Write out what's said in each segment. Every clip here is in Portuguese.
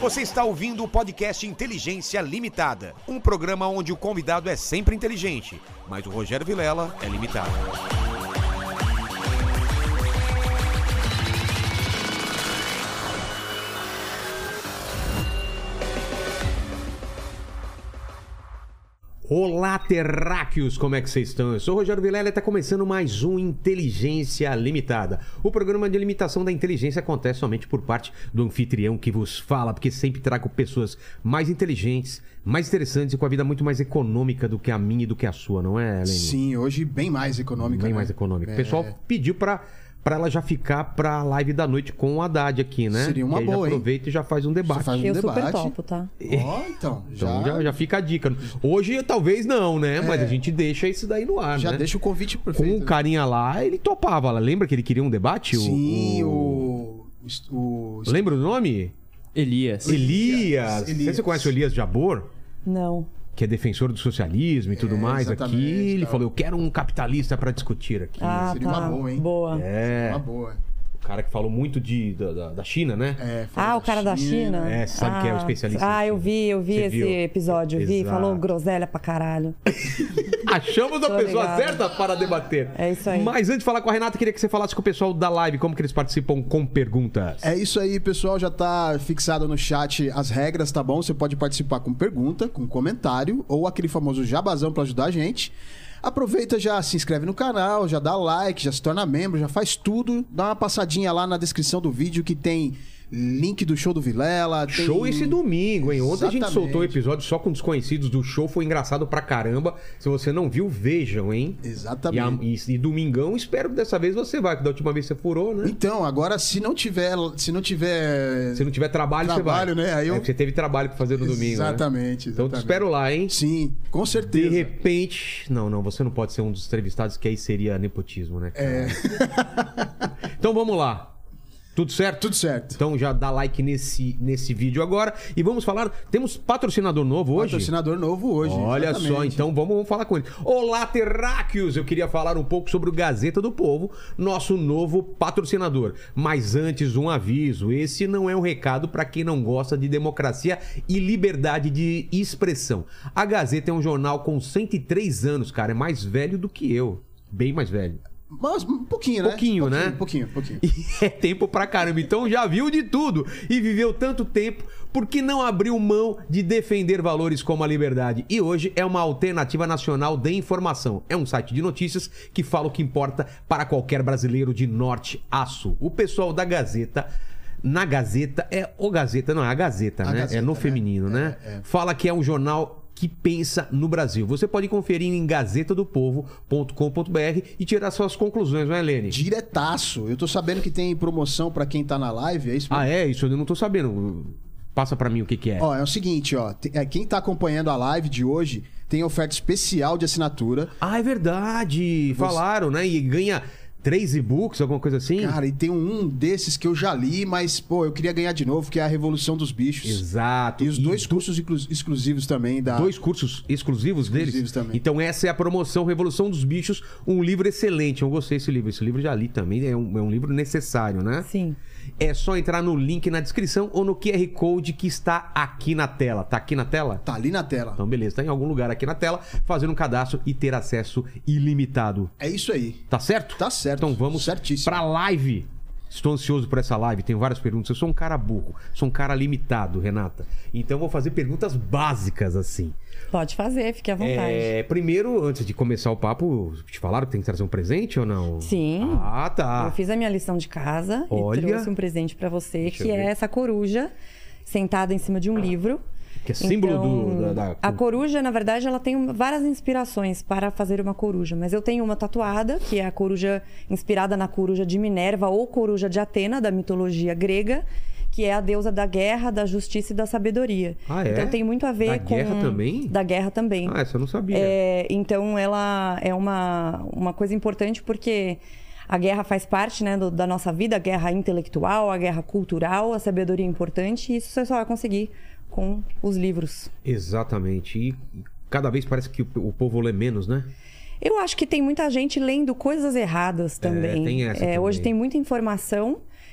Você está ouvindo o podcast Inteligência Limitada, um programa onde o convidado é sempre inteligente, mas o Rogério Vilela é limitado. Olá, terráqueos! Como é que vocês estão? Eu sou o Rogério Vilela e está começando mais um Inteligência Limitada. O programa de limitação da inteligência acontece somente por parte do anfitrião que vos fala, porque sempre trago pessoas mais inteligentes, mais interessantes e com a vida muito mais econômica do que a minha e do que a sua, não é, Helene? Sim, hoje bem mais econômica. Bem mais econômica. O pessoal pediu para ela já ficar pra live da noite com o Haddad aqui, né? Seria uma que boa, já aproveita e já faz um debate. Eu super topo, tá? Ó, então já fica a dica. Hoje talvez não, né? Mas a gente deixa isso daí no ar, já né? deixa o convite perfeito. Com o carinha lá, ele topava. Lembra que ele queria um debate? Sim, Lembra o nome? Elias. Você conhece o Elias Jabor? Não. Que é defensor do socialismo e tudo mais exatamente, aqui. Ele tá. falou, eu quero um capitalista para discutir aqui. Seria uma boa, hein? Boa. É. Uma boa. O cara que falou muito da China, né? O cara da China? Você sabe que é o especialista. Eu vi Você esse viu? episódio. Exato. Falou groselha pra caralho. Achamos a pessoa ligado. certa para debater. É isso aí. Mas antes de falar com a Renata, queria que você falasse com o pessoal da live como que eles participam com perguntas. É isso aí, pessoal. Já tá fixado no chat as regras, tá bom? Você pode participar com pergunta, com comentário ou aquele famoso jabazão pra ajudar a gente. Aproveita, já se inscreve no canal, já dá like, já se torna membro, já faz tudo. Dá uma passadinha lá na descrição do vídeo que tem link do show do Vilela. Tem... Show esse domingo, hein? Ontem a gente Exatamente. soltou o episódio só com desconhecidos do show, foi engraçado pra caramba. Se você não viu, vejam, hein? Exatamente. E domingão, espero que dessa vez você vai, que da última vez você furou, né? Então, agora se não tiver Se não tiver trabalho, você vai. né? Aí Você teve trabalho pra fazer no domingo, Exatamente, né? Então te espero lá, hein? Sim, com De certeza. repente... Não, você não pode ser um dos entrevistados, que aí seria nepotismo, né? Então vamos lá. Tudo certo? Tudo certo. Então já dá like nesse vídeo agora. E vamos falar... Temos patrocinador novo hoje? Patrocinador novo hoje. Olha exatamente. só, então vamos falar com ele. Olá, terráqueos! Eu queria falar um pouco sobre o Gazeta do Povo, nosso novo patrocinador. Mas antes, um aviso. Esse não é um recado para quem não gosta de democracia e liberdade de expressão. A Gazeta é um jornal com 103 anos, cara. É mais velho do que eu. Bem mais velho. Mas um pouquinho, né? Pouquinho. E é tempo pra caramba. Então já viu de tudo e viveu tanto tempo, por que não abriu mão de defender valores como a liberdade? E hoje é uma alternativa nacional de informação. É um site de notícias que fala o que importa para qualquer brasileiro de norte a sul. O pessoal da Gazeta... Na Gazeta, é a Gazeta, né? Gazeta, é no né? feminino, né? Fala que é um jornal que pensa no Brasil. Você pode conferir em gazetadopovo.com.br e tirar suas conclusões, não é, Helene? Diretaço. Eu tô sabendo que tem promoção pra quem tá na live, é isso mesmo? Isso eu não tô sabendo. Passa pra mim o que é. Ó, é o seguinte, ó. Quem tá acompanhando a live de hoje tem oferta especial de assinatura. É verdade. Falaram, né? E ganha 3 e-books, alguma coisa assim? Cara, e tem um desses que eu já li, mas, pô, eu queria ganhar de novo, que é a Revolução dos Bichos. Exato. E os dois cursos exclusivos também da... 2 cursos exclusivos deles? Exclusivos também. Então essa é a promoção Revolução dos Bichos, um livro excelente. Eu gostei desse livro. Esse livro eu já li também, é um livro necessário, né? Sim. É só entrar no link na descrição ou no QR Code que está aqui na tela. Tá aqui na tela? Tá ali na tela. Então beleza, tá em algum lugar aqui na tela, fazendo um cadastro e ter acesso ilimitado. É isso aí. Tá certo? Tá certo. Então vamos Certíssimo. pra live. Estou ansioso por essa live, tenho várias perguntas. Eu sou um cara burro, sou um cara limitado, Renata. Então eu vou fazer perguntas básicas assim. Pode fazer, fique à vontade. Primeiro, antes de começar o papo, te falaram que tem que trazer um presente ou não? Sim. Ah, tá. Eu fiz a minha lição de casa Olha. e trouxe um presente pra você, Deixa que eu é ver. essa coruja sentada em cima de um livro. Que é símbolo da... A coruja, na verdade, ela tem várias inspirações para fazer uma coruja. Mas eu tenho uma tatuada, que é a coruja inspirada na coruja de Minerva ou coruja de Atena, da mitologia grega, que é a deusa da guerra, da justiça e da sabedoria. Ah, é? Então tem muito a ver Da com... guerra também? Da guerra também. Ah, essa eu não sabia. Então ela é uma coisa importante porque... A guerra faz parte, né, da nossa vida, a guerra intelectual, a guerra cultural, a sabedoria é importante, e isso você só vai conseguir com os livros. Exatamente. E cada vez parece que o povo lê menos, né? Eu acho que tem muita gente lendo coisas erradas também. Tem essa também. Hoje tem muita informação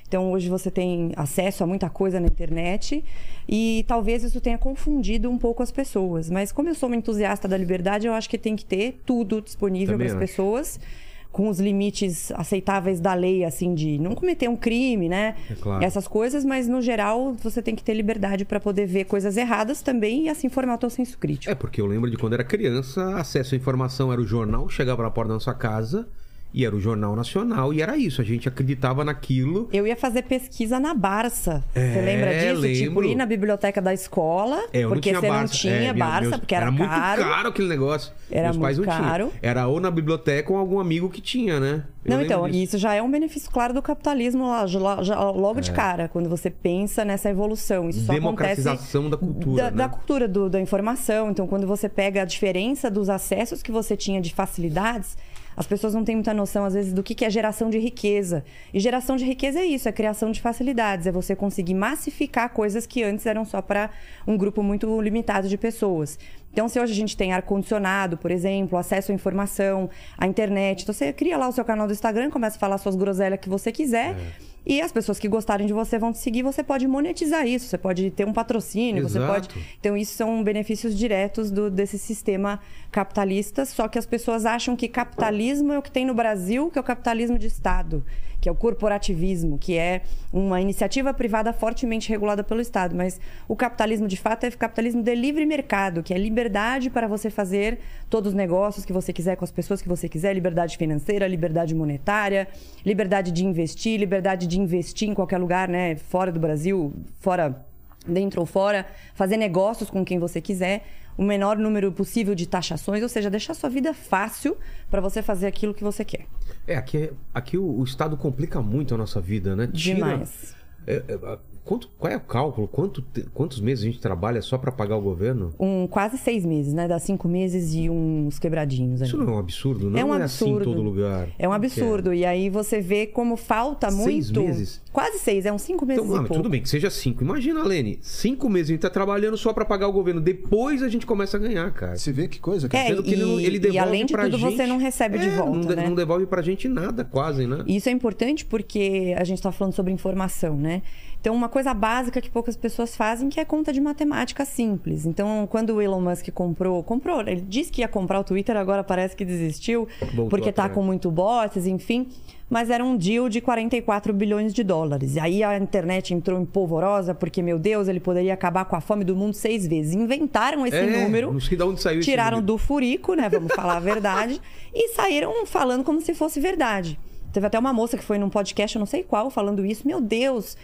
Então, hoje você tem acesso a muita coisa na internet e talvez isso tenha confundido um pouco as pessoas. Mas como eu sou uma entusiasta da liberdade, eu acho que tem que ter tudo disponível para as pessoas, com os limites aceitáveis da lei, assim, de não cometer um crime, né? É claro. Essas coisas, mas no geral você tem que ter liberdade para poder ver coisas erradas também e assim formar o teu senso crítico. É, porque eu lembro de quando era criança, acesso à informação era o jornal, chegava na porta da sua casa e era o Jornal Nacional e era isso, a gente acreditava naquilo. Eu ia fazer pesquisa na Barça. Você lembra disso? Lembro. Tipo, ir na biblioteca da escola, Eu porque não tinha você Barça. não tinha Barça, porque era caro. Muito caro aquele negócio. Era Meus pais muito não caro. tinham. Era ou na biblioteca ou algum amigo que tinha, né? Não, então, isso já é um benefício claro do capitalismo logo de cara, quando você pensa nessa evolução. Isso só acontece democratização da cultura, da cultura, da informação. Então, quando você pega a diferença dos acessos que você tinha de facilidades, as pessoas não têm muita noção, às vezes, do que é geração de riqueza. E geração de riqueza é isso, é criação de facilidades. É você conseguir massificar coisas que antes eram só para um grupo muito limitado de pessoas. Então, se hoje a gente tem ar-condicionado, por exemplo, acesso à informação, à internet, então você cria lá o seu canal do Instagram, começa a falar suas groselhas que você quiser, e as pessoas que gostarem de você vão te seguir, você pode monetizar isso, você pode ter um patrocínio, você pode... Então, isso são benefícios diretos desse sistema capitalista, só que as pessoas acham que capitalismo é o que tem no Brasil, que é o capitalismo de Estado, que é o corporativismo, que é uma iniciativa privada fortemente regulada pelo Estado. Mas o capitalismo, de fato, é o capitalismo de livre mercado, que é liberdade para você fazer todos os negócios que você quiser com as pessoas que você quiser, liberdade financeira, liberdade monetária, liberdade de investir em qualquer lugar, né? Fora do Brasil, dentro ou fora, fazer negócios com quem você quiser, o menor número possível de taxações, ou seja, deixar sua vida fácil para você fazer aquilo que você quer. Aqui o Estado complica muito a nossa vida, né? Demais. Qual é o cálculo? Quantos meses a gente trabalha só para pagar o governo? Quase 6 meses, né? Dá 5 meses e uns quebradinhos. Isso não é um absurdo? Não é um absurdo. Assim em todo lugar. É um absurdo. E aí você vê como falta 6 muito... meses? Quase 6, é uns 5 meses então, e pouco. Tudo bem, que seja 5. Imagina, Lene, 5 meses a gente tá trabalhando só para pagar o governo. Depois a gente começa a ganhar, cara. Você vê que coisa, cara. Sendo que ele devolve e além de pra tudo, gente, você não recebe de volta, né? Não devolve pra gente nada, quase, né? E isso é importante porque a gente tá falando sobre informação, né? Então, uma coisa básica que poucas pessoas fazem, que é conta de matemática simples. Então, quando o Elon Musk comprou, ele disse que ia comprar o Twitter, agora parece que desistiu, porque tá com muito bots, enfim. Mas era um deal de 44 bilhões de dólares. E aí a internet entrou em polvorosa, porque, meu Deus, ele poderia acabar com a fome do mundo 6 vezes. Inventaram esse número, não sei de onde saiu tiraram do furico, né? Vamos falar a verdade, e saíram falando como se fosse verdade. Teve até uma moça que foi num podcast, eu não sei qual, falando isso. Meu Deus,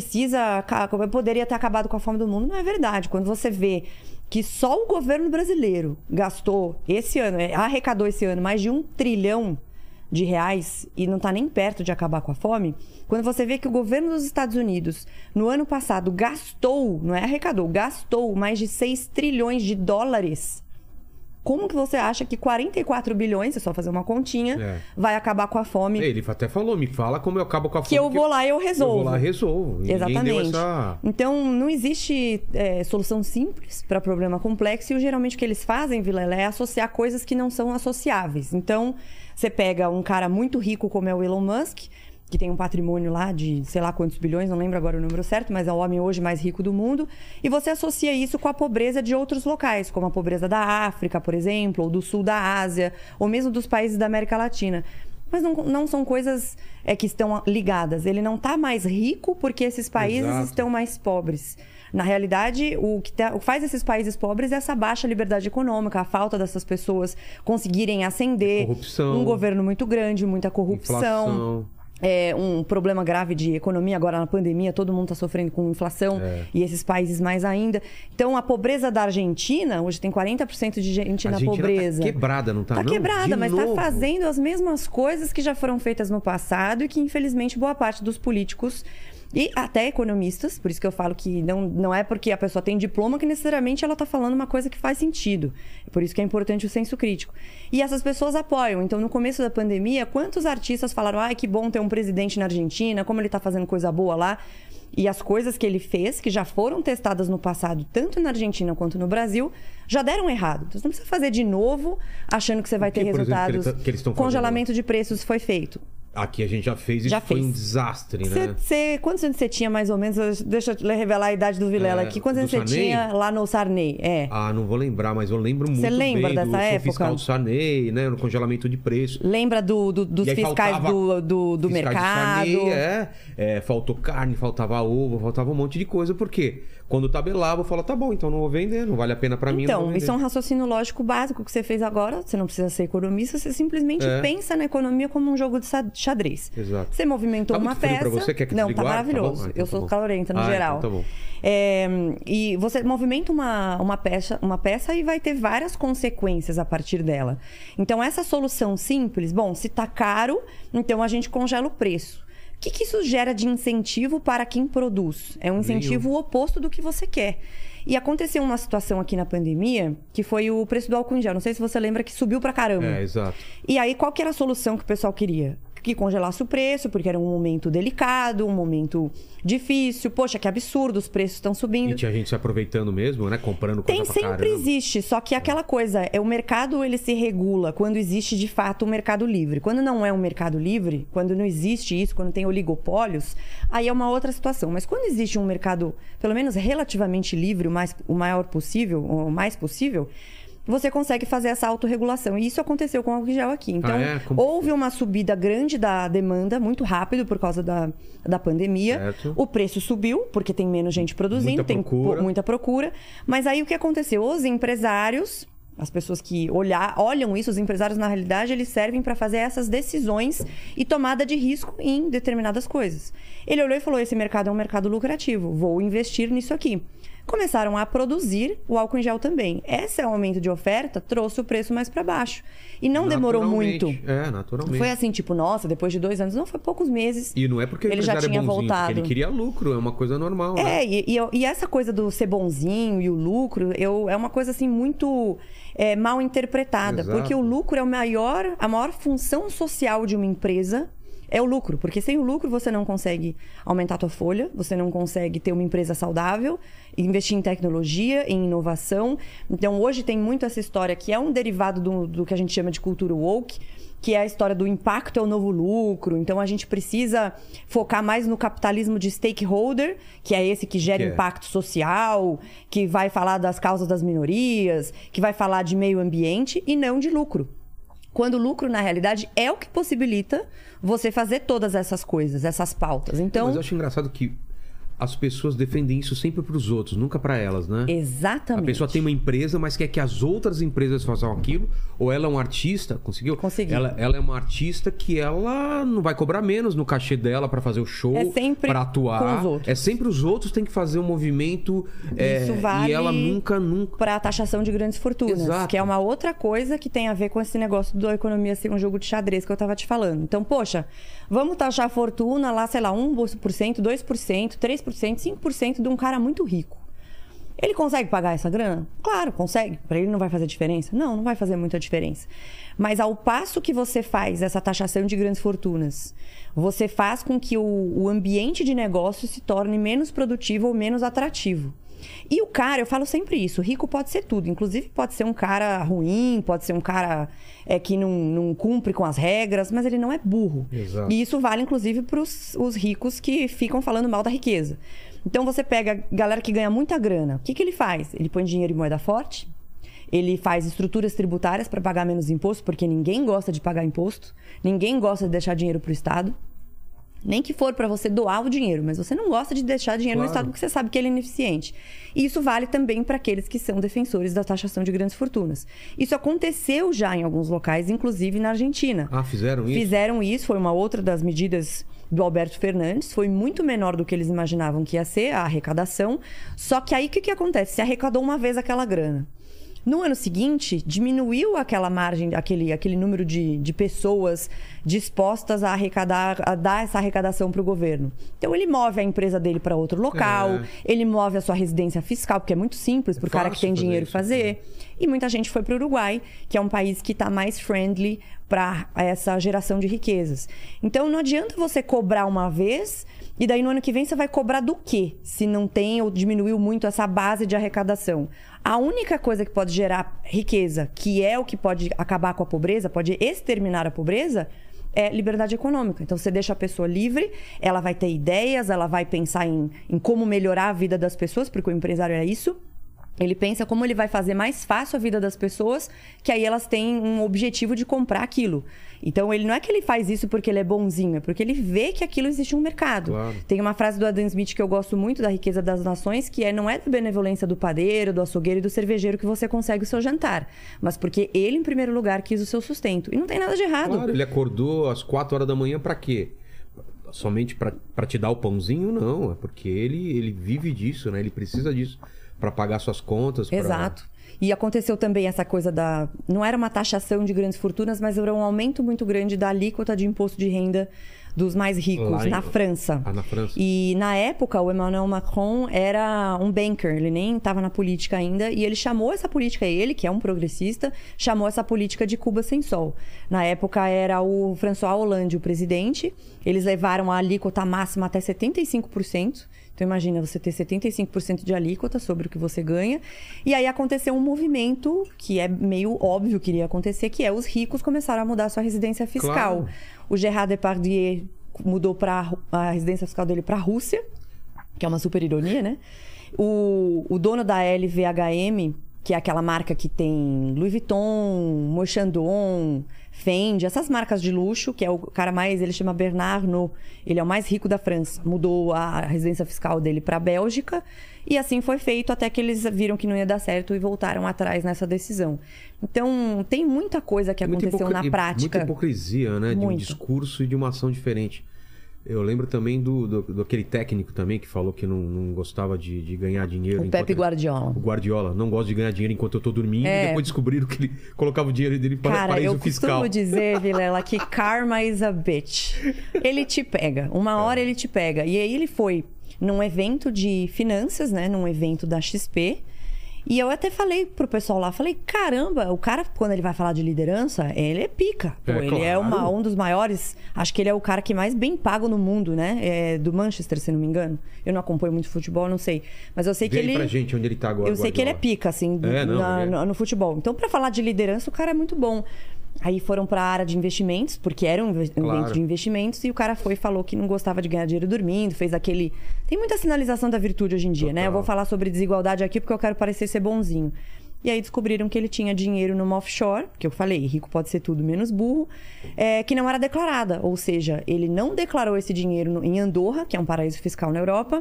poderia ter acabado com a fome do mundo. Não é verdade. Quando você vê que só o governo brasileiro gastou esse ano, arrecadou esse ano mais de 1 trilhão de reais e não está nem perto de acabar com a fome, quando você vê que o governo dos Estados Unidos, no ano passado, gastou, não é arrecadou, gastou mais de 6 trilhões de dólares... Como que você acha que 44 bilhões, é só fazer uma continha, vai acabar com a fome? Ele até falou, me fala como eu acabo com a fome. Que eu vou lá e eu resolvo. Eu vou lá e resolvo. Exatamente. Então, não existe solução simples para problema complexo. E geralmente o que eles fazem, Vilela, é associar coisas que não são associáveis. Então, você pega um cara muito rico como é o Elon Musk, que tem um patrimônio lá de sei lá quantos bilhões, não lembro agora o número certo, mas é o homem hoje mais rico do mundo, e você associa isso com a pobreza de outros locais, como a pobreza da África, por exemplo, ou do sul da Ásia, ou mesmo dos países da América Latina. Mas não são coisas que estão ligadas. Ele não está mais rico porque esses países estão mais pobres. Na realidade, o que faz esses países pobres é essa baixa liberdade econômica, a falta dessas pessoas conseguirem ascender, corrupção, um governo muito grande, muita corrupção. Inflação. Um problema grave de economia agora na pandemia, todo mundo está sofrendo com inflação e esses países mais ainda. Então, a pobreza da Argentina, hoje tem 40% de gente na pobreza. Tá quebrada, não tá? Tá quebrada, mas está fazendo as mesmas coisas que já foram feitas no passado e que, infelizmente, boa parte dos políticos e até economistas, por isso que eu falo que não é porque a pessoa tem diploma que necessariamente ela está falando uma coisa que faz sentido. Por isso que é importante o senso crítico. E essas pessoas apoiam. Então, no começo da pandemia, quantos artistas falaram: ai, que bom ter um presidente na Argentina, como ele está fazendo coisa boa lá. E as coisas que ele fez, que já foram testadas no passado, tanto na Argentina quanto no Brasil, já deram errado. Então, você não precisa fazer de novo, achando que você vai ter resultados. Que eles estão Congelamento de preços foi feito. Aqui a gente já fez e foi um desastre, né? Quantos anos você tinha, mais ou menos? Deixa eu revelar a idade do Vilela aqui. Quantos anos você tinha lá no Sarney? Ah, não vou lembrar, mas eu lembro muito bem. Você lembra dessa época? Fiscal do Sarney, né? No congelamento de preço. Lembra dos fiscais do mercado? Sarney, faltou carne, faltava ovo, faltava um monte de coisa. Por quê? Quando tabelava, eu falava, tá bom, então não vou vender, não vale a pena pra mim. Então, isso é um raciocínio lógico básico que você fez agora. Você não precisa ser economista, você simplesmente pensa na economia como um jogo de xadrez. Exato. Você movimentou uma peça. Pra você? Quer que não, tá maravilhoso. Tá bom? Eu sou calorenta no geral. Então tá bom. E você movimenta uma peça e vai ter várias consequências a partir dela. Então, essa solução simples, bom, se tá caro, então a gente congela o preço. O que isso gera de incentivo para quem produz? É um incentivo oposto do que você quer. E aconteceu uma situação aqui na pandemia, que foi o preço do álcool em gel. Não sei se você lembra que subiu pra caramba. Exato. E aí, qual que era a solução que o pessoal queria? Que congelasse o preço, porque era um momento delicado, um momento difícil. Poxa, que absurdo, os preços estão subindo. E tinha gente se aproveitando mesmo, né? Comprando coisa pra sempre caramba. Existe, só que aquela coisa, o mercado ele se regula quando existe de fato um mercado livre. Quando não é um mercado livre, quando não existe isso, quando tem oligopólios, aí é uma outra situação. Mas quando existe um mercado, pelo menos relativamente livre, o maior possível, o mais possível, você consegue fazer essa autorregulação. E isso aconteceu com o álcool em gel aqui. Então, houve uma subida grande da demanda, muito rápido, por causa da pandemia. Certo. O preço subiu, porque tem menos gente produzindo, tem muita procura. Mas aí o que aconteceu? Os empresários, as pessoas que olham isso, os empresários, na realidade, eles servem para fazer essas decisões e tomada de risco em determinadas coisas. Ele olhou e falou, esse mercado é um mercado lucrativo, vou investir nisso aqui. Começaram a produzir o álcool em gel também. Esse aumento de oferta trouxe o preço mais para baixo. E não demorou muito. Naturalmente. Foi assim, tipo, nossa, depois de 2 anos, não, foi poucos meses. E não é porque ele já tinha voltado. Ele queria lucro, é uma coisa normal. Né? E essa coisa do ser bonzinho e o lucro, é uma coisa assim muito mal interpretada. Exato. Porque o lucro é a maior função social de uma empresa. É o lucro, porque sem o lucro você não consegue aumentar a tua folha, você não consegue ter uma empresa saudável, investir em tecnologia, em inovação. Então, hoje tem muito essa história que é um derivado do que a gente chama de cultura woke, que é a história do impacto é o novo lucro. Então, a gente precisa focar mais no capitalismo de stakeholder, que é esse que gera impacto social, que vai falar das causas das minorias, que vai falar de meio ambiente e não de lucro. Quando o lucro, na realidade, é o que possibilita você fazer todas essas coisas, essas pautas. Então, mas eu acho engraçado que as pessoas defendem isso sempre para os outros, nunca para elas, né? Exatamente. A pessoa tem uma empresa, mas quer que as outras empresas façam aquilo. Ou ela é um artista, conseguiu? Consegui. Ela é uma artista que ela não vai cobrar menos no cachê dela para fazer o show, para atuar. Com os outros. É sempre os outros têm que fazer um movimento. Isso vale e ela nunca. Para a taxação de grandes fortunas. Exato. Que é uma outra coisa que tem a ver com esse negócio da economia ser um jogo de xadrez que eu tava te falando. Então, poxa, vamos taxar a fortuna lá, sei lá, 1%, 2%, 3%. 5% de um cara muito rico. Ele consegue pagar essa grana? Claro, consegue. Para ele não vai fazer diferença? Não vai fazer muita diferença. Mas ao passo que você faz essa taxação de grandes fortunas, você faz com que o ambiente de negócio se torne menos produtivo ou menos atrativo. E o cara, eu falo sempre isso, rico pode ser tudo. Inclusive pode ser um cara ruim, pode ser um cara que não cumpre com as regras, mas ele não é burro. Exato. E isso vale inclusive para os ricos que ficam falando mal da riqueza. Então você pega a galera que ganha muita grana. O que ele faz? Ele põe dinheiro em moeda forte, ele faz estruturas tributárias para pagar menos imposto, porque ninguém gosta de pagar imposto, ninguém gosta de deixar dinheiro para o Estado. Nem que for para você doar o dinheiro, mas você não gosta de deixar dinheiro no Estado porque você sabe que ele é ineficiente. E isso vale também para aqueles que são defensores da taxação de grandes fortunas. Isso aconteceu já em alguns locais, inclusive na Argentina. Ah, fizeram isso? Fizeram isso, foi uma outra das medidas do Alberto Fernandes. Foi muito menor do que eles imaginavam que ia ser a arrecadação. Só que aí o que acontece? Se arrecadou uma vez aquela grana. No ano seguinte, diminuiu aquela margem, aquele número de pessoas dispostas a dar essa arrecadação para o governo. Então, ele move a empresa dele para outro local, ele move a sua residência fiscal, porque é muito simples para o cara que tem dinheiro fazer. E muita gente foi para o Uruguai, que é um país que está mais friendly para essa geração de riquezas. Então, não adianta você cobrar uma vez e daí no ano que vem você vai cobrar do quê? Se não tem ou diminuiu muito essa base de arrecadação. A única coisa que pode gerar riqueza, que é o que pode acabar com a pobreza, pode exterminar a pobreza, é liberdade econômica. Então, você deixa a pessoa livre, ela vai ter ideias, ela vai pensar em como melhorar a vida das pessoas, porque o empresário é isso. Ele pensa como ele vai fazer mais fácil a vida das pessoas, que aí elas têm um objetivo de comprar aquilo. Então, ele não é que ele faz isso porque ele é bonzinho, é porque ele vê que aquilo existe um mercado. Claro. Tem uma frase do Adam Smith que eu gosto muito, da riqueza das nações, que não é da benevolência do padeiro, do açougueiro e do cervejeiro que você consegue o seu jantar, mas porque ele, em primeiro lugar, quis o seu sustento. E não tem nada de errado. Claro, ele acordou às 4 horas da manhã pra quê? Somente pra te dar o pãozinho? Não, é porque ele vive disso, né? Ele precisa disso pra pagar suas contas. Exato. E aconteceu também essa coisa da... Não era uma taxação de grandes fortunas, mas era um aumento muito grande da alíquota de imposto de renda dos mais ricos na França. Na França. E na época, o Emmanuel Macron era um banker, ele nem estava na política ainda, e ele chamou essa política, ele, que é um progressista, chamou essa política de Cuba sem sol. Na época era o François Hollande o presidente, eles levaram a alíquota máxima até 75%. Então, imagina você ter 75% de alíquota sobre o que você ganha. E aí aconteceu um movimento que é meio óbvio que iria acontecer, que é os ricos começaram a mudar a sua residência fiscal. Claro. O Gerard Depardieu mudou a residência fiscal dele para a Rússia, que é uma super ironia, né? O dono da LVMH, que é aquela marca que tem Louis Vuitton, Moët Chandon, Fendi, essas marcas de luxo, que é o cara mais, ele chama Bernard Arnault, ele é o mais rico da França, mudou a residência fiscal dele para a Bélgica, e assim foi feito até que eles viram que não ia dar certo e voltaram atrás nessa decisão. Então, tem muita coisa que aconteceu na prática. Muita hipocrisia, né? De um discurso e de uma ação diferente. Eu lembro também do aquele técnico também que falou que não gostava de ganhar dinheiro. O Pepe Guardiola. O Guardiola. Não gosta de ganhar dinheiro enquanto eu tô dormindo. E depois descobriram que ele colocava o dinheiro dele para paraíso fiscal. Cara, eu costumo dizer, Vilela, que karma is a bitch. Ele te pega. Uma hora ele te pega. E aí ele foi num evento de finanças, né? Num evento da XP. E eu até falei pro pessoal lá, falei, caramba, o cara, quando ele vai falar de liderança, ele é pica. Pô, ele é um dos maiores, acho que ele é o cara que mais bem pago no mundo, né? É do Manchester, se não me engano. Eu não acompanho muito futebol, não sei. Mas eu sei que ele... pra gente onde ele tá agora. Eu sei que ele é pica, assim, no futebol. Então, pra falar de liderança, o cara é muito bom. Aí foram para a área de investimentos, porque era um evento de investimentos, e o cara foi e falou que não gostava de ganhar dinheiro dormindo, fez aquele... Tem muita sinalização da virtude hoje em dia, né? Eu vou falar sobre desigualdade aqui porque eu quero parecer ser bonzinho. E aí descobriram que ele tinha dinheiro numa offshore, que eu falei, rico pode ser tudo menos burro, que não era declarada. Ou seja, ele não declarou esse dinheiro em Andorra, que é um paraíso fiscal na Europa,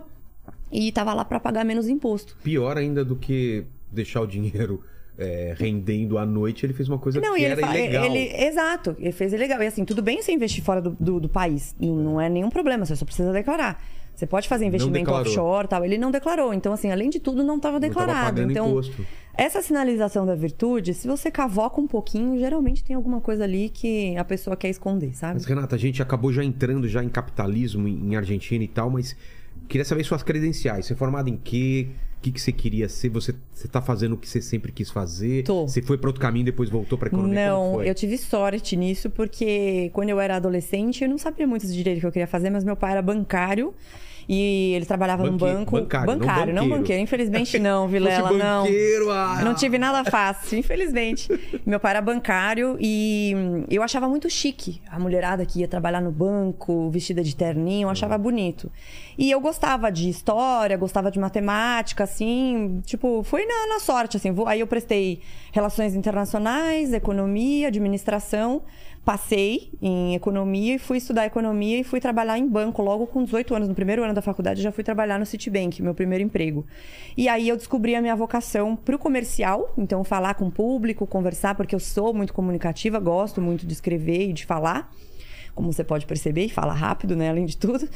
e estava lá para pagar menos imposto. Pior ainda do que deixar o dinheiro... rendendo à noite, ele fez uma coisa que era ilegal. Exato, ele fez ilegal. E assim, tudo bem você investir fora do país, não é nenhum problema, você só precisa declarar. Você pode fazer investimento offshore e tal. Ele não declarou. Então, assim, além de tudo, não estava declarado. Então, imposto. Essa sinalização da virtude, se você cavoca um pouquinho, geralmente tem alguma coisa ali que a pessoa quer esconder, sabe? Mas, Renata, a gente acabou já entrando já em capitalismo, em Argentina e tal, mas queria saber suas credenciais. Você é formado em quê? O que você queria ser? Você tá fazendo o que você sempre quis fazer? Você foi para outro caminho e depois voltou para economia? Não, eu tive sorte nisso, porque quando eu era adolescente, eu não sabia muito do direito que eu queria fazer, mas meu pai era bancário. E ele trabalhava num banco... Bancário, não banqueiro. Infelizmente não, Vilela, não. Não tive nada fácil, infelizmente. Meu pai era bancário e eu achava muito chique a mulherada que ia trabalhar no banco, vestida de terninho, eu achava bonito. E eu gostava de história, gostava de matemática, assim, tipo, foi na sorte, assim. Aí eu prestei Relações Internacionais, Economia, Administração... Passei em economia e fui estudar economia e fui trabalhar em banco logo com 18 anos. No primeiro ano da faculdade, eu já fui trabalhar no Citibank, meu primeiro emprego. E aí eu descobri a minha vocação para o comercial. Então, falar com o público, conversar, porque eu sou muito comunicativa, gosto muito de escrever e de falar. Como você pode perceber, e fala rápido, né? Além de tudo.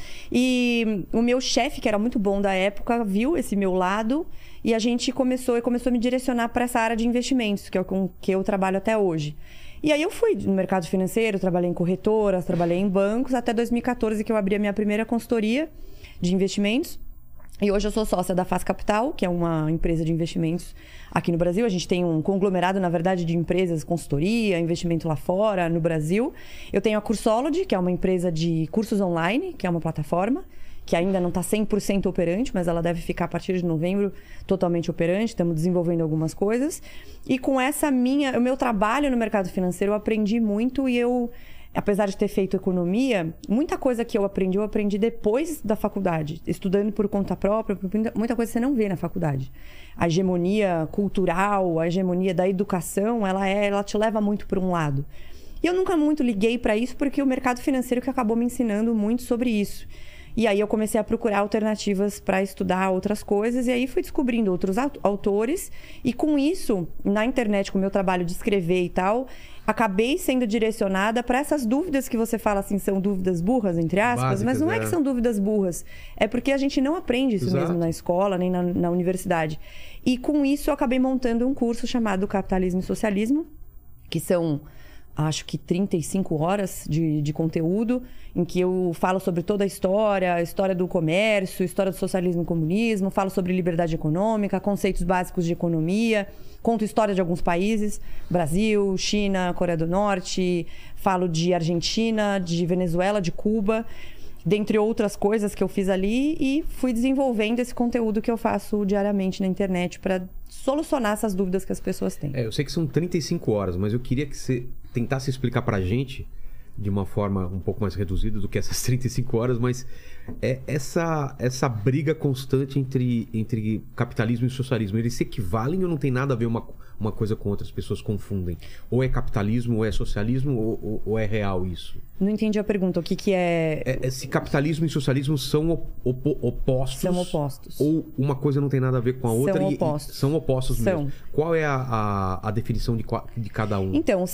E o meu chefe, que era muito bom da época, viu esse meu lado e a gente começou a me direcionar para essa área de investimentos, que é com que eu trabalho até hoje. E aí eu fui no mercado financeiro, trabalhei em corretoras, trabalhei em bancos, até 2014 que eu abri a minha primeira consultoria de investimentos. E hoje eu sou sócia da Faz Capital, que é uma empresa de investimentos aqui no Brasil. A gente tem um conglomerado, na verdade, de empresas, consultoria, investimento lá fora, no Brasil. Eu tenho a Cursology, que é uma empresa de cursos online, que é uma plataforma, que ainda não está 100% operante, mas ela deve ficar a partir de novembro totalmente operante. Estamos desenvolvendo algumas coisas. E com o meu trabalho no mercado financeiro, eu aprendi muito e eu apesar de ter feito economia, muita coisa que eu aprendi depois da faculdade, estudando por conta própria, muita coisa você não vê na faculdade. A hegemonia cultural, a hegemonia da educação, ela te leva muito para um lado. E eu nunca muito liguei para isso, porque o mercado financeiro que acabou me ensinando muito sobre isso. E aí eu comecei a procurar alternativas para estudar outras coisas, e aí fui descobrindo outros autores, e com isso, na internet, com o meu trabalho de escrever e tal, acabei sendo direcionada para essas dúvidas que você fala assim, são dúvidas burras, entre aspas, Básicas, mas não é que são dúvidas burras, é porque a gente não aprende isso mesmo na escola, nem na universidade. E com isso eu acabei montando um curso chamado Capitalismo e Socialismo, que são, acho que 35 horas de conteúdo, em que eu falo sobre toda a história do comércio, história do socialismo e comunismo, falo sobre liberdade econômica, conceitos básicos de economia, conto história de alguns países, Brasil, China, Coreia do Norte, falo de Argentina, de Venezuela, de Cuba, dentre outras coisas que eu fiz ali, e fui desenvolvendo esse conteúdo que eu faço diariamente na internet para solucionar essas dúvidas que as pessoas têm. Eu sei que são 35 horas, mas eu queria que você tentasse explicar pra gente de uma forma um pouco mais reduzida do que essas 35 horas, mas essa briga constante entre capitalismo e socialismo, eles se equivalem ou não tem nada a ver uma coisa com outra? As pessoas confundem. Ou é capitalismo, ou é socialismo, ou é real isso? Não entendi a pergunta. O que é... Se capitalismo e socialismo são opostos. São opostos. Ou uma coisa não tem nada a ver com a outra? São opostos. São opostos mesmo. São. Qual é a definição de cada um? Então,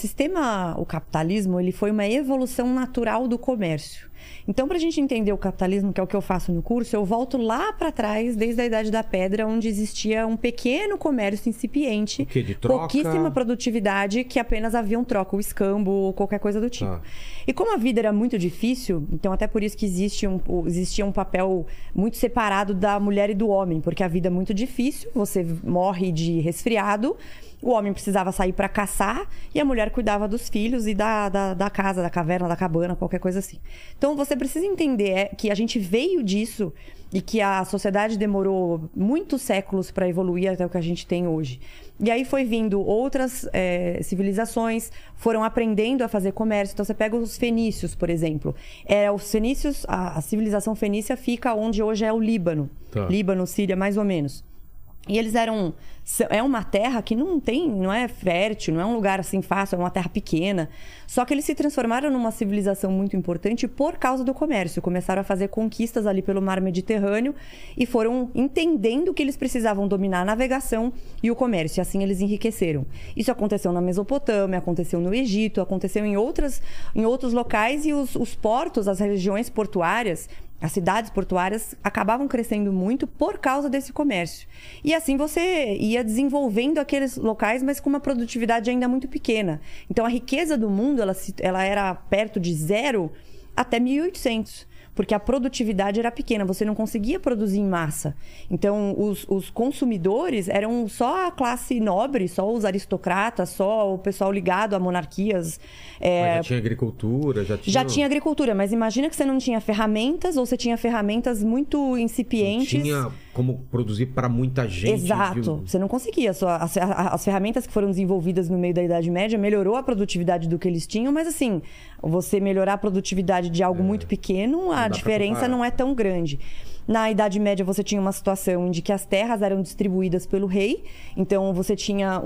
o capitalismo, ele foi uma evolução natural do comércio. Então, para a gente entender o capitalismo, que é o que eu faço no curso, eu volto lá para trás, desde a Idade da Pedra, onde existia um pequeno comércio incipiente, de troca? Pouquíssima produtividade, que apenas havia um troca, o escambo ou qualquer coisa do tipo. E como a vida era muito difícil, então até por isso que existia um papel muito separado da mulher e do homem, porque a vida é muito difícil, você morre de resfriado, o homem precisava sair para caçar e a mulher cuidava dos filhos e da casa, da caverna, da cabana, qualquer coisa assim. Então você precisa entender que a gente veio disso e que a sociedade demorou muitos séculos para evoluir até o que a gente tem hoje. E aí foi vindo outras civilizações, foram aprendendo a fazer comércio. Então você pega os fenícios, por exemplo. Os fenícios, a civilização fenícia fica onde hoje é o Líbano. Líbano, Síria, mais ou menos. E eles é uma terra que não é fértil, não é um lugar assim fácil, é uma terra pequena. Só que eles se transformaram numa civilização muito importante por causa do comércio. Começaram a fazer conquistas ali pelo mar Mediterrâneo e foram entendendo que eles precisavam dominar a navegação e o comércio. E assim eles enriqueceram. Isso aconteceu na Mesopotâmia, aconteceu no Egito, aconteceu em outros locais, e os portos, as regiões portuárias, as cidades portuárias acabavam crescendo muito por causa desse comércio. E assim você ia desenvolvendo aqueles locais, mas com uma produtividade ainda muito pequena. Então a riqueza do mundo ela era perto de zero até 1800. Porque a produtividade era pequena, você não conseguia produzir em massa. Então, os consumidores eram só a classe nobre, só os aristocratas, só o pessoal ligado a monarquias. Mas já tinha agricultura? Já tinha agricultura, mas imagina que você não tinha ferramentas, ou você tinha ferramentas muito incipientes. Não tinha como produzir para muita gente. Exato, você não conseguia. As ferramentas que foram desenvolvidas no meio da Idade Média melhorou a produtividade do que eles tinham, mas assim, você melhorar a produtividade de algo muito pequeno, a diferença não é tão grande. Na Idade Média você tinha uma situação em que as terras eram distribuídas pelo rei, então você tinha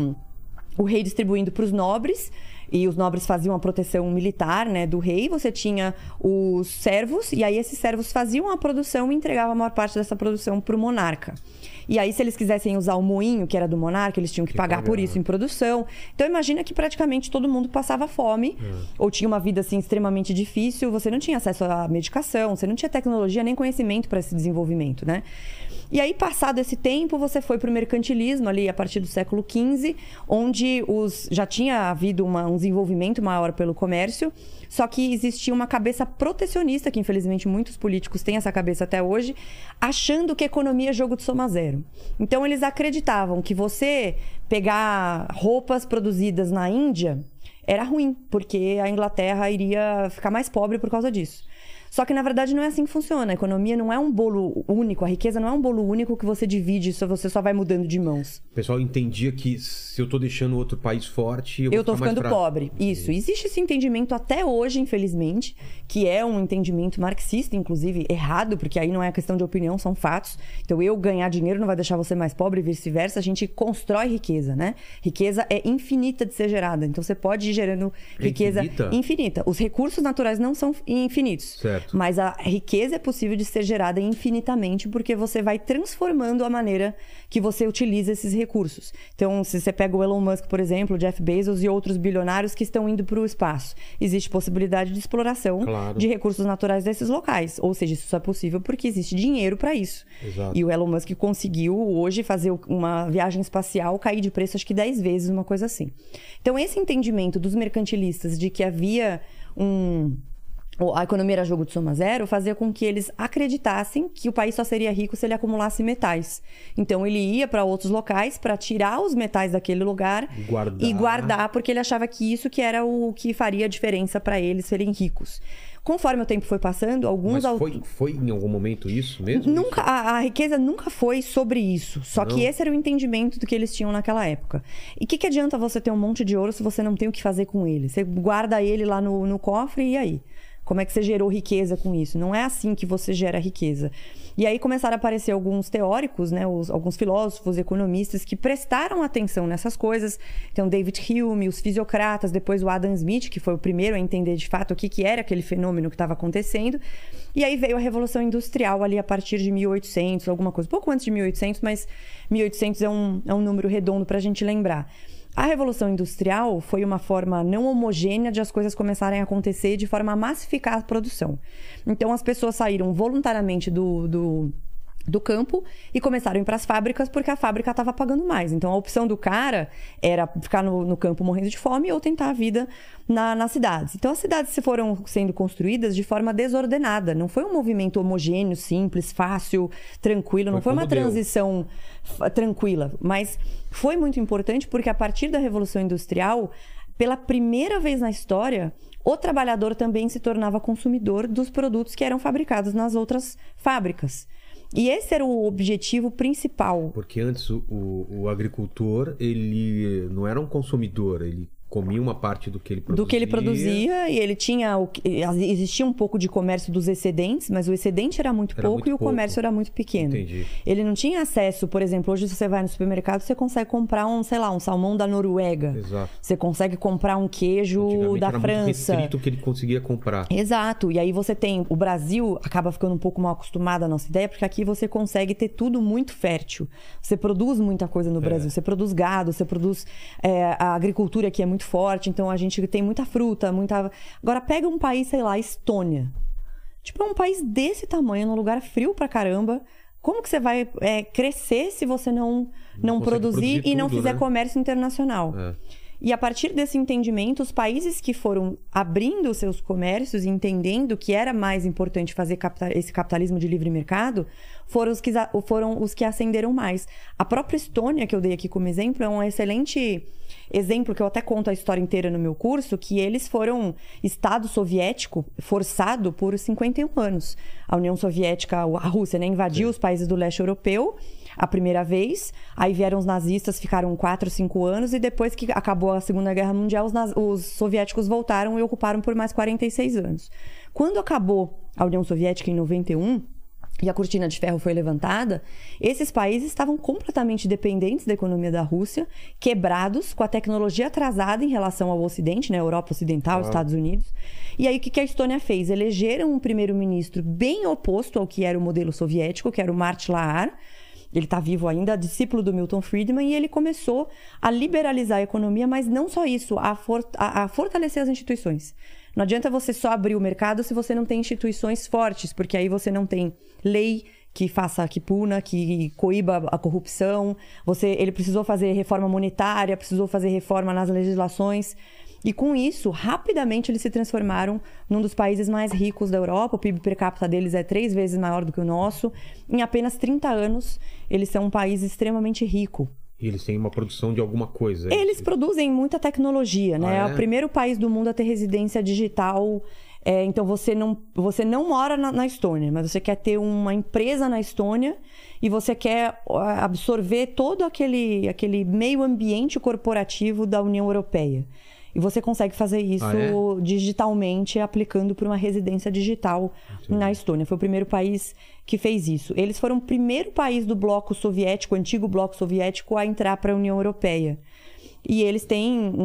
o rei distribuindo para os nobres, e os nobres faziam a proteção militar, né, do rei. Você tinha os servos, e aí esses servos faziam a produção e entregavam a maior parte dessa produção para o monarca. E aí, se eles quisessem usar o moinho, que era do monarca, eles tinham que pagar por isso em produção. Então, imagina que praticamente todo mundo passava fome, ou tinha uma vida assim extremamente difícil. Você não tinha acesso à medicação, você não tinha tecnologia nem conhecimento para esse desenvolvimento, né? E aí, passado esse tempo, você foi para o mercantilismo ali a partir do século XV, onde já tinha havido um desenvolvimento maior pelo comércio, só que existia uma cabeça protecionista, que infelizmente muitos políticos têm essa cabeça até hoje, achando que economia é jogo de soma zero. Então eles acreditavam que você pegar roupas produzidas na Índia era ruim, porque a Inglaterra iria ficar mais pobre por causa disso. Só que, na verdade, não é assim que funciona. A economia não é um bolo único. A riqueza não é um bolo único que você divide e você só vai mudando de mãos. O pessoal entendia que se eu tô deixando outro país forte, eu tô ficando pobre. Isso. Existe esse entendimento até hoje, infelizmente, que é um entendimento marxista, inclusive, errado, porque aí não é questão de opinião, são fatos. Então, eu ganhar dinheiro não vai deixar você mais pobre e vice-versa. A gente constrói riqueza, né? Riqueza é infinita de ser gerada. Então, você pode ir gerando riqueza infinita. Os recursos naturais não são infinitos. Certo. Mas a riqueza é possível de ser gerada infinitamente porque você vai transformando a maneira que você utiliza esses recursos. Então, se você pega o Elon Musk, por exemplo, o Jeff Bezos e outros bilionários que estão indo para o espaço, existe possibilidade de exploração de recursos naturais desses locais. Ou seja, isso só é possível porque existe dinheiro para isso. Exato. E o Elon Musk conseguiu hoje fazer uma viagem espacial cair de preço acho que 10 vezes, uma coisa assim. Então, esse entendimento dos mercantilistas de que havia a economia era jogo de soma zero, fazia com que eles acreditassem que o país só seria rico se ele acumulasse metais. Então, ele ia para outros locais para tirar os metais daquele lugar e guardar, porque ele achava que isso que era o que faria a diferença para eles serem ricos. Conforme o tempo foi passando, alguns... Mas foi em algum momento isso mesmo? Nunca, a riqueza nunca foi sobre isso. Só que esse era o entendimento do que eles tinham naquela época. E o que adianta você ter um monte de ouro se você não tem o que fazer com ele? Você guarda ele lá no cofre e aí? Como é que você gerou riqueza com isso? Não é assim que você gera riqueza. E aí começaram a aparecer alguns teóricos, né, alguns filósofos, economistas que prestaram atenção nessas coisas. Então, David Hume, os fisiocratas, depois o Adam Smith, que foi o primeiro a entender de fato o que era aquele fenômeno que estava acontecendo. E aí veio a Revolução Industrial ali a partir de 1800, alguma coisa. Pouco antes de 1800, mas 1800 é um número redondo para a gente lembrar. A Revolução Industrial foi uma forma não homogênea de as coisas começarem a acontecer de forma a massificar a produção. Então, as pessoas saíram voluntariamente do campo e começaram a ir para as fábricas porque a fábrica estava pagando mais. Então, a opção do cara era ficar no campo morrendo de fome ou tentar a vida nas cidades. Então, as cidades foram sendo construídas de forma desordenada. Não foi um movimento homogêneo, simples, fácil, tranquilo. Não foi uma transição tranquila. Mas foi muito importante porque a partir da Revolução Industrial, pela primeira vez na história, o trabalhador também se tornava consumidor dos produtos que eram fabricados nas outras fábricas. E esse era o objetivo principal. Porque antes o agricultor, ele não era um consumidor, ele comia uma parte do que ele produzia. Do que ele produzia, e ele tinha... Existia um pouco de comércio dos excedentes, mas o excedente era muito pouco e o comércio era muito pequeno. Entendi. Ele não tinha acesso, por exemplo, hoje você vai no supermercado, você consegue comprar um salmão da Noruega. Exato. Você consegue comprar um queijo da era França. Muito restrito que ele conseguia comprar. Exato. E aí você tem... O Brasil acaba ficando um pouco mal acostumado à nossa ideia, porque aqui você consegue ter tudo muito fértil. Você produz muita coisa no Brasil. Você produz gado, você produz... a agricultura aqui é muito forte, então a gente tem muita fruta, muita... Agora pega um país, sei lá, Estônia. Tipo, é um país desse tamanho, num lugar frio pra caramba. Como que você vai crescer se você não produzir e não fizer comércio internacional? E a partir desse entendimento, os países que foram abrindo os seus comércios e entendendo que era mais importante fazer esse capitalismo de livre mercado, foram os que ascenderam mais. A própria Estônia, que eu dei aqui como exemplo, é um excelente exemplo, que eu até conto a história inteira no meu curso, que eles foram Estado soviético forçado por 51 anos. A União Soviética, a Rússia, né, invadiu os países do leste europeu a primeira vez, aí vieram os nazistas, ficaram 4, 5 anos, e depois que acabou a Segunda Guerra Mundial, os soviéticos voltaram e ocuparam por mais 46 anos. Quando acabou a União Soviética em 91, e a cortina de ferro foi levantada, esses países estavam completamente dependentes da economia da Rússia, quebrados, com a tecnologia atrasada em relação ao Ocidente, né, Europa Ocidental, Estados Unidos. E aí o que a Estônia fez? Elegeram um primeiro-ministro bem oposto ao que era o modelo soviético, que era o Mart Laar. Ele está vivo ainda, discípulo do Milton Friedman, e ele começou a liberalizar a economia, mas não só isso, a fortalecer as instituições. Não adianta você só abrir o mercado se você não tem instituições fortes, porque aí você não tem lei que puna, que coíba a corrupção. Ele precisou fazer reforma monetária, precisou fazer reforma nas legislações. E com isso, rapidamente eles se transformaram num dos países mais ricos da Europa. O PIB per capita deles é 3 vezes maior do que o nosso. Em apenas 30 anos, eles são um país extremamente rico. E eles têm uma produção de alguma coisa. Eles produzem muita tecnologia, né? É o primeiro país do mundo a ter residência digital Então você não mora na Estônia, mas você quer ter uma empresa na Estônia e você quer absorver todo aquele meio ambiente corporativo da União Europeia. E você consegue fazer isso digitalmente, aplicando por uma residência digital na Estônia. Foi o primeiro país que fez isso. Eles foram o primeiro país do bloco soviético, antigo bloco soviético, a entrar para a União Europeia. E eles têm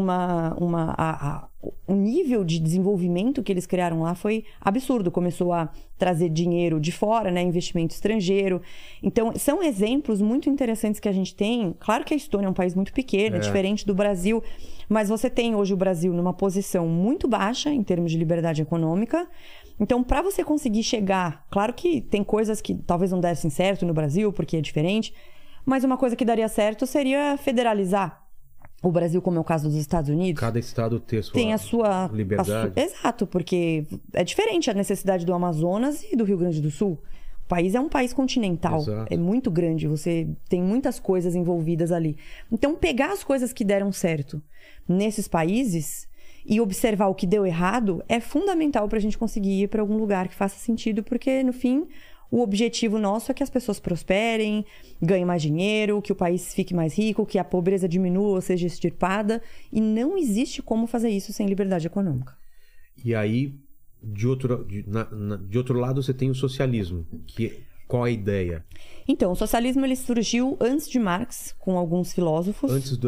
o nível de desenvolvimento que eles criaram lá foi absurdo. Começou a trazer dinheiro de fora, né? Investimento estrangeiro. Então, são exemplos muito interessantes que a gente tem. Claro que a Estônia é um país muito pequeno, é diferente do Brasil. Mas você tem hoje o Brasil numa posição muito baixa em termos de liberdade econômica. Então, para você conseguir chegar... Claro que tem coisas que talvez não dessem certo no Brasil, porque é diferente. Mas uma coisa que daria certo seria federalizar o Brasil, como é o caso dos Estados Unidos. Cada estado tem a sua liberdade. Exato, porque é diferente a necessidade do Amazonas e do Rio Grande do Sul. O país é um país continental, é muito grande, você tem muitas coisas envolvidas ali. Então, pegar as coisas que deram certo nesses países e observar o que deu errado é fundamental para a gente conseguir ir para algum lugar que faça sentido, porque, no fim, o objetivo nosso é que as pessoas prosperem, ganhem mais dinheiro, que o país fique mais rico, que a pobreza diminua ou seja extirpada. E não existe como fazer isso sem liberdade econômica. E aí, de outro lado, você tem o socialismo. Qual a ideia? Então, o socialismo ele surgiu antes de Marx, com alguns filósofos. Antes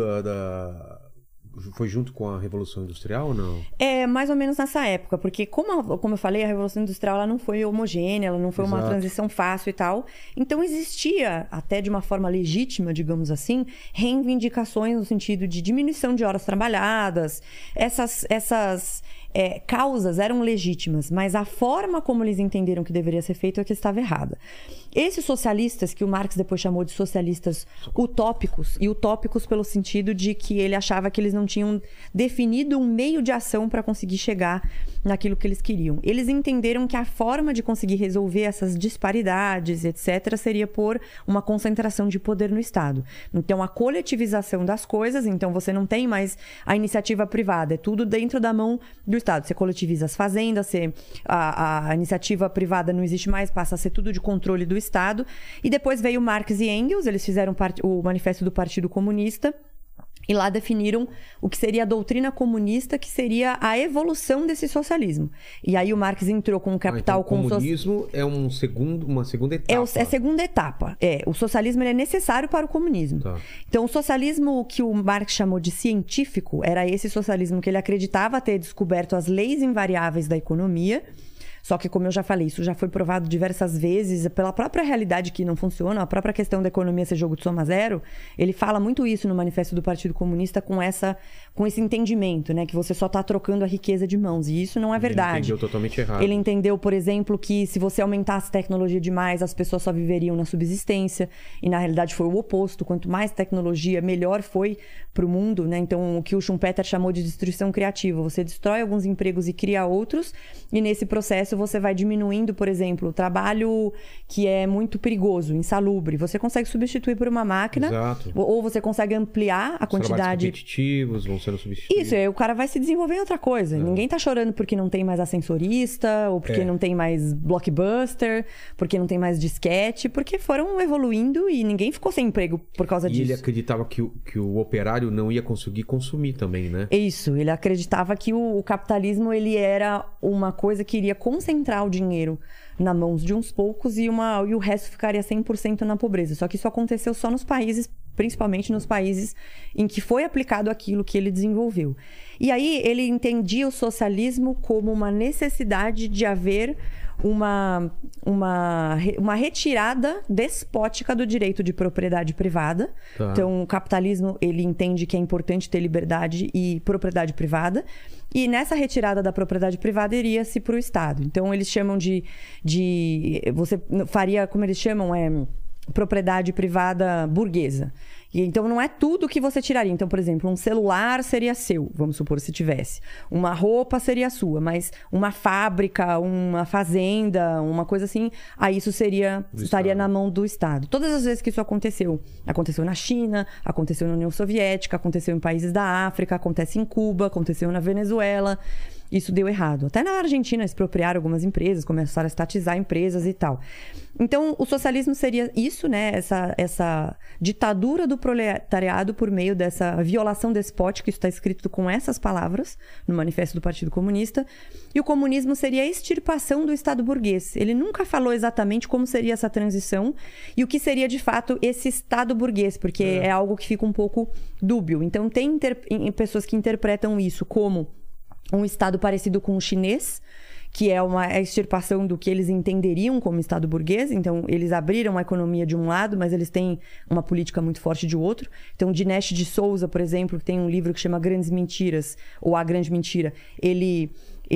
Foi junto com a Revolução Industrial ou não? É, mais ou menos nessa época, porque como eu falei, a Revolução Industrial ela não foi homogênea, ela não foi uma transição fácil e tal. Então existia, até de uma forma legítima, digamos assim, reivindicações no sentido de diminuição de horas trabalhadas. Essas causas eram legítimas, mas a forma como eles entenderam que deveria ser feito é que estava errada. Esses socialistas, que o Marx depois chamou de socialistas utópicos, e utópicos pelo sentido de que ele achava que eles não tinham definido um meio de ação para conseguir chegar naquilo que eles queriam. Eles entenderam que a forma de conseguir resolver essas disparidades, etc., seria por uma concentração de poder no Estado. Então, a coletivização das coisas, então você não tem mais a iniciativa privada, é tudo dentro da mão do Estado. Você coletiviza as fazendas, a iniciativa privada não existe mais, passa a ser tudo de controle do Estado. E depois veio Marx e Engels, eles fizeram o Manifesto do Partido Comunista, e lá definiram o que seria a doutrina comunista, que seria a evolução desse socialismo. E aí o Marx entrou com o Capital... Então o comunismo é uma segunda etapa. É a segunda etapa. O socialismo ele é necessário para o comunismo. Tá. Então o socialismo que o Marx chamou de científico era esse socialismo que ele acreditava ter descoberto as leis invariáveis da economia. Só que, como eu já falei, isso já foi provado diversas vezes pela própria realidade que não funciona, a própria questão da economia ser jogo de soma zero. Ele fala muito isso no Manifesto do Partido Comunista com esse entendimento, né? Que você só está trocando a riqueza de mãos. E isso não é verdade. Ele entendeu totalmente errado. Ele entendeu, por exemplo, que se você aumentasse tecnologia demais, as pessoas só viveriam na subsistência. E, na realidade, foi o oposto. Quanto mais tecnologia, melhor foi para o mundo, né? Então, o que o Schumpeter chamou de destruição criativa. Você destrói alguns empregos e cria outros. E, nesse processo, você vai diminuindo, por exemplo, o trabalho que é muito perigoso, insalubre. Você consegue substituir por uma máquina. Exato. Ou você consegue ampliar a quantidade... Trabalhos repetitivos vão sendo substituídos. Isso, aí o cara vai se desenvolver em outra coisa. Ninguém tá chorando porque não tem mais ascensorista, ou porque não tem mais blockbuster, porque não tem mais disquete, porque foram evoluindo e ninguém ficou sem emprego por causa disso. E ele acreditava que o operário não ia conseguir consumir também, né? Isso, ele acreditava que o capitalismo ele era uma coisa que iria concentrar o dinheiro na mãos de uns poucos e o resto ficaria 100% na pobreza. Só que isso aconteceu só nos países, principalmente nos países em que foi aplicado aquilo que ele desenvolveu. E aí ele entendia o socialismo como uma necessidade de haver uma retirada despótica do direito de propriedade privada. Tá. Então, o capitalismo, ele entende que é importante ter liberdade e propriedade privada. E nessa retirada da propriedade privada iria-se para o Estado. Então, eles chamam você faria, como eles chamam, propriedade privada burguesa. E então não é tudo que você tiraria. Então, por exemplo, um celular seria seu, vamos supor, se tivesse. Uma roupa seria sua, mas uma fábrica, uma fazenda, uma coisa assim, aí isso estaria na mão do Estado. Todas as vezes que isso aconteceu na China, aconteceu na União Soviética, aconteceu em países da África, acontece em Cuba, aconteceu na Venezuela. isso deu errado. Até na Argentina expropriaram algumas empresas, começaram a estatizar empresas e tal. Então, o socialismo seria isso, né? Essa ditadura do proletariado por meio dessa violação despótica, isso está escrito com essas palavras no Manifesto do Partido Comunista. E o comunismo seria a extirpação do Estado burguês. Ele nunca falou exatamente como seria essa transição e o que seria, de fato, esse Estado burguês, porque é algo que fica um pouco dúbio. Então, tem pessoas que interpretam isso como um Estado parecido com o chinês, que é a extirpação do que eles entenderiam como Estado burguês. Então, eles abriram a economia de um lado, mas eles têm uma política muito forte de outro. Então, Dinesh de Souza, por exemplo, que tem um livro que chama Grandes Mentiras, ou A Grande Mentira, ele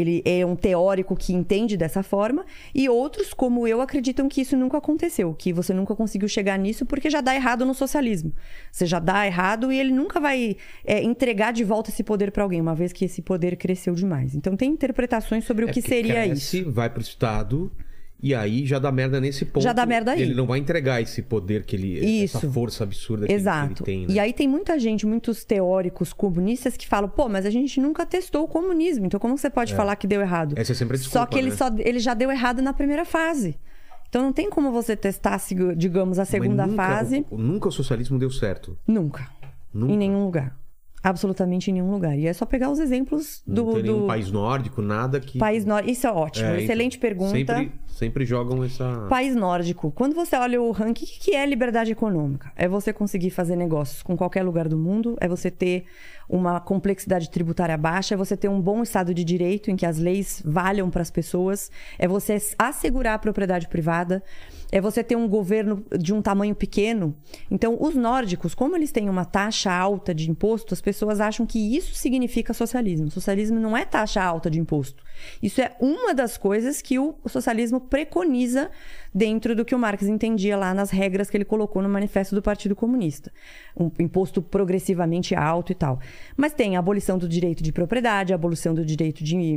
é um teórico que entende dessa forma, e outros, como eu, acreditam que isso nunca aconteceu, que você nunca conseguiu chegar nisso porque já dá errado no socialismo. Você já dá errado e ele nunca vai entregar de volta esse poder para alguém, uma vez que esse poder cresceu demais. Então tem interpretações sobre o que seria isso. Vai pro Estado... E aí já dá merda nesse ponto. Já dá merda aí. Ele não vai entregar esse poder que ele... Essa força absurda que ele tem, né? E aí tem muita gente, muitos teóricos comunistas que falam, pô, mas a gente nunca testou o comunismo, então como você pode falar que deu errado? Essa é sempre a desculpa, Só que ele já deu errado na primeira fase. Então não tem como você testar, digamos, a segunda fase. Nunca o socialismo deu certo? Nunca. Em nenhum lugar. Absolutamente em nenhum lugar. E é só pegar os exemplos do... Não tem nenhum país nórdico, nada que... País nórdico, isso é ótimo. Excelente pergunta. Sempre jogam essa... País nórdico. Quando você olha o ranking, o que é liberdade econômica? É você conseguir fazer negócios com qualquer lugar do mundo, é você ter uma complexidade tributária baixa, é você ter um bom Estado de Direito em que as leis valham para as pessoas, é você assegurar a propriedade privada, é você ter um governo de um tamanho pequeno. Então, os nórdicos, como eles têm uma taxa alta de imposto, as pessoas acham que isso significa socialismo. Socialismo não é taxa alta de imposto. Isso é uma das coisas que o socialismo preconiza dentro do que o Marx entendia lá nas regras que ele colocou no Manifesto do Partido Comunista. Um imposto progressivamente alto e tal. Mas tem a abolição do direito de propriedade, a abolição do direito de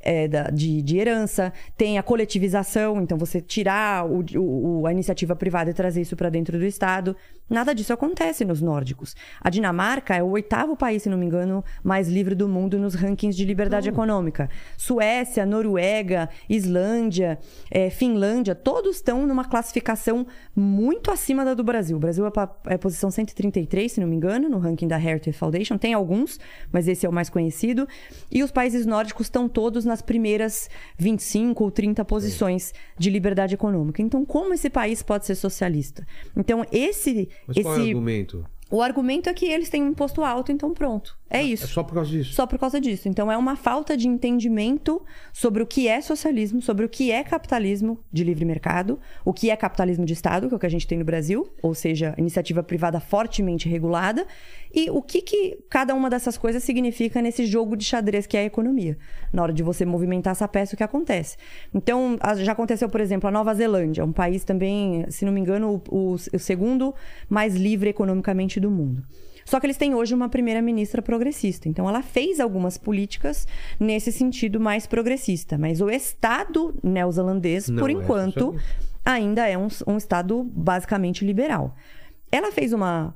herança, tem a coletivização, então você tirar a iniciativa privada e trazer isso para dentro do Estado. Nada disso acontece nos nórdicos. A Dinamarca é o 8º país, se não me engano, mais livre do mundo nos rankings de liberdade econômica. Suécia, Noruega, Islândia, Finlândia, todos estão numa classificação muito acima da do Brasil. O Brasil é posição 133, se não me engano, no ranking da Heritage Foundation. Tem alguns, mas esse é o mais conhecido. E os países nórdicos estão todos nas primeiras 25 ou 30 posições de liberdade econômica. Então, como esse país pode ser socialista? Então, Mas qual é o argumento? O argumento é que eles têm um imposto alto, então pronto. É isso. É só por causa disso? Só por causa disso. Então é uma falta de entendimento sobre o que é socialismo, sobre o que é capitalismo de livre mercado, o que é capitalismo de Estado, que é o que a gente tem no Brasil, ou seja, iniciativa privada fortemente regulada, e o que cada uma dessas coisas significa nesse jogo de xadrez que é a economia. Na hora de você movimentar essa peça, o que acontece. Então, já aconteceu, por exemplo, a Nova Zelândia, um país também, se não me engano, o segundo mais livre economicamente do mundo. Só que eles têm hoje uma primeira-ministra progressista. Então, ela fez algumas políticas nesse sentido mais progressista. Mas o Estado neozelandês, por enquanto, ainda é um Estado basicamente liberal. Ela fez uma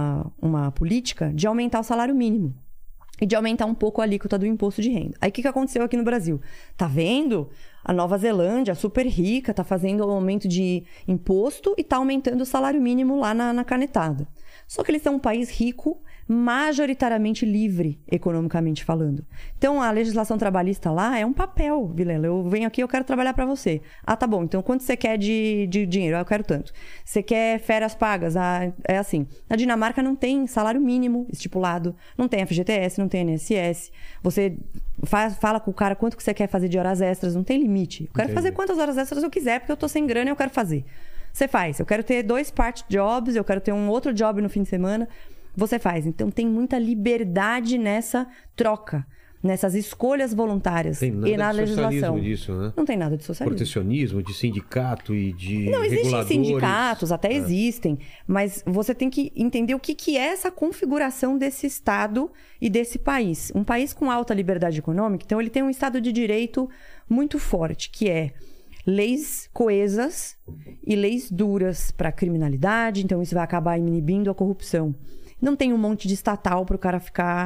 política de aumentar o salário mínimo e de aumentar um pouco a alíquota do imposto de renda. Aí, o que aconteceu aqui no Brasil? Tá vendo? A Nova Zelândia, super rica, tá fazendo um aumento de imposto e tá aumentando o salário mínimo lá na canetada. Só que eles são um país rico, majoritariamente livre, economicamente falando. Então, a legislação trabalhista lá é um papel, Vilela. Eu venho aqui, eu quero trabalhar para você. Ah, tá bom. Então, quanto você quer de dinheiro? Ah, eu quero tanto. Você quer férias pagas? Ah, é assim. Na Dinamarca não tem salário mínimo estipulado, não tem FGTS, não tem INSS. Você fala com o cara quanto que você quer fazer de horas extras, não tem limite. Eu quero fazer quantas horas extras eu quiser, porque eu tô sem grana e eu quero fazer. Você faz. Eu quero ter 2 part jobs, eu quero ter um outro job no fim de semana. Você faz. Então, tem muita liberdade nessa troca, nessas escolhas voluntárias e na legislação. Disso, né? Não tem nada de socialismo. Protecionismo, de sindicato e de Não, existem reguladores. sindicatos, até existem, mas você tem que entender o que é essa configuração desse Estado e desse país. Um país com alta liberdade econômica, então ele tem um Estado de direito muito forte, que é leis coesas e leis duras para a criminalidade, então isso vai acabar inibindo a corrupção. Não tem um monte de estatal para o cara ficar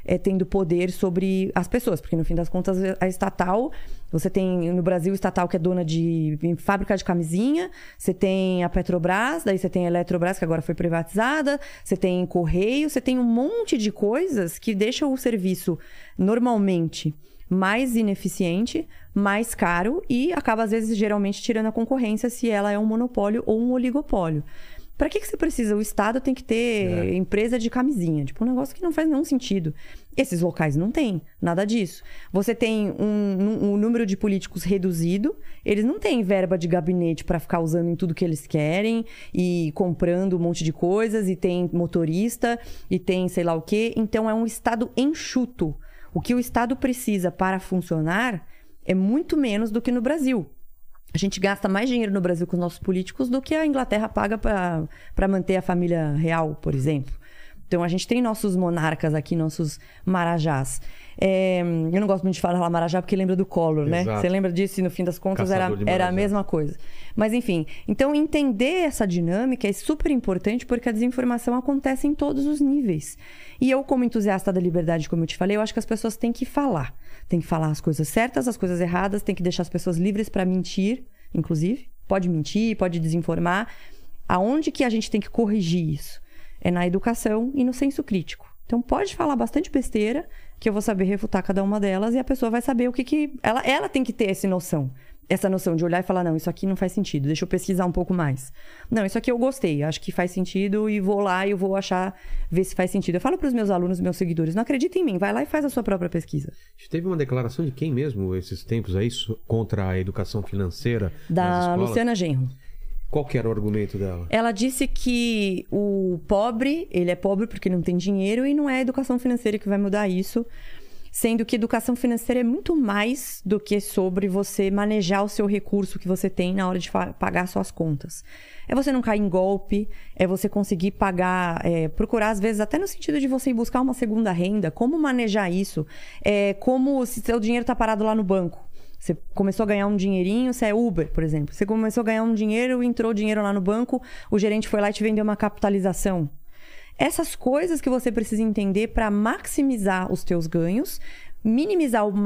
tendo poder sobre as pessoas. Porque, no fim das contas, a estatal... Você tem, no Brasil, estatal que é dona de fábrica de camisinha. Você tem a Petrobras, daí você tem a Eletrobras, que agora foi privatizada. Você tem Correio, você tem um monte de coisas que deixam o serviço, normalmente, mais ineficiente, mais caro e acaba, às vezes, geralmente, tirando a concorrência se ela é um monopólio ou um oligopólio. Para que você precisa? O Estado tem que ter empresa de camisinha. Tipo, um negócio que não faz nenhum sentido. Esses locais não têm nada disso. Você tem um número de políticos reduzido. Eles não têm verba de gabinete para ficar usando em tudo que eles querem e comprando um monte de coisas. E tem motorista e tem sei lá o quê. Então, é um Estado enxuto. O que o Estado precisa para funcionar é muito menos do que no Brasil. A gente gasta mais dinheiro no Brasil com os nossos políticos do que a Inglaterra paga para manter a família real, por exemplo. Então, a gente tem nossos monarcas aqui, nossos marajás. Eu não gosto muito de falar marajá porque lembra do Collor, né? Exato. Você lembra disso e, no fim das contas, era a mesma coisa. Mas, enfim. Então, entender essa dinâmica é super importante porque a desinformação acontece em todos os níveis. E eu, como entusiasta da liberdade, como eu te falei, eu acho que as pessoas têm que falar. Tem que falar as coisas certas, as coisas erradas, tem que deixar as pessoas livres para mentir, inclusive. Pode mentir, pode desinformar. Aonde que a gente tem que corrigir isso? É na educação e no senso crítico. Então, pode falar bastante besteira, que eu vou saber refutar cada uma delas e a pessoa vai saber o que... Ela tem que ter essa noção de olhar e falar, não, isso aqui não faz sentido, deixa eu pesquisar um pouco mais. Não, isso aqui eu gostei, acho que faz sentido e vou lá e eu vou ver se faz sentido. Eu falo para os meus alunos, meus seguidores, não acredita em mim, vai lá e faz a sua própria pesquisa. Teve uma declaração de quem mesmo, esses tempos aí, contra a educação financeira da Luciana Genro. Qual que era o argumento dela? Ela disse que o pobre, ele é pobre porque não tem dinheiro e não é a educação financeira que vai mudar isso. Sendo que educação financeira é muito mais do que sobre você manejar o seu recurso que você tem na hora de pagar suas contas. É você não cair em golpe, é você conseguir pagar, procurar às vezes até no sentido de você ir buscar uma segunda renda, como manejar isso, como se seu dinheiro está parado lá no banco. Você começou a ganhar um dinheirinho, você é Uber, por exemplo. Você começou a ganhar um dinheiro, entrou dinheiro lá no banco, o gerente foi lá e te vendeu uma capitalização. Essas coisas que você precisa entender para maximizar os teus ganhos, minimizar o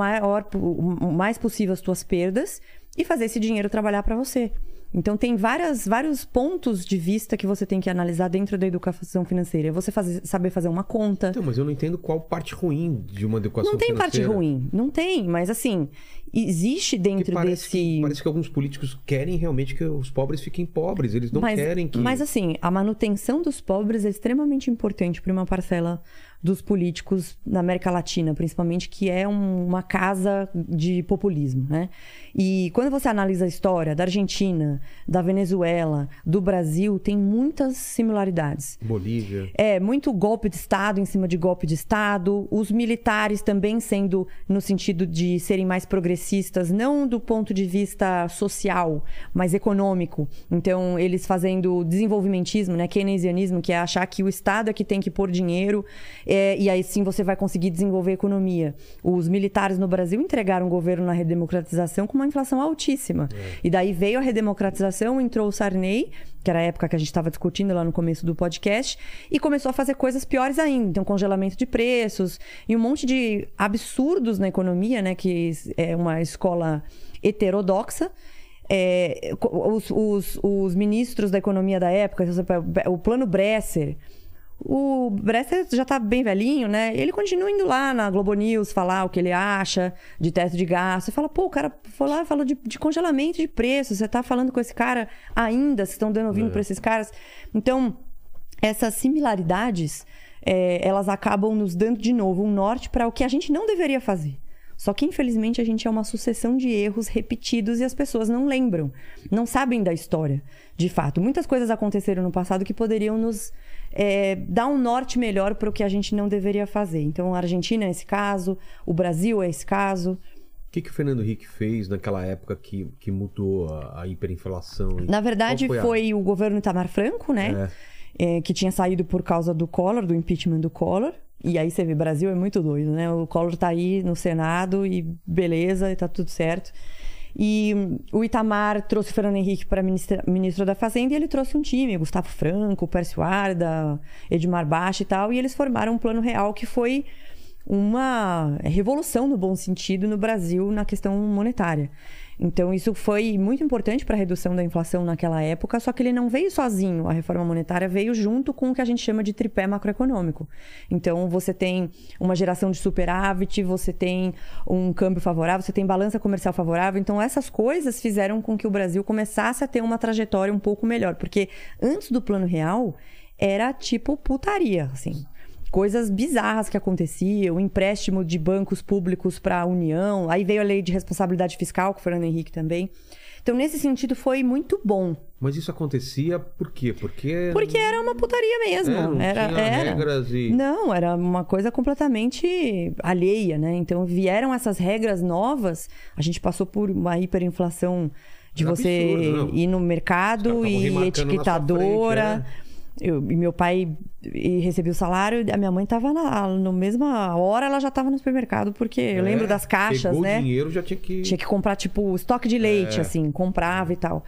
mais possível as tuas perdas e fazer esse dinheiro trabalhar para você. Então, tem vários pontos de vista que você tem que analisar dentro da educação financeira. É você saber fazer uma conta. Então, mas eu não entendo qual parte ruim de uma educação financeira. Não tem parte ruim, não tem. Mas, assim, existe dentro desse... Parece que alguns políticos querem realmente que os pobres fiquem pobres. Eles não querem que... Mas, assim, a manutenção dos pobres é extremamente importante para uma parcela dos políticos na América Latina, principalmente, que é uma casa de populismo, né? E quando você analisa a história da Argentina, da Venezuela, do Brasil, tem muitas similaridades. Bolívia. Muito golpe de Estado em cima de golpe de Estado. Os militares também sendo no sentido de serem mais progressistas, não do ponto de vista social, mas econômico. Então, eles fazendo desenvolvimentismo, né? Keynesianismo, que é achar que o Estado é que tem que pôr dinheiro e aí sim você vai conseguir desenvolver a economia. Os militares no Brasil entregaram o governo na redemocratização com uma inflação altíssima. E daí veio a redemocratização, entrou o Sarney, que era a época que a gente estava discutindo lá no começo do podcast, e começou a fazer coisas piores ainda. Então, congelamento de preços e um monte de absurdos na economia, né? Que é uma escola heterodoxa. Os ministros da economia da época, o plano Bresser... O Bresser já tá bem velhinho, né? Ele continua indo lá na Globo News falar o que ele acha de teto de gasto. Você fala, pô, o cara foi lá e falou de congelamento de preços. Você tá falando com esse cara ainda? Vocês estão dando ouvido para esses caras? Então, essas similaridades, elas acabam nos dando de novo um norte para o que a gente não deveria fazer. Só que, infelizmente, a gente é uma sucessão de erros repetidos e as pessoas não lembram, não sabem da história, de fato. Muitas coisas aconteceram no passado que poderiam nos dar um norte melhor para o que a gente não deveria fazer. Então, a Argentina é esse caso, o Brasil é esse caso. O que o Fernando Henrique fez naquela época que mudou a hiperinflação? Na verdade, foi o governo Itamar Franco, né? Que tinha saído por causa do Collor, do impeachment do Collor. E aí você vê, Brasil é muito doido, né? O Collor tá aí no Senado e beleza, e tá tudo certo. E o Itamar trouxe o Fernando Henrique para ministro da Fazenda e ele trouxe um time, Gustavo Franco, Pércio Arda, Edmar Baixa e tal, e eles formaram um plano real que foi uma revolução no bom sentido no Brasil na questão monetária. Então, isso foi muito importante para a redução da inflação naquela época, só que ele não veio sozinho. A reforma monetária veio junto com o que a gente chama de tripé macroeconômico. Então, você tem uma geração de superávit, você tem um câmbio favorável, você tem balança comercial favorável. Então, essas coisas fizeram com que o Brasil começasse a ter uma trajetória um pouco melhor. Porque antes do Plano Real, era tipo putaria, assim. Coisas bizarras que aconteciam, empréstimo de bancos públicos para a União, aí veio a lei de responsabilidade fiscal, com o Fernando Henrique também. Então, nesse sentido, foi muito bom. Mas isso acontecia por quê? Porque era uma putaria mesmo. Não tinha regras e... Não, era uma coisa completamente alheia, né? Então, vieram essas regras novas, a gente passou por uma hiperinflação de você absurdo, ir no mercado e etiquetadora... E meu pai recebia o salário, a minha mãe estava na mesma hora, ela já estava no supermercado, porque eu lembro das caixas, pegou né? O dinheiro, já tinha que comprar, tipo, estoque de leite, assim, comprava e tal.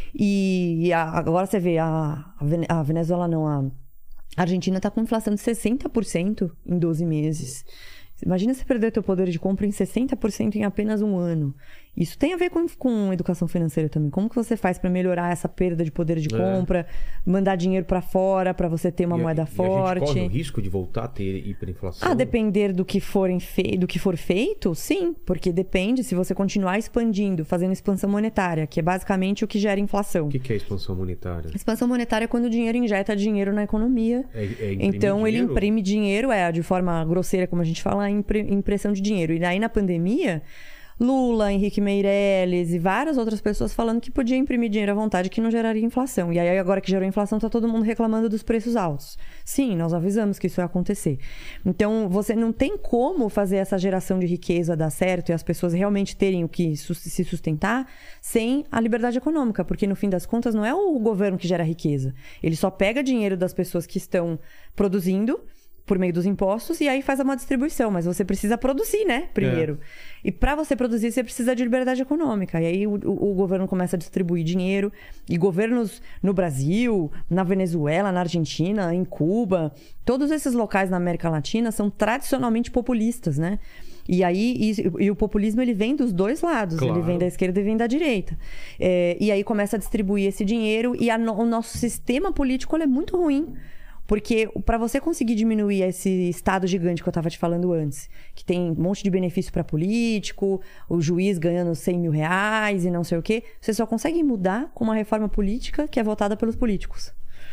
E agora você vê, a Venezuela não, a Argentina está com inflação de 60% em 12 meses. Imagina você perder o teu poder de compra em 60% em apenas um ano. Isso tem a ver com educação financeira também. Como que você faz para melhorar essa perda de poder de compra, mandar dinheiro para fora para você ter uma moeda forte? A gente corre o risco de voltar a ter hiperinflação? Depender do que for feito, sim. Porque depende, se você continuar expandindo, fazendo expansão monetária, que é basicamente o que gera inflação. O que é expansão monetária? Expansão monetária é quando o dinheiro injeta dinheiro na economia. Então, dinheiro? Ele imprime dinheiro, de forma grosseira, como a gente fala, impressão de dinheiro. E aí, na pandemia... Lula, Henrique Meirelles e várias outras pessoas falando que podia imprimir dinheiro à vontade que não geraria inflação. E aí, agora que gerou inflação, tá todo mundo reclamando dos preços altos. Sim, nós avisamos que isso ia acontecer. Então, você não tem como fazer essa geração de riqueza dar certo e as pessoas realmente terem o que se sustentar sem a liberdade econômica. Porque, no fim das contas, não é o governo que gera riqueza. Ele só pega dinheiro das pessoas que estão produzindo por meio dos impostos, e aí faz uma distribuição. Mas você precisa produzir, né? Primeiro. E para você produzir, você precisa de liberdade econômica. E aí o governo começa a distribuir dinheiro. E governos no Brasil, na Venezuela, na Argentina, em Cuba... Todos esses locais na América Latina são tradicionalmente populistas, né? E aí o populismo ele vem dos dois lados. Claro. Ele vem da esquerda e vem da direita. E aí começa a distribuir esse dinheiro. E o nosso sistema político ele é muito ruim. Porque para você conseguir diminuir esse estado gigante que eu estava te falando antes, que tem um monte de benefício para político, o juiz ganhando 100 mil reais e não sei o quê, você só consegue mudar com uma reforma política que é votada pelos políticos.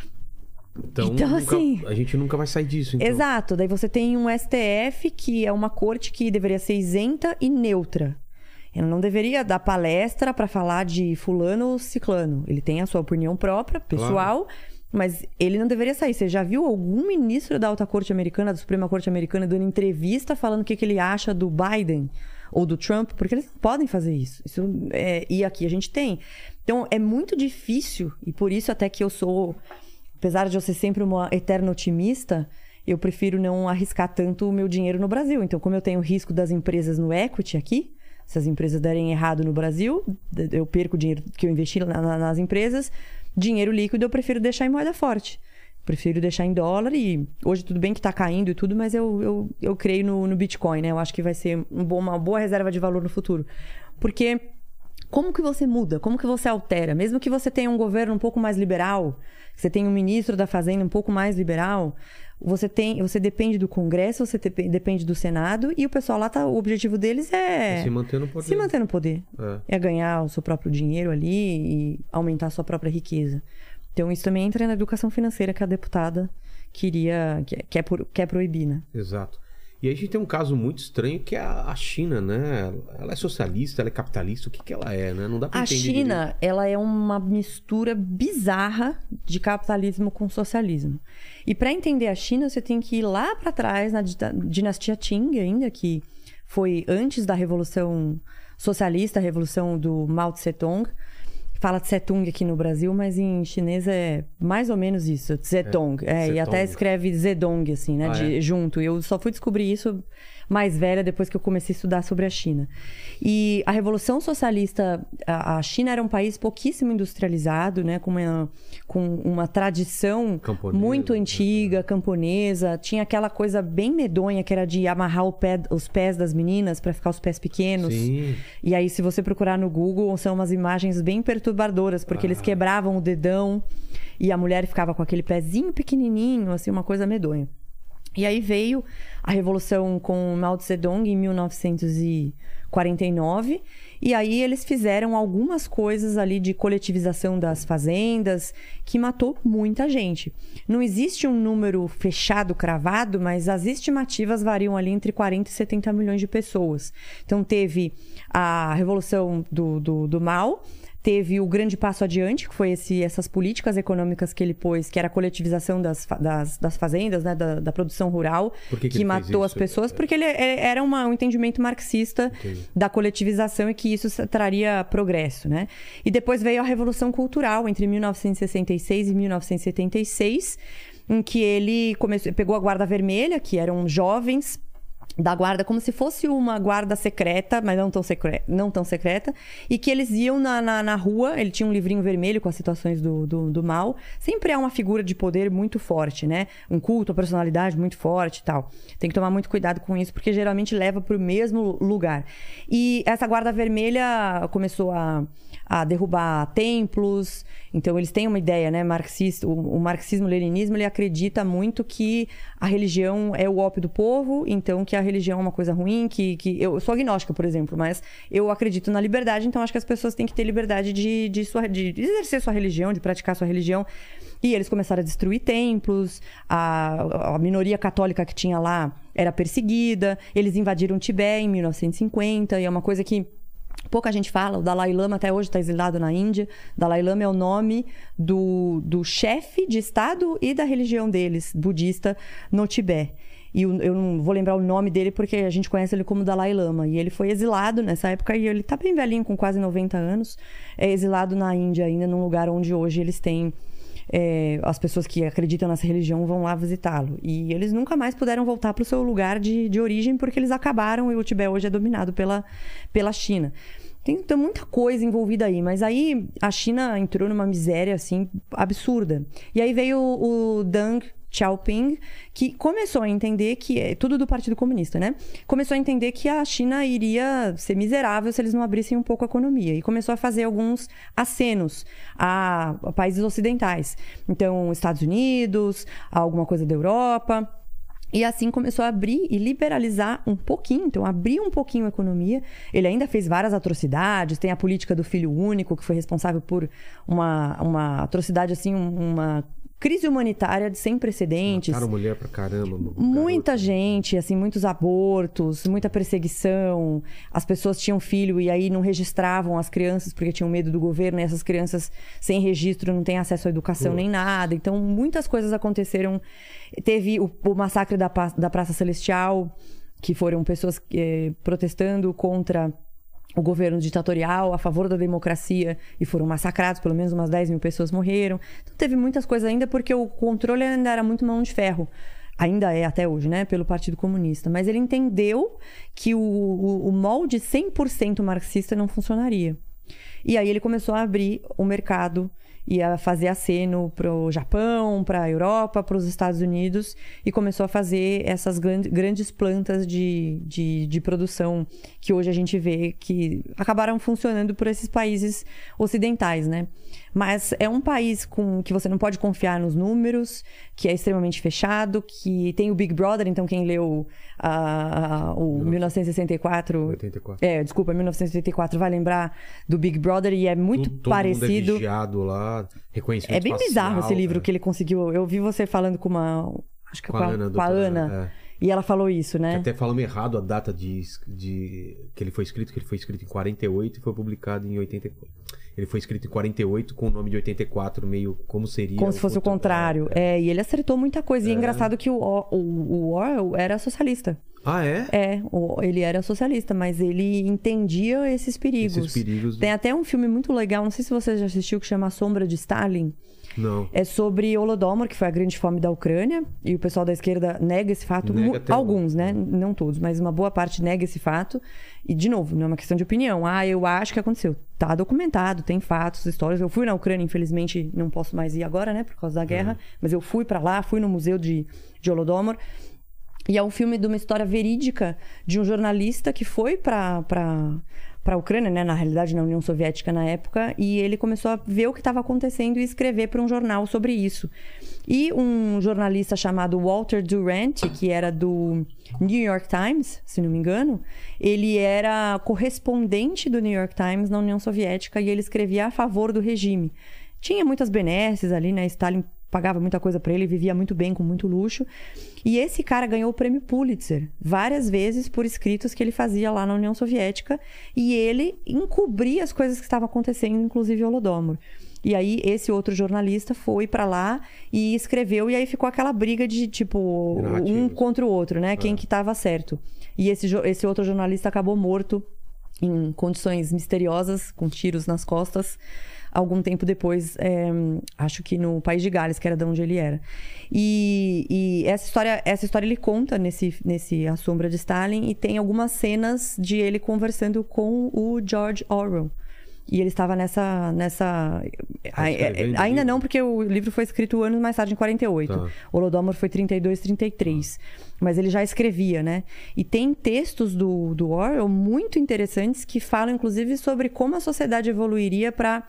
Então assim, a gente nunca vai sair disso. Então. Exato. Daí você tem um STF que é uma corte que deveria ser isenta e neutra. Ele não deveria dar palestra para falar de fulano ou ciclano. Ele tem a sua opinião própria, pessoal... Claro. Mas ele não deveria sair. Você já viu algum ministro da Alta Corte Americana, da Suprema Corte Americana, dando entrevista falando o que ele acha do Biden ou do Trump? Porque eles não podem fazer isso. E aqui a gente tem. Então, é muito difícil, e por isso até que eu sou... Apesar de eu ser sempre uma eterna otimista, eu prefiro não arriscar tanto o meu dinheiro no Brasil. Então, como eu tenho o risco das empresas no equity aqui, se as empresas derem errado no Brasil, eu perco o dinheiro que eu investi nas empresas... Dinheiro líquido eu prefiro deixar em moeda forte. Prefiro deixar em dólar e... Hoje tudo bem que tá caindo e tudo, mas eu creio no Bitcoin, né? Eu acho que vai ser uma boa reserva de valor no futuro. Porque como que você muda? Como que você altera? Mesmo que você tenha um governo um pouco mais liberal, você tenha um ministro da Fazenda um pouco mais liberal, você depende do Congresso, você depende do Senado e o pessoal lá o objetivo deles é se manter no poder. Se manter no poder. É ganhar o seu próprio dinheiro ali e aumentar a sua própria riqueza. Então isso também entra na educação financeira que a deputada quer proibir, né? Exato. E aí a gente tem um caso muito estranho que é a China, né? Ela é socialista, ela é capitalista, o que ela é, né? Não dá pra entender. A China, direito. Ela é uma mistura bizarra de capitalismo com socialismo. E para entender a China, você tem que ir lá para trás, na dinastia Qing ainda, que foi antes da Revolução Socialista, a Revolução do Mao Tse-tung. Fala Tse-tung aqui no Brasil, mas em chinês é mais ou menos isso, Tse-tung. E até escreve Zedong, assim, né? Junto. Eu só fui descobrir isso mais velha depois que eu comecei a estudar sobre a China. E a Revolução Socialista, a China era um país pouquíssimo industrializado, né? Com uma tradição Camponesa, muito antiga, camponesa. Tinha aquela coisa bem medonha que era de amarrar os pés das meninas para ficar os pés pequenos. Sim. E aí, se você procurar no Google, são umas imagens bem perturbadoras, porque eles quebravam o dedão e a mulher ficava com aquele pezinho pequenininho, assim, uma coisa medonha. E aí veio a Revolução com Mao Tse-Tung em 1949, e aí eles fizeram algumas coisas ali de coletivização das fazendas, que matou muita gente. Não existe um número fechado, cravado, mas as estimativas variam ali entre 40 e 70 milhões de pessoas. Então teve a Revolução do Mao, teve o grande passo adiante, que foi essas políticas econômicas que ele pôs, que era a coletivização das fazendas, né, da produção rural, que matou as pessoas, porque ele era um entendimento marxista da coletivização e que isso traria progresso, né? E depois veio a Revolução Cultural, entre 1966 e 1976, em que ele pegou a Guarda Vermelha, que eram jovens da guarda, como se fosse uma guarda secreta, mas não tão secreta, e que eles iam na rua. Ele tinha um livrinho vermelho com as situações do mal. Sempre é uma figura de poder muito forte, né? Um culto, a personalidade muito forte e tal. Tem que tomar muito cuidado com isso, porque geralmente leva para o mesmo lugar. E essa guarda vermelha começou a derrubar templos. Então eles têm uma ideia, né, marxista. O marxismo-leninismo, ele acredita muito que a religião é o ópio do povo, então que a religião é uma coisa ruim, que eu sou agnóstica, por exemplo, mas eu acredito na liberdade, então acho que as pessoas têm que ter liberdade de exercer sua religião, de praticar sua religião. E eles começaram a destruir templos, a minoria católica que tinha lá era perseguida, eles invadiram o Tibete em 1950, e é uma coisa que pouca gente fala. O Dalai Lama até hoje está exilado na Índia. Dalai Lama é o nome do chefe de Estado e da religião deles, budista, no Tibete. E eu não vou lembrar o nome dele porque a gente conhece ele como Dalai Lama. E ele foi exilado nessa época, e ele está bem velhinho, com quase 90 anos. É exilado na Índia ainda, num lugar onde hoje eles têm... as pessoas que acreditam nessa religião vão lá visitá-lo. E eles nunca mais puderam voltar para o seu lugar de origem, porque eles acabaram, e o Tibete hoje é dominado pela China. Tem muita coisa envolvida aí, mas aí a China entrou numa miséria assim absurda. E aí veio o Deng Xiaoping, que começou a entender que... É tudo do Partido Comunista, né? Começou a entender que a China iria ser miserável se eles não abrissem um pouco a economia. E começou a fazer alguns acenos a países ocidentais. Então, Estados Unidos, alguma coisa da Europa... E assim começou a abrir e liberalizar um pouquinho. Então, abriu um pouquinho a economia. Ele ainda fez várias atrocidades. Tem a política do filho único, que foi responsável por uma atrocidade, assim, uma crise humanitária sem precedentes. Mataram mulher pra caramba. Muita gente, assim, muitos abortos, muita perseguição. As pessoas tinham filho e aí não registravam as crianças porque tinham medo do governo. E essas crianças sem registro não têm acesso à educação nem nada. Então, muitas coisas aconteceram. Teve o massacre da Praça Celestial, que foram pessoas protestando contra o governo ditatorial, a favor da democracia, e foram massacrados, pelo menos umas 10 mil pessoas morreram. Então teve muitas coisas ainda, porque o controle ainda era muito mão de ferro. Ainda é até hoje, né? Pelo Partido Comunista. Mas ele entendeu que o molde 100% marxista não funcionaria. E aí ele começou a abrir o mercado e a fazer aceno para o Japão, para a Europa, para os Estados Unidos, e começou a fazer essas grandes plantas de produção que hoje a gente vê que acabaram funcionando por esses países ocidentais, né? Mas é um país que você não pode confiar nos números, que é extremamente fechado, que tem o Big Brother. Então quem leu o 1964... 1984 vai lembrar do Big Brother, e é muito parecido. Todo mundo é vigiado lá, reconhecimento É bem facial, bizarro esse livro que ele conseguiu. Eu vi você falando com acho que com a Ana. E ela falou isso, né? Que até falamos errado a data que ele foi escrito, em 48 e foi publicado em 84. Ele foi escrito em 48 com o nome de 84, meio como seria... Como se fosse o contrário. E ele acertou muita coisa. E é engraçado que o Orwell era socialista. Ah, é? Ele era socialista, mas ele entendia esses perigos. Esses perigos. Tem até um filme muito legal, não sei se você já assistiu, que chama A Sombra de Stalin. Não. É sobre Holodomor, que foi a grande fome da Ucrânia. E o pessoal da esquerda nega esse fato. Nega até alguns, né? Não todos, mas uma boa parte nega esse fato. E, de novo, não é uma questão de opinião. Eu acho que aconteceu. Tá documentado, tem fatos, histórias. Eu fui na Ucrânia, infelizmente, não posso mais ir agora, né? Por causa da guerra. Mas eu fui pra lá, fui no museu de Holodomor. E é um filme de uma história verídica de um jornalista que foi para a Ucrânia, né? Na realidade, na União Soviética na época, e ele começou a ver o que estava acontecendo e escrever para um jornal sobre isso. E um jornalista chamado Walter Durant, que era do New York Times, se não me engano, ele era correspondente do New York Times na União Soviética e ele escrevia a favor do regime. Tinha muitas benesses ali, né? Stalin pagava muita coisa para ele, vivia muito bem, com muito luxo. E esse cara ganhou o prêmio Pulitzer várias vezes por escritos que ele fazia lá na União Soviética. E ele encobria as coisas que estavam acontecendo, inclusive Holodomor. E aí, esse outro jornalista foi para lá e escreveu. E aí ficou aquela briga de, tipo, um contra o outro, né? Quem que estava certo. E esse outro jornalista acabou morto em condições misteriosas, com tiros nas costas, algum tempo depois, acho que no País de Gales, que era de onde ele era. E essa história ele conta nesse A Sombra de Stalin, e tem algumas cenas de ele conversando com o George Orwell. E ele estava ainda não, porque o livro foi escrito anos mais tarde, em 48. Tá. Holodomor foi 32, 33. Mas ele já escrevia, né? E tem textos do Orwell muito interessantes que falam, inclusive, sobre como a sociedade evoluiria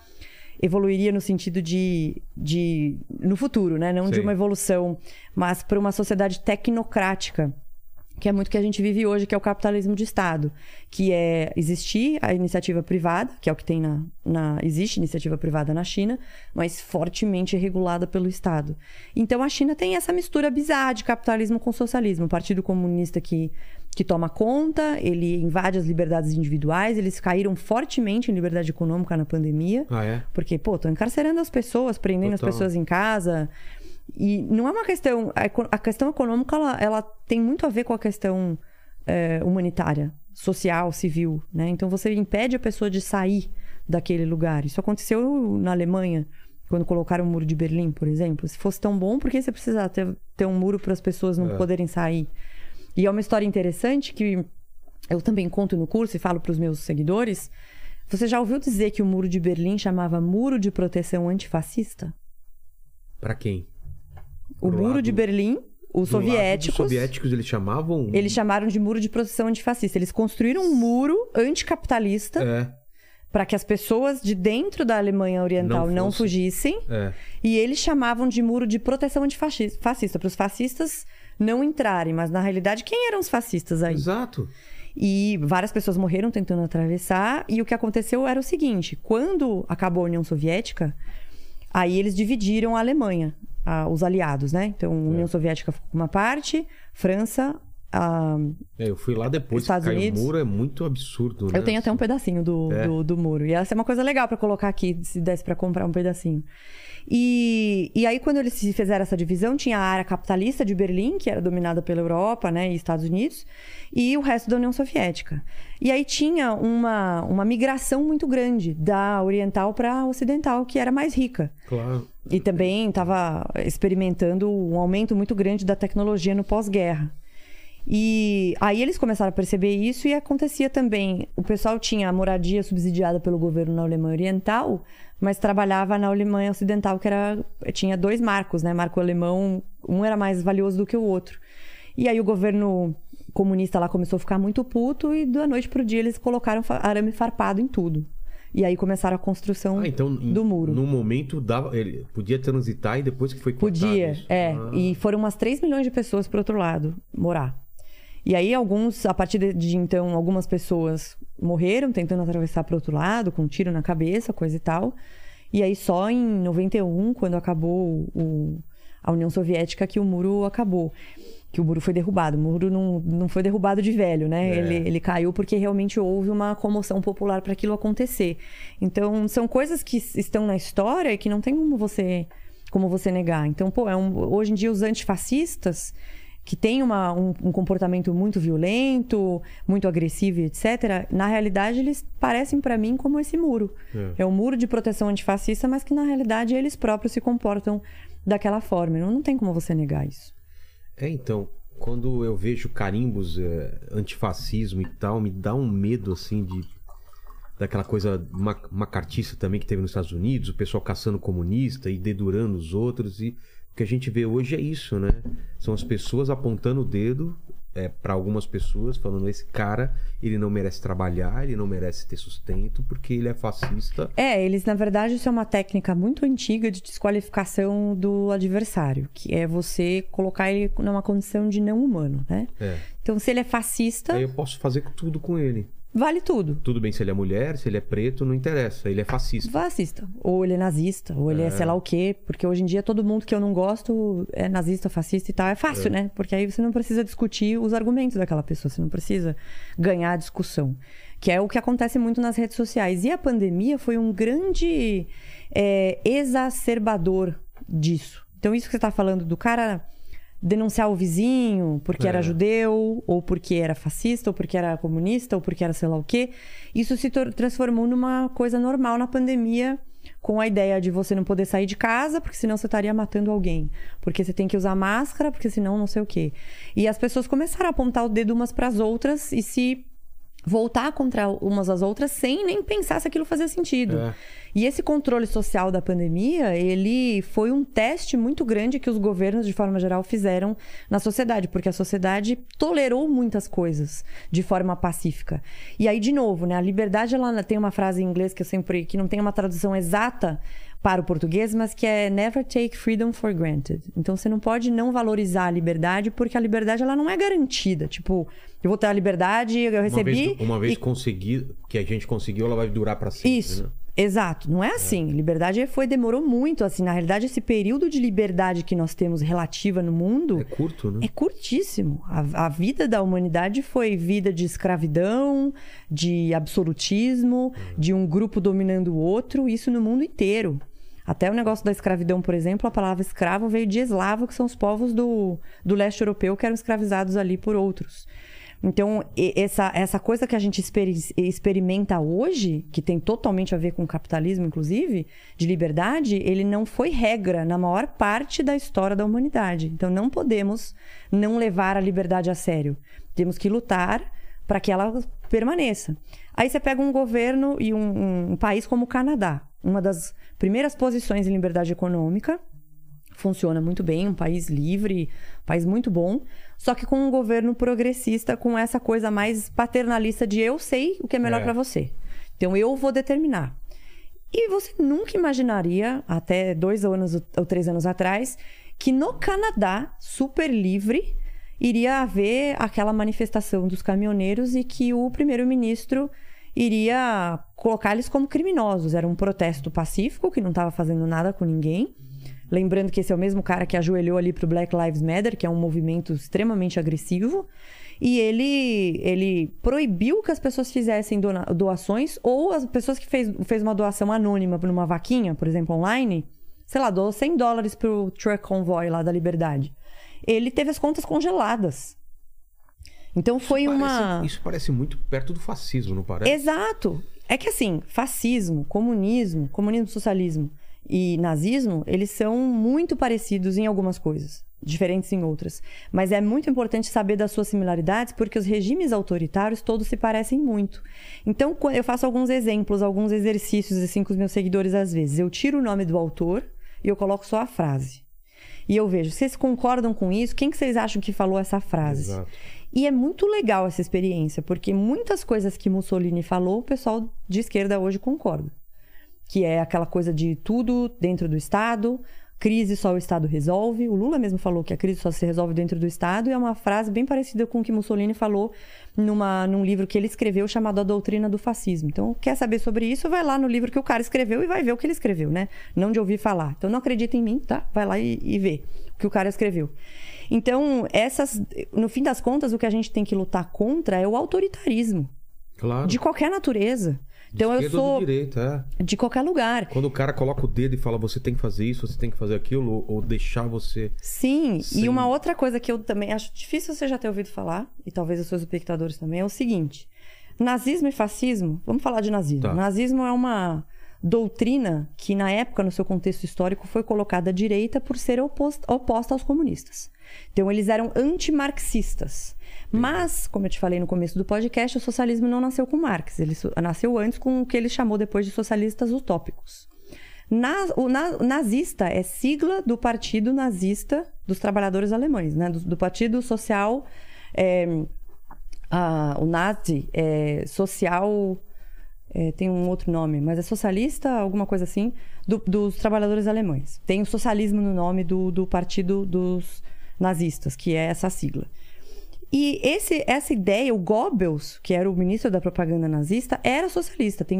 no sentido de no futuro, né? Não de uma evolução, mas para uma sociedade tecnocrática, que é muito que a gente vive hoje, que é o capitalismo de Estado, que é existir a iniciativa privada, que é o que tem existe iniciativa privada na China, mas fortemente regulada pelo Estado. Então a China tem essa mistura bizarra de capitalismo com socialismo. O Partido Comunista que toma conta, ele invade as liberdades individuais, eles caíram fortemente em liberdade econômica na pandemia. Ah, é? Porque, estão encarcerando as pessoas, prendendo as pessoas em casa. E não é uma questão... A questão econômica, ela tem muito a ver com a questão humanitária, social, civil, né? Então, você impede a pessoa de sair daquele lugar. Isso aconteceu na Alemanha, quando colocaram o Muro de Berlim, por exemplo. Se fosse tão bom, por que você precisava ter um muro para as pessoas não poderem sair? E é uma história interessante que eu também conto no curso e falo para os meus seguidores. Você já ouviu dizer que o Muro de Berlim chamava Muro de Proteção Antifascista? Para quem? O Muro de Berlim, os soviéticos... Os soviéticos, eles chamavam... Eles chamaram de Muro de Proteção Antifascista. Eles construíram um muro anticapitalista para que as pessoas de dentro da Alemanha Oriental não fugissem. E eles chamavam de Muro de Proteção Antifascista, para os fascistas não entrarem. Mas, na realidade, quem eram os fascistas aí? Exato. E várias pessoas morreram tentando atravessar. E o que aconteceu era o seguinte. Quando acabou a União Soviética, aí eles dividiram a Alemanha, os aliados, né? Então, a União Soviética ficou com uma parte, França... eu fui lá depois, Estados Unidos. O muro é muito absurdo, né? Eu tenho até um pedacinho do muro. E essa é uma coisa legal pra colocar aqui, se desse pra comprar um pedacinho. E aí, quando eles fizeram essa divisão, tinha a área capitalista de Berlim, que era dominada pela Europa, né, e Estados Unidos, e o resto da União Soviética. E aí tinha uma migração muito grande da oriental para a ocidental, que era mais rica. Claro. E também estava experimentando um aumento muito grande da tecnologia no pós-guerra. E aí eles começaram a perceber isso, e acontecia também. O pessoal tinha a moradia subsidiada pelo governo na Alemanha Oriental, mas trabalhava na Alemanha Ocidental, que tinha 2 marcos, né? Marco alemão, um era mais valioso do que o outro. E aí o governo comunista lá começou a ficar muito puto, e da noite pro dia eles colocaram arame farpado em tudo. E aí começaram a construção do muro. No momento, ele podia transitar, e depois que foi cortado podia, isso. E foram umas 3 milhões de pessoas pro outro lado morar. E aí, a partir de então, algumas pessoas morreram tentando atravessar para o outro lado, com um tiro na cabeça, coisa e tal. E aí, só em 91, quando acabou a União Soviética, que o muro acabou. Que o muro foi derrubado. O muro não foi derrubado de velho, né? Ele caiu porque realmente houve uma comoção popular para aquilo acontecer. Então, são coisas que estão na história e que não tem como você negar. Então, hoje em dia, os antifascistas... que tem um comportamento muito violento, muito agressivo, etc., na realidade eles parecem para mim como esse muro. É um muro de proteção antifascista, mas que na realidade eles próprios se comportam daquela forma. Não tem como você negar isso. Então, quando eu vejo carimbos antifascismo e tal, me dá um medo assim daquela coisa macartista também que teve nos Estados Unidos, o pessoal caçando comunista e dedurando os outros. E o que a gente vê hoje é isso, né? São as pessoas apontando o dedo para algumas pessoas, falando: esse cara, ele não merece trabalhar, ele não merece ter sustento porque ele é fascista. Eles, na verdade, isso é uma técnica muito antiga de desqualificação do adversário, que é você colocar ele numa condição de não humano, né? Então, se ele é fascista... Aí eu posso fazer tudo com ele. Vale tudo. Tudo bem se ele é mulher, se ele é preto, não interessa. Ele é fascista. Fascista. Ou ele é nazista, ou ele é sei lá o quê. Porque hoje em dia todo mundo que eu não gosto é nazista, fascista e tal. É fácil, né? Porque aí você não precisa discutir os argumentos daquela pessoa. Você não precisa ganhar a discussão. Que é o que acontece muito nas redes sociais. E a pandemia foi um grande exacerbador disso. Então isso que você está falando do cara... denunciar o vizinho porque era judeu, ou porque era fascista, ou porque era comunista, ou porque era sei lá o quê. Isso se transformou numa coisa normal na pandemia, com a ideia de você não poder sair de casa, porque senão você estaria matando alguém. Porque você tem que usar máscara, porque senão não sei o quê. E as pessoas começaram a apontar o dedo umas para as outras e se voltar contra umas às outras sem nem pensar se aquilo fazia sentido. E esse controle social da pandemia, ele foi um teste muito grande que os governos, de forma geral, fizeram na sociedade, porque a sociedade tolerou muitas coisas de forma pacífica. E aí, de novo, né, a liberdade, ela tem uma frase em inglês que não tem uma tradução exata para o português, mas que é never take freedom for granted. Então, você não pode não valorizar a liberdade, porque a liberdade, ela não é garantida. Tipo, eu vou ter a liberdade, eu recebi... Uma vez que a gente conseguiu, ela vai durar para sempre. Isso. Né? Exato, não é assim. Liberdade demorou muito, assim. Na realidade, esse período de liberdade que nós temos relativa no mundo... É curto, né? É curtíssimo. A vida da humanidade foi vida de escravidão, de absolutismo, de um grupo dominando o outro, isso no mundo inteiro. Até o negócio da escravidão, por exemplo, a palavra escravo veio de eslavo, que são os povos do leste europeu que eram escravizados ali por outros. Então, essa coisa que a gente experimenta hoje, que tem totalmente a ver com o capitalismo, inclusive, de liberdade, ele não foi regra na maior parte da história da humanidade. Então, não podemos não levar a liberdade a sério. Temos que lutar para que ela permaneça. Aí você pega um governo e um país como o Canadá, uma das primeiras posições em liberdade econômica, funciona muito bem, um país livre, um país muito bom, só que com um governo progressista, com essa coisa mais paternalista de eu sei o que é melhor para você. Então eu vou determinar. E você nunca imaginaria, até 2 anos ou 3 anos atrás, que no Canadá, super livre, iria haver aquela manifestação dos caminhoneiros e que o primeiro-ministro iria colocar eles como criminosos. Era um protesto pacífico, que não estava fazendo nada com ninguém. Lembrando que esse é o mesmo cara que ajoelhou ali pro Black Lives Matter, que é um movimento extremamente agressivo. E ele proibiu que as pessoas fizessem doações, ou as pessoas que fez uma doação anônima numa vaquinha, por exemplo, online, sei lá, doou $100 pro Truck Convoy lá da Liberdade. Ele teve as contas congeladas. Então Isso parece muito perto do fascismo, não parece? Exato. É que assim, fascismo, comunismo, socialismo e nazismo, eles são muito parecidos em algumas coisas, diferentes em outras. Mas é muito importante saber das suas similaridades, porque os regimes autoritários todos se parecem muito. Então, eu faço alguns exemplos, alguns exercícios assim com os meus seguidores às vezes. Eu tiro o nome do autor e eu coloco só a frase. E eu vejo, vocês concordam com isso? Quem que vocês acham que falou essa frase? Exato. E é muito legal essa experiência, porque muitas coisas que Mussolini falou, o pessoal de esquerda hoje concorda. Que é aquela coisa de tudo dentro do Estado, crise só o Estado resolve. O Lula mesmo falou que a crise só se resolve dentro do Estado, e é uma frase bem parecida com o que Mussolini falou num livro que ele escreveu chamado A Doutrina do Fascismo. Então, quer saber sobre isso, vai lá no livro que o cara escreveu e vai ver o que ele escreveu, né? Não de ouvir falar. Então, não acredita em mim, tá? Vai lá e vê o que o cara escreveu. Então, no fim das contas, o que a gente tem que lutar contra é o autoritarismo. Claro. De qualquer natureza. Então eu esquerda sou ou de direita, de qualquer lugar. Quando o cara coloca o dedo e fala, você tem que fazer isso, você tem que fazer aquilo, ou deixar você... Sim, Sim. E uma outra coisa que eu também acho difícil você já ter ouvido falar, e talvez os seus espectadores também, é o seguinte. Nazismo e fascismo, vamos falar de nazismo. Tá. Nazismo é uma doutrina que, na época, no seu contexto histórico, foi colocada à direita por ser oposta aos comunistas. Então, eles eram antimarxistas. Mas, como eu te falei no começo do podcast, o socialismo não nasceu com Marx. Ele nasceu antes com o que ele chamou depois de socialistas utópicos. O nazista é sigla do Partido Nazista dos Trabalhadores Alemães, né? Do Partido Social... o nazi é social... tem um outro nome, mas é socialista, alguma coisa assim, dos trabalhadores alemães. Tem o socialismo no nome do Partido dos Nazistas, que é essa sigla. E essa ideia, o Goebbels, que era o ministro da propaganda nazista, era socialista. Tem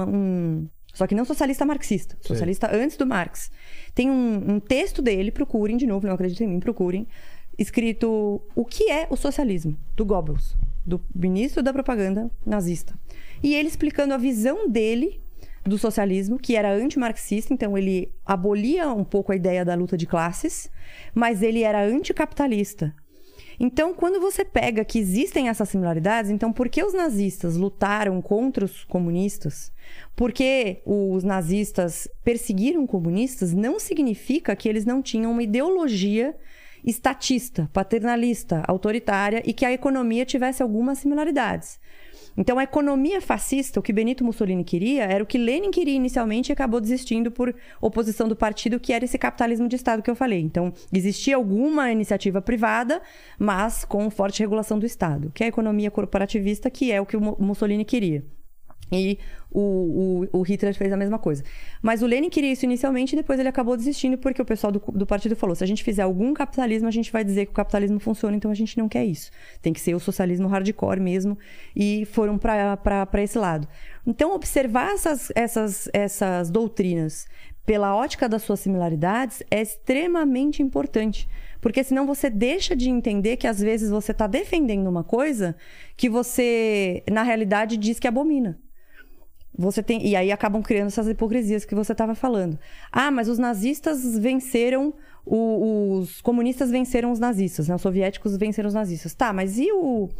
só que não socialista marxista, socialista antes do Marx. Tem um texto dele, procurem, de novo, não acreditem em mim, procurem, escrito o que é o socialismo, do Goebbels, do ministro da propaganda nazista. E ele explicando a visão dele do socialismo, que era antimarxista, então ele abolia um pouco a ideia da luta de classes, mas ele era anticapitalista. Então, quando você pega que existem essas similaridades, então por que os nazistas lutaram contra os comunistas? Porque os nazistas perseguiram comunistas não significa que eles não tinham uma ideologia estatista, paternalista, autoritária e que a economia tivesse algumas similaridades. Então, a economia fascista, o que Benito Mussolini queria, era o que Lenin queria inicialmente e acabou desistindo por oposição do partido, que era esse capitalismo de Estado que eu falei. Então, existia alguma iniciativa privada, mas com forte regulação do Estado, que é a economia corporativista, que é o que o Mussolini queria. E o Hitler fez a mesma coisa. Mas o Lenin queria isso inicialmente e depois ele acabou desistindo porque o pessoal do partido falou, se a gente fizer algum capitalismo, a gente vai dizer que o capitalismo funciona, então a gente não quer isso. Tem que ser o socialismo hardcore mesmo. E foram para esse lado. Então, observar essas doutrinas pela ótica das suas similaridades é extremamente importante. Porque senão você deixa de entender que às vezes você está defendendo uma coisa que você, na realidade, diz que abomina. E aí acabam criando essas hipocrisias que você estava falando. Ah, mas os nazistas venceram, os comunistas venceram os nazistas, né? Os soviéticos venceram os nazistas. Tá, mas e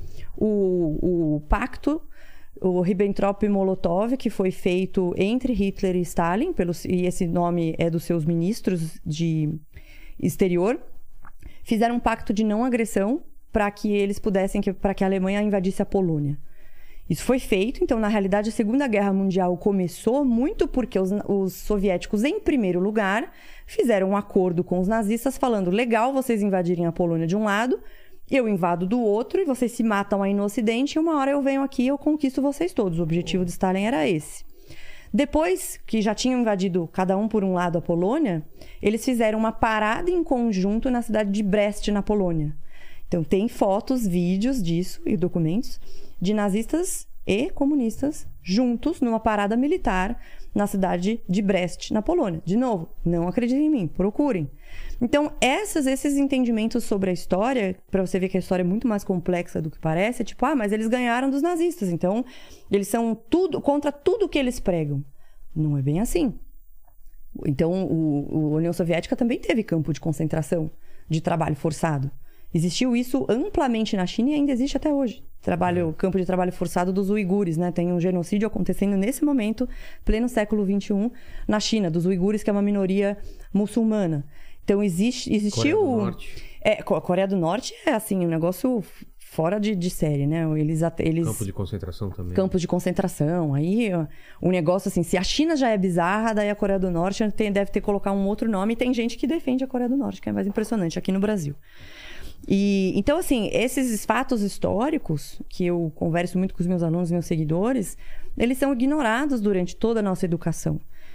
o pacto, o Ribbentrop-Molotov, que foi feito entre Hitler e Stalin, e esse nome é dos seus ministros de exterior, fizeram um pacto de não agressão para que eles pudessem, para que a Alemanha invadisse a Polônia. Isso foi feito, então, na realidade, a Segunda Guerra Mundial começou muito porque os soviéticos, em primeiro lugar, fizeram um acordo com os nazistas falando, legal vocês invadirem a Polônia de um lado, eu invado do outro e vocês se matam aí no Ocidente e uma hora eu venho aqui e eu conquisto vocês todos. O objetivo de Stalin era esse. Depois que já tinham invadido cada um por um lado a Polônia, eles fizeram uma parada em conjunto na cidade de Brest, na Polônia. Então, tem fotos, vídeos disso e documentos de nazistas e comunistas juntos numa parada militar na cidade de Brest, na Polônia. De novo, não acreditem em mim, procurem. Então, esses entendimentos sobre a história, para você ver que a história é muito mais complexa do que parece, é tipo, mas eles ganharam dos nazistas, então eles são contra tudo que eles pregam. Não é bem assim. Então, a União Soviética também teve campo de concentração, de trabalho forçado. Existiu isso amplamente na China e ainda existe até hoje. Campo de trabalho forçado dos uigures, né? Tem um genocídio acontecendo nesse momento, pleno século XXI, na China, dos uigures, que é uma minoria muçulmana. Então, existiu... Coreia do Norte. Coreia do Norte é, assim, um negócio fora de série, né? Eles... Campo de concentração também. Campos de concentração. Aí, um negócio assim, se a China já é bizarra, daí a Coreia do Norte deve ter que colocar um outro nome. E tem gente que defende a Coreia do Norte, que é mais impressionante, aqui no Brasil. Então, assim, esses fatos históricos, que eu converso muito com os meus alunos, meus seguidores, eles são ignorados durante toda a nossa educação.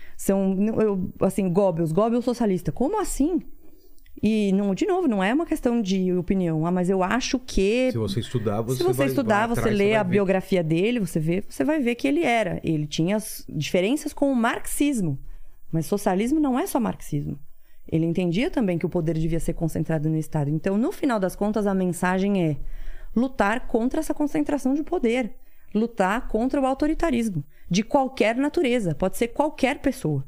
Goebbels socialista. Como assim? E, de novo, não é uma questão de opinião. mas eu acho que... Se você estudar, você lê a biografia dele, você vai ver que ele tinha as diferenças com o marxismo. Mas socialismo não é só marxismo. Ele entendia também que o poder devia ser concentrado no Estado. Então, no final das contas, a mensagem é lutar contra essa concentração de poder. lutar contra o autoritarismo de qualquer natureza, pode ser qualquer pessoa.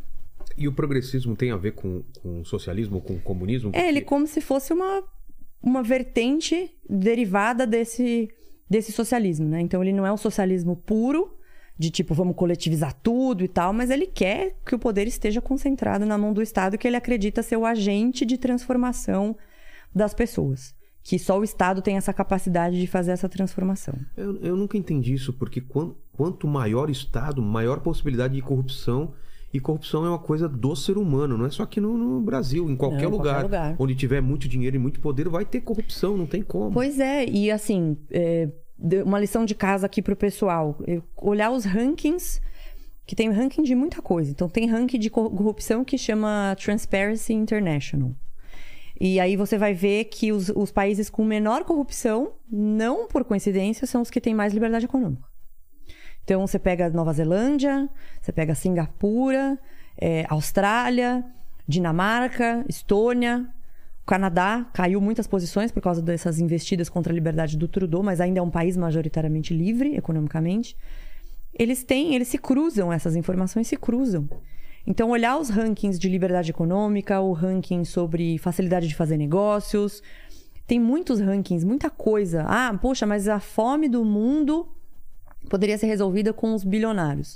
E o progressismo tem a ver com o socialismo, com o comunismo? É, ele como se fosse uma vertente derivada desse socialismo, né? Então ele não é um socialismo puro, de tipo, vamos coletivizar tudo e tal, mas ele quer que o poder esteja concentrado na mão do Estado, que ele acredita ser o agente de transformação das pessoas. Que só o Estado tem essa capacidade de fazer essa transformação. Eu nunca entendi isso, porque quanto maior o Estado, maior possibilidade de corrupção. E corrupção é uma coisa do ser humano, não é só aqui no Brasil, em qualquer lugar. Onde tiver muito dinheiro e muito poder, vai ter corrupção, não tem como. Pois é, e assim, uma lição de casa aqui pro pessoal. Olhar os rankings, que tem ranking de muita coisa. Então tem ranking de corrupção que chama Transparency International. E aí você vai ver que os países com menor corrupção, não por coincidência, são os que têm mais liberdade econômica. Então, você pega Nova Zelândia, você pega Singapura, Austrália, Dinamarca, Estônia, o Canadá caiu muitas posições por causa dessas investidas contra a liberdade do Trudeau, mas ainda é um país majoritariamente livre economicamente. Eles se cruzam, essas informações se cruzam. Então, olhar os rankings de liberdade econômica, o ranking sobre facilidade de fazer negócios, tem muitos rankings, muita coisa. Ah, poxa, mas a fome do mundo poderia ser resolvida com os bilionários.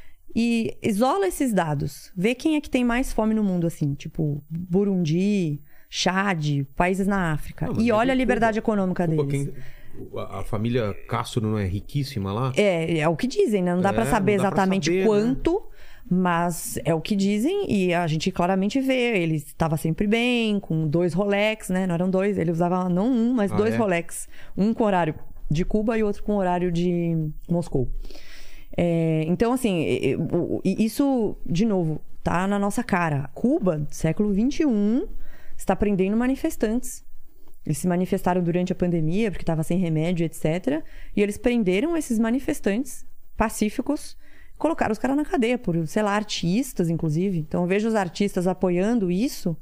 E isola esses dados. Vê quem é que tem mais fome no mundo, assim. Tipo, Burundi, Chad, países na África. Não, e olha a liberdade econômica deles. A família Castro não é riquíssima lá? É o que dizem, né? Não dá pra saber exatamente quanto, né? Mas é o que dizem e a gente claramente vê. Ele estava sempre bem, com 2 Rolex, né? Não eram 2, ele usava não um, mas 2 Rolex. Um com horário de Cuba e outro com horário de Moscou. Então, assim, isso, de novo, tá na nossa cara. Cuba, século XXI, está prendendo manifestantes. Eles se manifestaram durante a pandemia, porque estava sem remédio, etc. E eles prenderam esses manifestantes pacíficos, colocaram os caras na cadeia, por, sei lá, artistas, inclusive. Então, eu vejo os artistas apoiando isso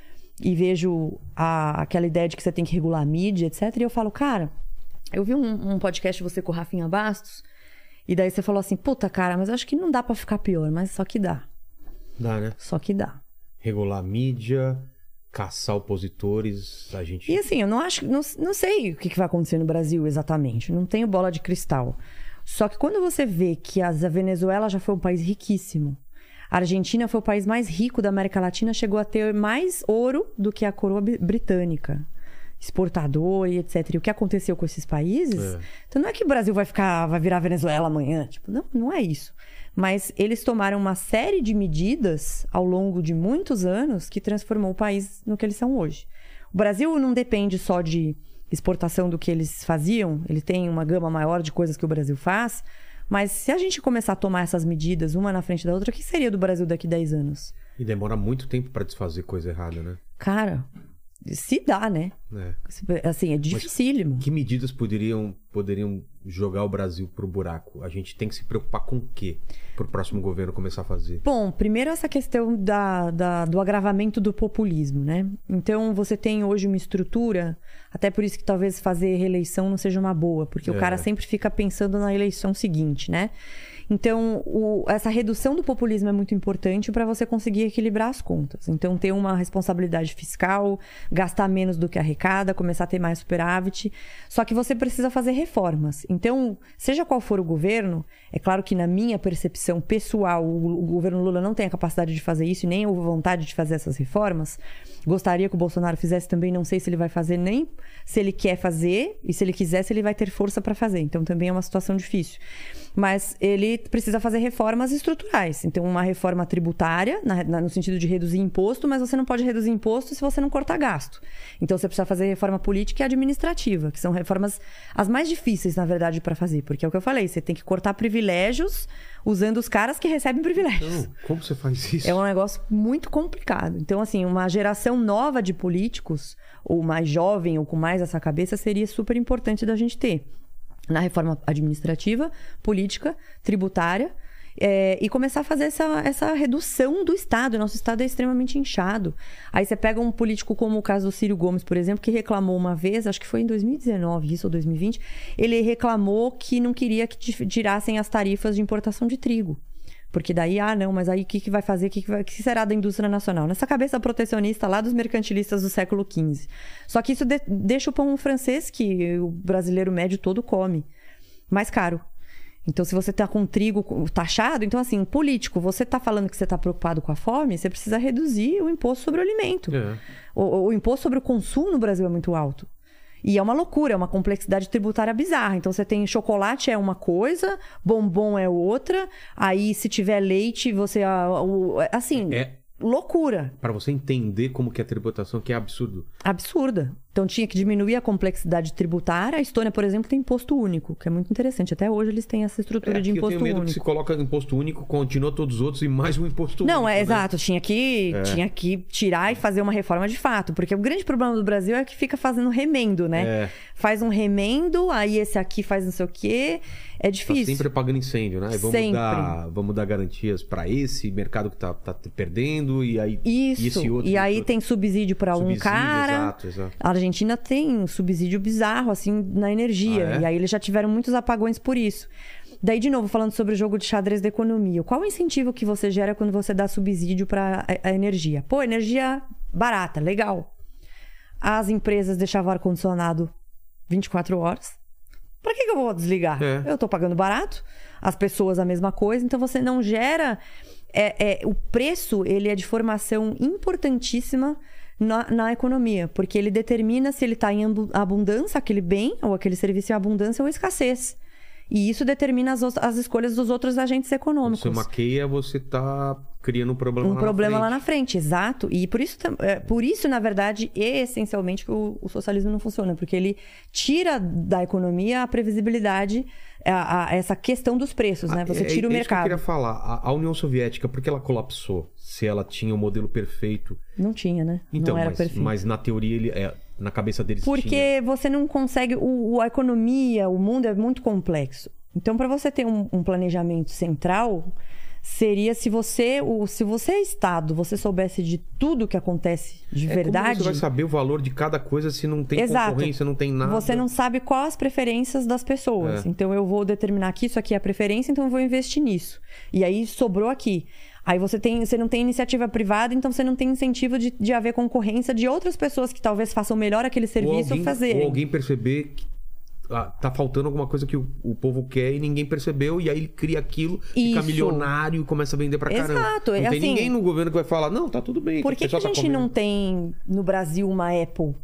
e vejo aquela ideia de que você tem que regular a mídia, etc. E eu falo, cara... Eu vi um podcast de você com o Rafinha Bastos, e daí você falou assim, puta, cara, mas eu acho que não dá pra ficar pior, mas só que dá. Dá, né? Só que dá. Regular a mídia, caçar opositores, a gente... E assim, eu não sei o que vai acontecer no Brasil exatamente, não tenho bola de cristal. Só que quando você vê que a Venezuela já foi um país riquíssimo, a Argentina foi o país mais rico da América Latina, chegou a ter mais ouro do que a coroa britânica. Exportador e etc. E o que aconteceu com esses países... Então não é que o Brasil vai virar Venezuela amanhã. Tipo, não é isso. Mas eles tomaram uma série de medidas ao longo de muitos anos que transformou o país no que eles são hoje. O Brasil não depende só de exportação do que eles faziam. Ele tem uma gama maior de coisas que o Brasil faz. Mas se a gente começar a tomar essas medidas uma na frente da outra, o que seria do Brasil daqui 10 anos? E demora muito tempo para desfazer coisa errada, né? Cara... Se dá, né? Assim, é dificílimo. Mas que medidas poderiam jogar o Brasil pro buraco? A gente tem que se preocupar com o quê? Pro próximo governo começar a fazer? Bom, primeiro essa questão do agravamento do populismo, né? Então, você tem hoje uma estrutura, até por isso que talvez fazer reeleição não seja uma boa, porque o cara sempre fica pensando na eleição seguinte, né? Então, essa redução do populismo é muito importante para você conseguir equilibrar as contas. Então, ter uma responsabilidade fiscal, gastar menos do que arrecada, começar a ter mais superávit. Só que você precisa fazer reformas. Então, seja qual for o governo, é claro que na minha percepção pessoal, o governo Lula não tem a capacidade de fazer isso e nem a vontade de fazer essas reformas. Gostaria que o Bolsonaro fizesse também, não sei se ele vai fazer, nem se ele quer fazer, e se ele quiser, se ele vai ter força para fazer. Então, também é uma situação difícil. Mas ele precisa fazer reformas estruturais. Então, uma reforma tributária, no sentido de reduzir imposto, mas você não pode reduzir imposto se você não cortar gasto. Então, você precisa fazer reforma política e administrativa, que são reformas as mais difíceis, na verdade, para fazer. Porque é o que eu falei, você tem que cortar privilégios usando os caras que recebem privilégios. Então, como você faz isso? É um negócio muito complicado. Então, assim, uma geração nova de políticos, ou mais jovem, ou com mais essa cabeça, seria super importante da gente ter. Na reforma administrativa, política, tributária e começar a fazer essa redução do Estado. O nosso Estado é extremamente inchado. Aí você pega um político como o caso do Ciro Gomes, por exemplo, que reclamou uma vez, acho que foi em 2019, isso ou 2020, ele reclamou que não queria que tirassem as tarifas de importação de trigo. Porque daí, não, mas aí o que vai fazer? O que será da indústria nacional? Nessa cabeça protecionista lá dos mercantilistas do século XV. Só que isso deixa o pão francês, que o brasileiro médio todo come, mais caro. Então, se você tá com trigo taxado, então assim, político, você tá falando que você tá preocupado com a fome, você precisa reduzir o imposto sobre o alimento. O imposto sobre o consumo no Brasil é muito alto. E é uma loucura, é uma complexidade tributária bizarra. Então, você tem chocolate é uma coisa, bombom é outra, aí se tiver leite, você... assim, loucura. Para você entender como que é a tributação, que é absurdo. Absurda. Então, tinha que diminuir a complexidade tributária. A Estônia, por exemplo, tem imposto único, que é muito interessante. Até hoje eles têm essa estrutura de imposto único. Eu tenho medo que se coloca imposto único, continua todos os outros e mais um imposto único. Não, exato. Tinha que tirar e fazer uma reforma de fato. Porque o grande problema do Brasil é que fica fazendo remendo, né? Faz um remendo, aí esse aqui faz não sei o quê. É difícil. Tá sempre apagando incêndio, né? Vamos dar garantias para esse mercado que tá perdendo e aí esse outro. E aí tem subsídio para um cara. Exato. A Argentina tem um subsídio bizarro, assim, na energia. E aí eles já tiveram muitos apagões por isso. Daí, de novo, falando sobre o jogo de xadrez da economia. Qual o incentivo que você gera quando você dá subsídio para a energia? Pô, energia barata, legal. As empresas deixavam o ar-condicionado 24 horas. Pra que eu vou desligar? Eu tô pagando barato, as pessoas a mesma coisa, então você não gera... o preço, ele é de formação importantíssima na economia, porque ele determina se ele está em abundância, aquele bem, ou aquele serviço em abundância ou escassez. E isso determina as escolhas dos outros agentes econômicos. Quando você maqueia, você está criando um problema lá na frente, exato. E por isso, na verdade, essencialmente, que o socialismo não funciona. Porque ele tira da economia a previsibilidade, essa questão dos preços, né? Você tira o mercado. Isso que eu queria falar. A União Soviética, por que ela colapsou? Se ela tinha o modelo perfeito. Não tinha, né? Então, não era perfeito. Mas na teoria, na cabeça deles Porque você não consegue... a economia, o mundo é muito complexo. Então, para você ter um planejamento central, seria se você é Estado, você soubesse de tudo que acontece de verdade... Como você vai saber o valor de cada coisa se não tem concorrência, não tem nada? Você não sabe quais as preferências das pessoas. Então, eu vou determinar que isso aqui é a preferência, então eu vou investir nisso. E aí, sobrou aqui. Aí você não tem iniciativa privada, então você não tem incentivo de haver concorrência de outras pessoas que talvez façam melhor aquele serviço fazerem. Ou alguém perceber que tá faltando alguma coisa que o povo quer e ninguém percebeu, e aí ele cria aquilo, fica milionário e começa a vender pra caramba. Exato. Não tem ninguém no governo que vai falar, não, tá tudo bem. Por que a gente não tem no Brasil uma Apple,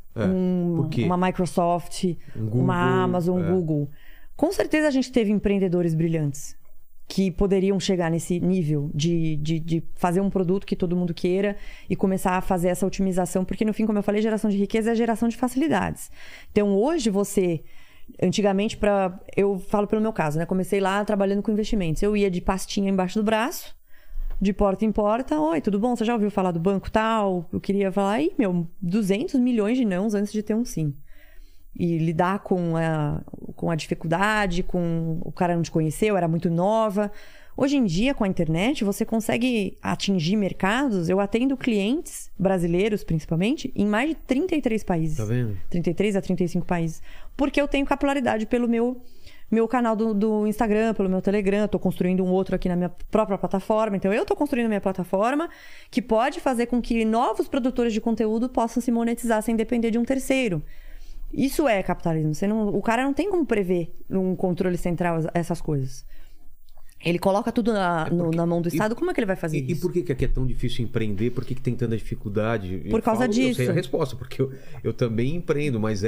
uma Microsoft, uma Amazon, Google? Com certeza a gente teve empreendedores brilhantes que poderiam chegar nesse nível de fazer um produto que todo mundo queira e começar a fazer essa otimização. Porque, no fim, como eu falei, geração de riqueza é geração de facilidades. Então, hoje, antigamente, eu falo pelo meu caso, né? Comecei lá trabalhando com investimentos. Eu ia de pastinha embaixo do braço, de porta em porta. Oi, tudo bom? Você já ouviu falar do banco tal? Eu queria falar, 200 milhões de nãos antes de ter um sim. E lidar com a dificuldade, com o cara não te conheceu, eu era muito nova. Hoje em dia, com a internet, você consegue atingir mercados. Eu atendo clientes brasileiros, principalmente, em mais de 33 países. Tá vendo? 33 a 35 países. Porque eu tenho capilaridade pelo meu canal do Instagram, pelo meu Telegram. Estou construindo um outro aqui na minha própria plataforma. Então, eu estou construindo a minha plataforma que pode fazer com que novos produtores de conteúdo possam se monetizar sem depender de um terceiro. Isso é capitalismo. O cara não tem como prever um controle central essas coisas. Ele coloca tudo na mão do Estado. Como é que ele vai fazer isso? E por que aqui é tão difícil empreender? Por que tem tanta dificuldade? Por causa disso. Eu sei a resposta, porque eu também empreendo, mas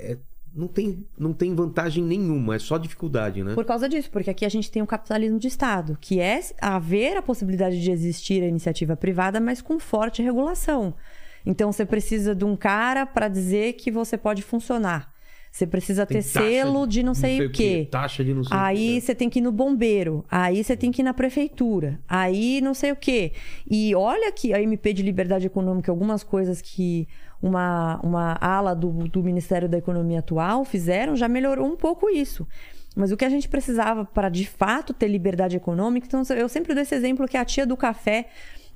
não tem vantagem nenhuma, é só dificuldade, né? Por causa disso, porque aqui a gente tem o capitalismo de Estado, que é haver a possibilidade de existir a iniciativa privada, mas com forte regulação. Então, você precisa de um cara para dizer que você pode funcionar. Você precisa ter selo de não sei o quê. Taxa de não sei o quê. Aí você tem que ir no bombeiro. Aí você tem que ir na prefeitura. Aí não sei o quê. E olha que a MP de Liberdade Econômica, algumas coisas que uma ala do Ministério da Economia atual fizeram, já melhorou um pouco isso. Mas o que a gente precisava para, de fato, ter liberdade econômica... Então, eu sempre dou esse exemplo que é a tia do café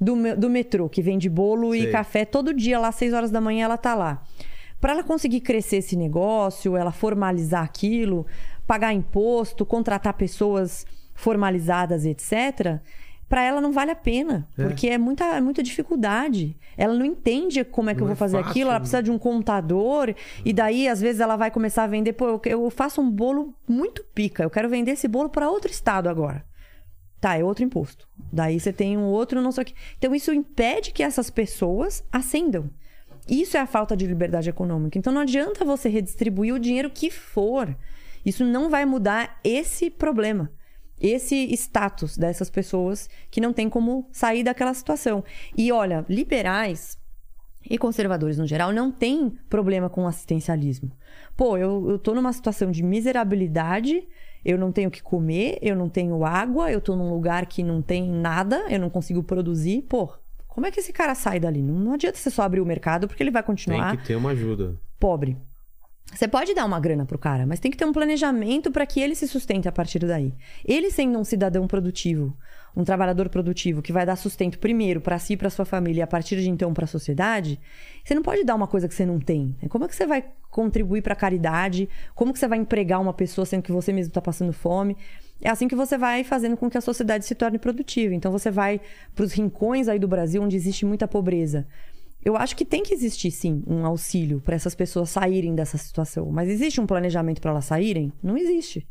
do metrô, que vende bolo e café todo dia, lá às 6 horas da manhã, ela tá lá. Para ela conseguir crescer esse negócio, ela formalizar aquilo, pagar imposto, contratar pessoas formalizadas, etc., para ela não vale a pena, porque é muita dificuldade. Ela não entende como é que eu vou fazer aquilo, ela precisa de um contador, e daí, às vezes, ela vai começar a vender... Pô, eu faço um bolo muito pica, eu quero vender esse bolo para outro estado agora. Tá, é outro imposto. Daí você tem um outro, não sei o quê. Então, isso impede que essas pessoas ascendam. Isso é a falta de liberdade econômica. Então, não adianta você redistribuir o dinheiro que for. Isso não vai mudar esse problema. Esse status dessas pessoas que não tem como sair daquela situação. E olha, liberais e conservadores no geral não tem problema com assistencialismo. Pô, eu tô numa situação de miserabilidade, eu não tenho o que comer, eu não tenho água, eu tô num lugar que não tem nada, eu não consigo produzir. Pô, como é que esse cara sai dali? Não adianta você só abrir o mercado, porque ele vai continuar... Tem que ter uma ajuda. Pobre. Você pode dar uma grana pro cara, mas tem que ter um planejamento para que ele se sustente a partir daí. Ele sendo um cidadão produtivo, um trabalhador produtivo, que vai dar sustento primeiro para si e para sua família e a partir de então para a sociedade, você não pode dar uma coisa que você não tem. Como é que você vai contribuir para a caridade? Como que você vai empregar uma pessoa sendo que você mesmo está passando fome? É assim que você vai fazendo com que a sociedade se torne produtiva. Então você vai para os rincões aí do Brasil onde existe muita pobreza. Eu acho que tem que existir, sim, um auxílio para essas pessoas saírem dessa situação. Mas existe um planejamento para elas saírem? Não existe.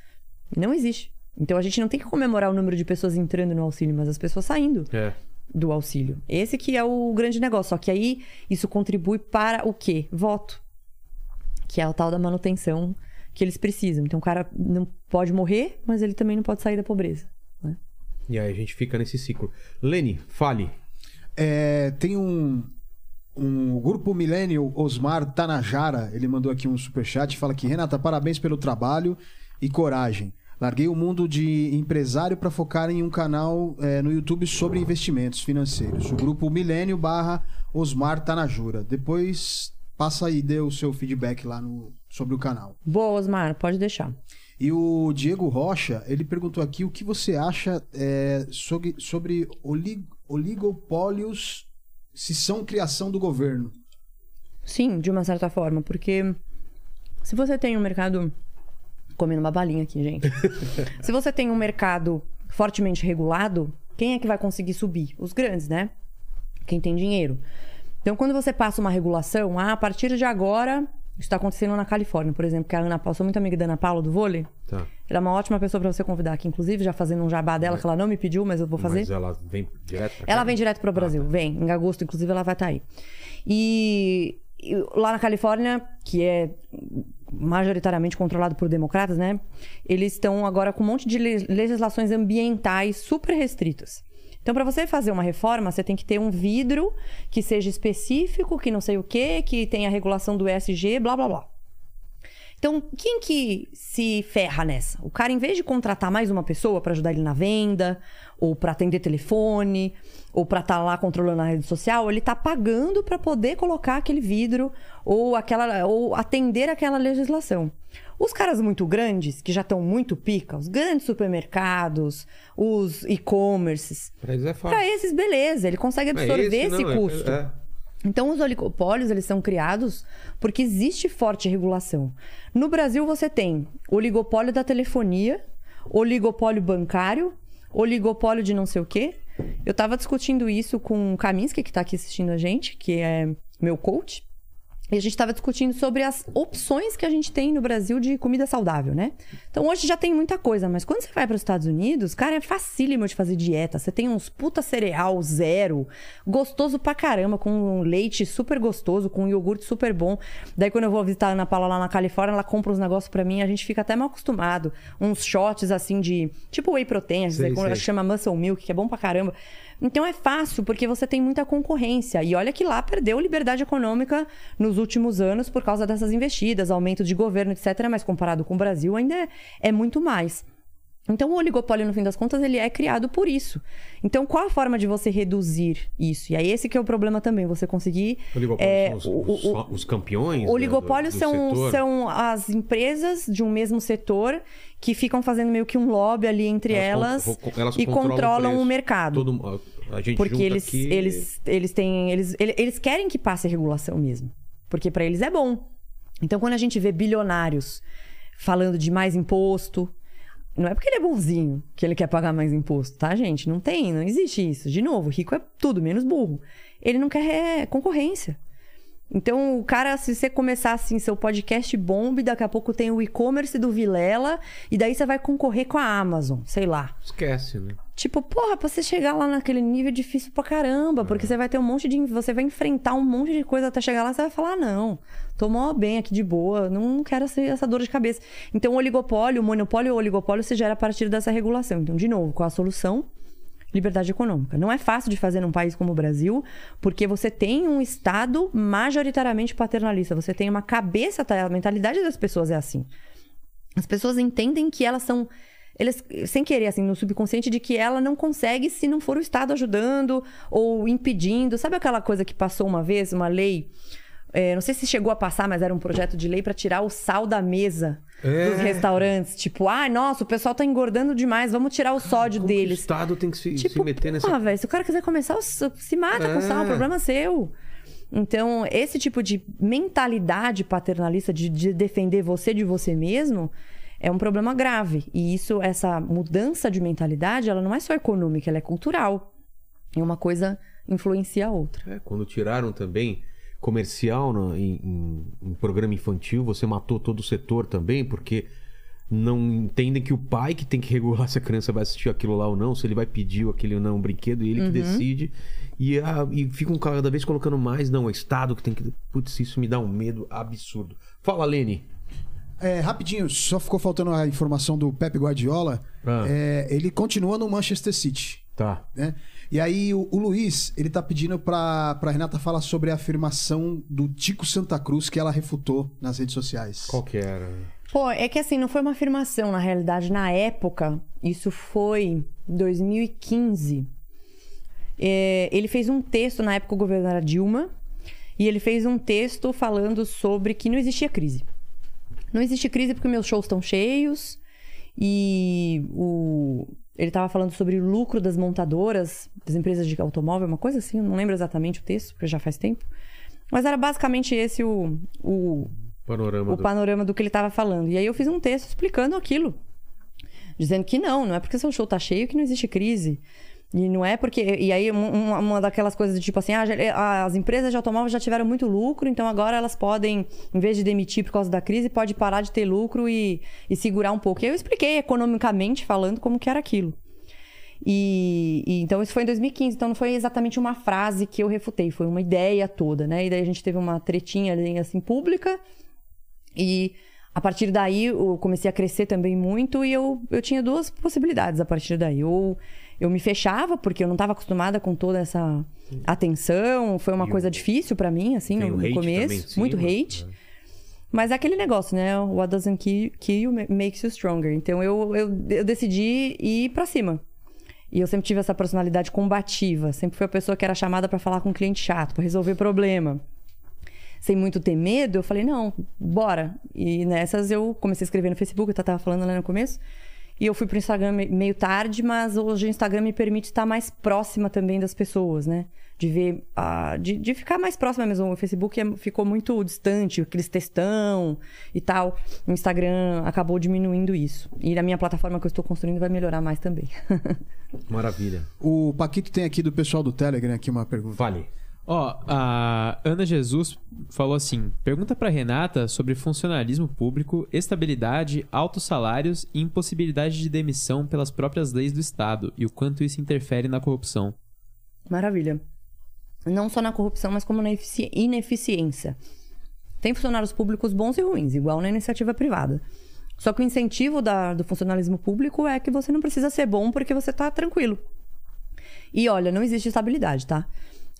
Não existe. Então a gente não tem que comemorar o número de pessoas entrando no auxílio, mas as pessoas saindo do auxílio. Esse que é o grande negócio. Só que aí isso contribui para o quê? Voto. Que é o tal da manutenção que eles precisam. Então o cara não pode morrer, mas ele também não pode sair da pobreza, né? E aí a gente fica nesse ciclo. Lene, fale. Tem um grupo Millennial, Osmar Tanajara, ele mandou aqui um superchat, fala que Renata, parabéns pelo trabalho e coragem. Larguei o mundo de empresário para focar em um canal no YouTube sobre investimentos financeiros. O grupo Millennial / Osmar Tanajura. Depois passa aí e dê o seu feedback lá sobre o canal. Boa, Osmar, pode deixar. E o Diego Rocha, ele perguntou aqui o que você acha sobre oligopólios, se são criação do governo. Sim, de uma certa forma, porque se você tem um mercado... Comendo uma balinha aqui, gente. Se você tem um mercado fortemente regulado, quem é que vai conseguir subir? Os grandes, né? Quem tem dinheiro. Então, quando você passa uma regulação, a partir de agora... Isso está acontecendo na Califórnia, por exemplo, que a Ana Paula... Sou muito amiga da Ana Paula, do vôlei. Tá. Ela é uma ótima pessoa para você convidar aqui, inclusive, já fazendo um jabá dela, que ela não me pediu, mas eu vou fazer. Mas ela vem direto pra cá? Ela vem direto para o Brasil, vem. Em agosto, inclusive, ela vai estar aí. E lá na Califórnia, que é majoritariamente controlado por democratas, né? Eles estão agora com um monte de legislações ambientais super restritas. Então, para você fazer uma reforma, você tem que ter um vidro que seja específico, que não sei o quê, que tenha a regulação do ESG, blá, blá, blá. Então, quem que se ferra nessa? O cara, em vez de contratar mais uma pessoa para ajudar ele na venda, ou para atender telefone, ou para estar lá controlando a rede social, ele está pagando para poder colocar aquele vidro ou atender aquela legislação. Os caras muito grandes, que já estão muito pica, os grandes supermercados, os e-commerces... Para eles é fácil. Para esses, beleza, ele consegue absorver esse custo. Então, os oligopólios, eles são criados porque existe forte regulação. No Brasil, você tem oligopólio da telefonia, oligopólio bancário, oligopólio de não sei o quê. Eu estava discutindo isso com o Kaminski, que está aqui assistindo a gente, que é meu coach. E a gente estava discutindo sobre as opções que a gente tem no Brasil de comida saudável, né? Então, hoje já tem muita coisa, mas quando você vai para os Estados Unidos, cara, é facílimo de fazer dieta. Você tem uns puta cereal zero, gostoso pra caramba, com um leite super gostoso, com um iogurte super bom. Daí, quando eu vou visitar a Ana Paula lá na Califórnia, ela compra uns negócios pra mim, a gente fica até mal acostumado. Uns shots, assim, de... Tipo whey protein, ela chama muscle milk, que é bom pra caramba. Então é fácil, porque você tem muita concorrência. E olha que lá perdeu liberdade econômica nos últimos anos por causa dessas investidas, aumento de governo, etc. Mas comparado com o Brasil, ainda é muito mais. Então, o oligopólio, no fim das contas, ele é criado por isso. Então, qual a forma de você reduzir isso? E aí, esse que é o problema também, você conseguir... Oligopólios são os campeões? Oligopólios do setor? são as empresas de um mesmo setor que ficam fazendo meio que um lobby ali entre elas e controlam o mercado. A gente porque aqui... eles querem que passe a regulação mesmo. Porque para eles é bom. Então, quando a gente vê bilionários falando de mais imposto... Não é porque ele é bonzinho que ele quer pagar mais imposto, tá, gente? Não existe isso. De novo, rico é tudo, menos burro. Ele não quer concorrência. Então, o cara, se você começar assim, seu podcast bombe, daqui a pouco tem o e-commerce do Vilela, e daí você vai concorrer com a Amazon, sei lá. Esquece, né? Tipo, porra, pra você chegar lá naquele nível é difícil pra caramba, porque você vai ter você vai enfrentar um monte de coisa até chegar lá, você vai falar, não, tô mó bem aqui de boa, não quero essa dor de cabeça. Então, o oligopólio, o monopólio ou o oligopólio se gera a partir dessa regulação. Então, de novo, qual a solução? Liberdade econômica. Não é fácil de fazer num país como o Brasil, porque você tem um Estado majoritariamente paternalista. Você tem uma cabeça, a mentalidade das pessoas é assim. As pessoas entendem que elas são... sem querer, assim, no subconsciente, de que ela não consegue se não for o Estado ajudando ou impedindo. Sabe aquela coisa que passou uma vez, uma lei... não sei se chegou a passar, mas era um projeto de lei para tirar o sal da mesa dos restaurantes. Tipo, nossa, o pessoal tá engordando demais, vamos tirar o sódio deles. O Estado tem que se meter nessa... velho, se o cara quiser começar, se mata com sal, o problema é seu. Então, esse tipo de mentalidade paternalista de defender você de você mesmo é um problema grave. E essa mudança de mentalidade, ela não é só econômica, ela é cultural. E uma coisa influencia a outra. Quando tiraram também... comercial em programa infantil, você matou todo o setor também, porque não entendem que o pai que tem que regular se a criança vai assistir aquilo lá ou não, se ele vai pedir aquele ou não um brinquedo, e ele que decide, e ficam cada vez colocando mais, não, é o Estado que tem que... Putz, isso me dá um medo absurdo. Fala, Lene. Rapidinho, só ficou faltando a informação do Pep Guardiola. Ele continua no Manchester City. Tá. Né? E aí o Luiz, ele tá pedindo pra Renata falar sobre a afirmação do Tico Santa Cruz que ela refutou nas redes sociais. Qual que era? Pô, é que assim, não foi uma afirmação, na realidade, na época, isso foi em 2015. Ele fez um texto, na época o governo era Dilma, e ele fez um texto falando sobre que não existia crise. Não existe crise porque meus shows estão cheios, e ele estava falando sobre o lucro das montadoras, das empresas de automóvel, uma coisa assim, eu não lembro exatamente o texto, porque já faz tempo. Mas era basicamente esse o panorama do que ele estava falando. E aí eu fiz um texto explicando aquilo. Dizendo que não é porque seu show tá cheio que não existe crise. E não é porque... E aí uma daquelas coisas de tipo assim, as empresas de automóvel já tiveram muito lucro, então agora elas podem, em vez de demitir por causa da crise, pode parar de ter lucro e segurar um pouco. E aí eu expliquei economicamente falando como que era aquilo. Então isso foi em 2015, então não foi exatamente uma frase que eu refutei, foi uma ideia toda, né? E daí a gente teve uma tretinha assim pública e a partir daí eu comecei a crescer também muito e eu tinha duas possibilidades a partir daí. Ou eu me fechava, porque eu não estava acostumada com toda essa atenção. Foi uma coisa difícil para mim, assim, no começo. Muito hate. Mas é aquele negócio, né? What doesn't kill you makes you stronger. Então, eu decidi ir para cima. E eu sempre tive essa personalidade combativa. Sempre fui a pessoa que era chamada para falar com um cliente chato, para resolver problema. Sem muito ter medo, eu falei, não, bora. E nessas eu comecei a escrever no Facebook, eu estava falando lá no começo. E eu fui pro Instagram meio tarde, mas hoje o Instagram me permite estar mais próxima também das pessoas, né? De ver, de ficar mais próxima mesmo. O Facebook ficou muito distante, aqueles textão e tal. O Instagram acabou diminuindo isso. E na minha plataforma que eu estou construindo vai melhorar mais também. Maravilha. O Paquito tem aqui do pessoal do Telegram aqui uma pergunta. Fale. A Ana Jesus falou assim: pergunta pra Renata sobre funcionalismo público, estabilidade, altos salários e impossibilidade de demissão pelas próprias leis do Estado e o quanto isso interfere na corrupção. Maravilha. Não só na corrupção, mas como na ineficiência. Tem funcionários públicos bons e ruins, igual na iniciativa privada. Só que o incentivo do funcionalismo público é que você não precisa ser bom porque você tá tranquilo. E olha, não existe estabilidade, tá?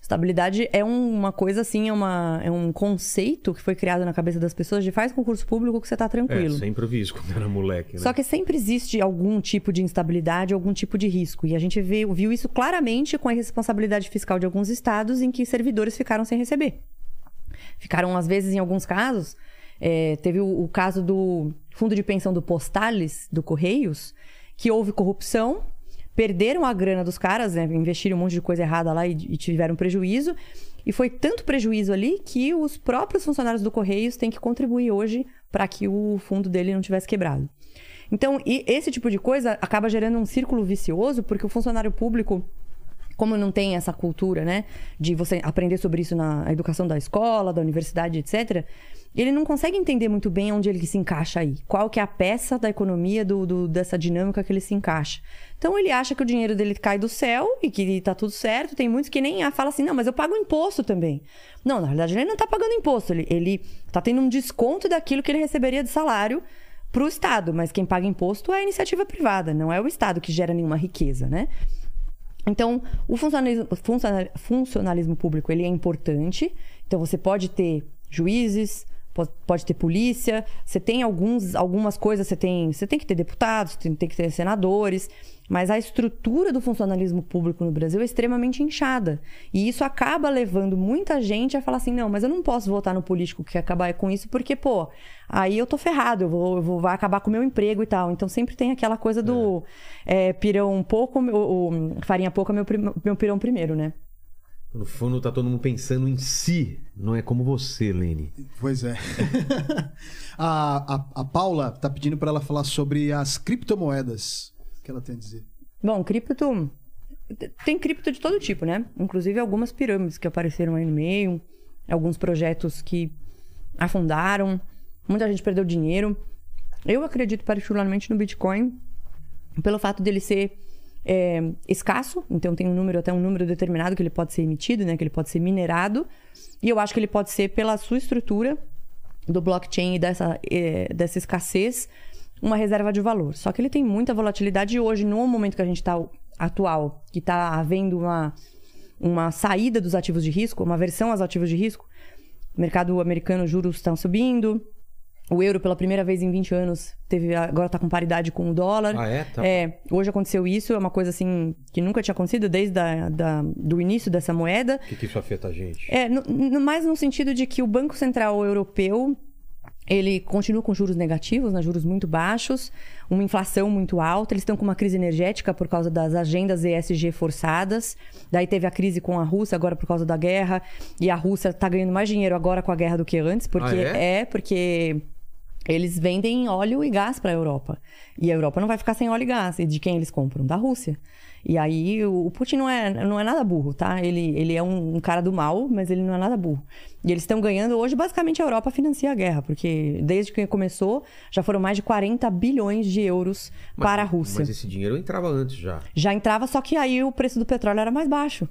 Estabilidade é uma coisa assim, é um conceito que foi criado na cabeça das pessoas de faz concurso público que você tá tranquilo. Sempre vi isso quando era moleque, né? Só que sempre existe algum tipo de instabilidade, algum tipo de risco. E a gente viu isso claramente com a responsabilidade fiscal de alguns estados em que servidores ficaram sem receber. Ficaram, às vezes, em alguns casos... teve o caso do fundo de pensão do Postales, do Correios, que houve corrupção, perderam a grana dos caras, né, investiram um monte de coisa errada lá e tiveram prejuízo. E foi tanto prejuízo ali que os próprios funcionários do Correios têm que contribuir hoje para que o fundo dele não tivesse quebrado. Então, esse tipo de coisa acaba gerando um círculo vicioso, porque o funcionário público... Como não tem essa cultura, né, de você aprender sobre isso na educação da escola, da universidade, etc., ele não consegue entender muito bem onde ele se encaixa aí. Qual que é a peça da economia dessa dinâmica que ele se encaixa. Então, ele acha que o dinheiro dele cai do céu e que tá tudo certo. Tem muitos que nem falam assim, não, mas eu pago imposto também. Não, na verdade, ele não tá pagando imposto. Ele tá tendo um desconto daquilo que ele receberia de salário pro Estado. Mas quem paga imposto é a iniciativa privada, não é o Estado que gera nenhuma riqueza, né? Então, o funcionalismo público, ele é importante. Então, você pode ter juízes, pode ter polícia. Você tem algumas coisas, você tem que ter deputados, tem que ter senadores. Mas a estrutura do funcionalismo público no Brasil é extremamente inchada. E isso acaba levando muita gente a falar assim, não, mas eu não posso votar no político que acabar com isso, porque, pô, aí eu tô ferrado, vai acabar com o meu emprego e tal. Então sempre tem aquela coisa do pirão pouco, farinha pouca, meu pirão primeiro, né? No fundo, tá todo mundo pensando em si, não é como você, Lene. Pois é. a Paula tá pedindo para ela falar sobre as criptomoedas. O que ela tem a dizer? Bom, tem cripto de todo tipo, né? Inclusive algumas pirâmides que apareceram aí no meio, alguns projetos que afundaram, muita gente perdeu dinheiro. Eu acredito particularmente no Bitcoin, pelo fato dele ser escasso, então tem até um número determinado que ele pode ser emitido, né? Que ele pode ser minerado. E eu acho que ele pode ser, pela sua estrutura do blockchain e dessa escassez, uma reserva de valor. Só que ele tem muita volatilidade e hoje, no momento que a gente está atual, que está havendo uma saída dos ativos de risco, uma aversão aos ativos de risco, o mercado americano, juros estão subindo, o euro pela primeira vez em 20 anos agora está com paridade com o dólar. Ah, é? Tá. Hoje aconteceu isso, é uma coisa assim que nunca tinha acontecido desde do início dessa moeda. O que isso afeta a gente? Mais no sentido de que o Banco Central Europeu ele continua com juros negativos, né? Juros muito baixos, uma inflação muito alta. Eles estão com uma crise energética por causa das agendas ESG forçadas. Daí teve a crise com a Rússia agora por causa da guerra. E a Rússia está ganhando mais dinheiro agora com a guerra do que antes. Porque porque eles vendem óleo e gás para a Europa. E a Europa não vai ficar sem óleo e gás. E de quem eles compram? Da Rússia. E aí o Putin não é nada burro, tá? Ele é um cara do mal, mas ele não é nada burro. E eles estão ganhando... Hoje, basicamente, a Europa financia a guerra. Porque desde que começou, já foram mais de 40 bilhões de euros para a Rússia. Mas esse dinheiro entrava antes já. Já entrava, só que aí o preço do petróleo era mais baixo.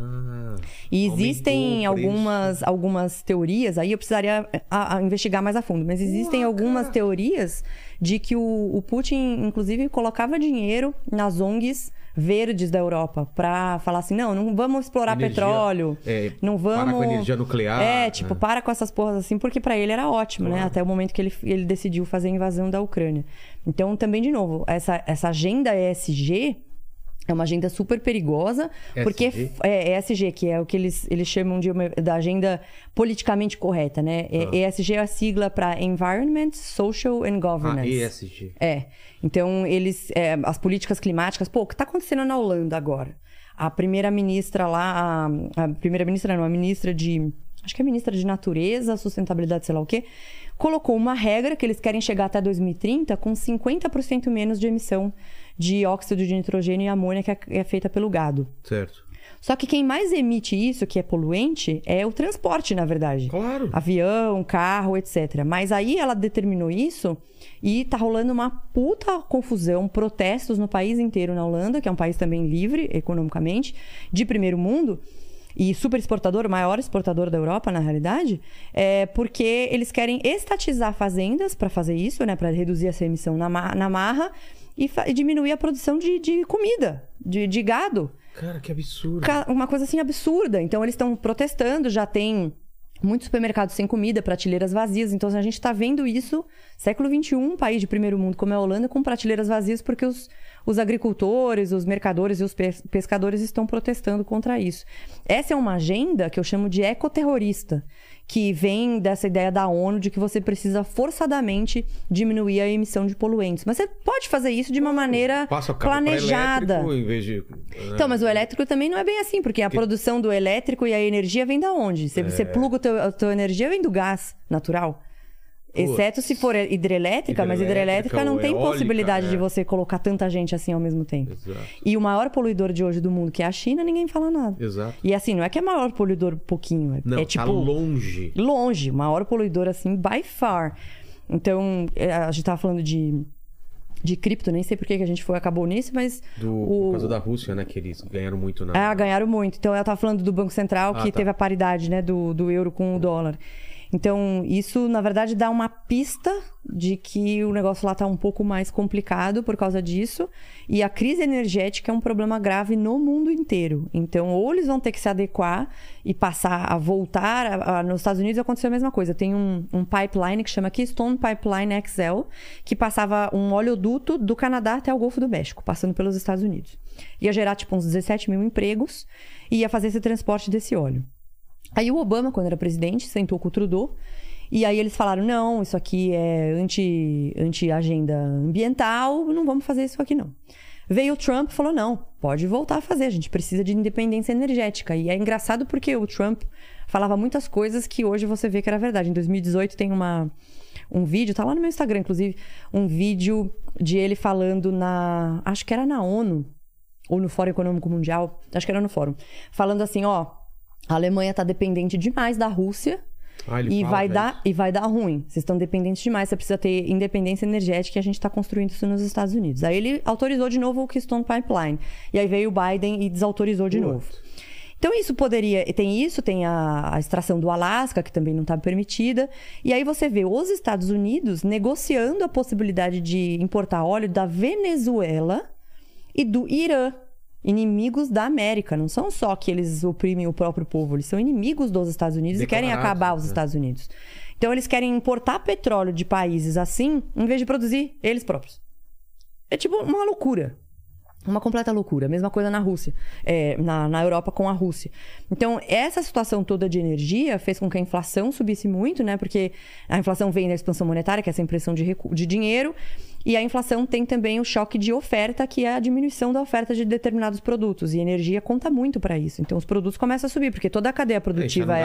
E existem algumas teorias... Aí eu precisaria investigar mais a fundo. Mas existem algumas teorias de que o Putin, inclusive, colocava dinheiro nas ONGs verdes da Europa para falar assim, não vamos explorar petróleo, não vamos... Para com a energia nuclear. Para com essas porras assim, porque para ele era ótimo, né? Até o momento que ele decidiu fazer a invasão da Ucrânia. Então, também, de novo, essa agenda ESG é uma agenda super perigosa, porque ESG, que é o que eles chamam da agenda politicamente correta, né? ESG é a sigla para Environment, Social and Governance. ESG. Então, as políticas climáticas... Pô, o que está acontecendo na Holanda agora? A primeira-ministra lá... a ministra de... Acho que é a ministra de Natureza, Sustentabilidade, sei lá o quê. Colocou uma regra que eles querem chegar até 2030 com 50% menos de emissão de óxido de nitrogênio e amônia que é feita pelo gado. Certo. Só que quem mais emite isso, que é poluente, é o transporte, na verdade. Claro. Avião, carro, etc. Mas aí ela determinou isso e tá rolando uma puta confusão, protestos no país inteiro na Holanda, que é um país também livre economicamente, de primeiro mundo, e super exportador, o maior exportador da Europa, na realidade, porque eles querem estatizar fazendas para fazer isso, né, para reduzir essa emissão na marra e diminuir a produção de comida, de gado. Cara, que absurdo. Uma coisa assim absurda. Então eles estão protestando, já tem muitos supermercados sem comida, prateleiras vazias. Então a gente está vendo isso, século XXI, um país de primeiro mundo como é a Holanda, com prateleiras vazias, porque os agricultores, os mercadores e os pescadores estão protestando contra isso. Essa é uma agenda que eu chamo de ecoterrorista, que vem dessa ideia da ONU de que você precisa forçadamente diminuir a emissão de poluentes. Mas você pode fazer isso de uma maneira planejada. Em vez de... Então, mas o elétrico também não é bem assim, porque a produção do elétrico e a energia vem da onde? Você pluga a tua energia, vem do gás natural. Exceto se for hidrelétrica, mas hidrelétrica não tem eólica, possibilidade de você colocar tanta gente assim ao mesmo tempo. Exato. E o maior poluidor de hoje do mundo, que é a China, ninguém fala nada. Exato. E assim, não é que é maior poluidor pouquinho, Não, é tipo... tá longe. Longe, o maior poluidor assim, by far. Então, a gente tava falando de cripto, nem sei por que a gente acabou nisso, mas... Por causa da Rússia, né? Que eles ganharam muito na... ganharam muito. Então, ela tava falando do Banco Central, que teve a paridade, né, do euro com o dólar. Então, isso, na verdade, dá uma pista de que o negócio lá está um pouco mais complicado por causa disso. E a crise energética é um problema grave no mundo inteiro. Então, ou eles vão ter que se adequar e passar a voltar... Nos Estados Unidos aconteceu a mesma coisa. Tem um pipeline que chama Keystone Pipeline XL, que passava um oleoduto do Canadá até o Golfo do México, passando pelos Estados Unidos. Ia gerar, tipo, uns 17 mil empregos e ia fazer esse transporte desse óleo. Aí o Obama, quando era presidente, sentou com o Trudeau. E aí eles falaram, não, isso aqui é anti-agenda ambiental, não vamos fazer isso aqui não. Veio o Trump e falou, não, pode voltar a fazer, a gente precisa de independência energética. E é engraçado porque o Trump falava muitas coisas que hoje você vê que era verdade. Em 2018 tem um vídeo, tá lá no meu Instagram, inclusive, um vídeo de ele falando acho que era na ONU, ou no Fórum Econômico Mundial, acho que era no Fórum, falando assim, a Alemanha está dependente demais da Rússia e vai dar ruim. Vocês estão dependentes demais, você precisa ter independência energética e a gente está construindo isso nos Estados Unidos. Aí ele autorizou de novo o Keystone Pipeline. E aí veio o Biden e desautorizou de novo. Então isso poderia... Tem a extração do Alasca, que também não está permitida. E aí você vê os Estados Unidos negociando a possibilidade de importar óleo da Venezuela e do Irã. Inimigos da América. Não são só que eles oprimem o próprio povo, eles são inimigos dos Estados Unidos e querem acabar os Estados Unidos. Então eles querem importar petróleo de países assim, em vez de produzir eles próprios. É tipo uma loucura. Uma completa loucura. Mesma coisa na Rússia. Na Europa com a Rússia. Então, essa situação toda de energia fez com que a inflação subisse muito, né? Porque a inflação vem da expansão monetária, que é essa impressão de dinheiro. E a inflação tem também o choque de oferta, que é a diminuição da oferta de determinados produtos. E a energia conta muito para isso. Então, os produtos começam a subir, porque toda a cadeia produtiva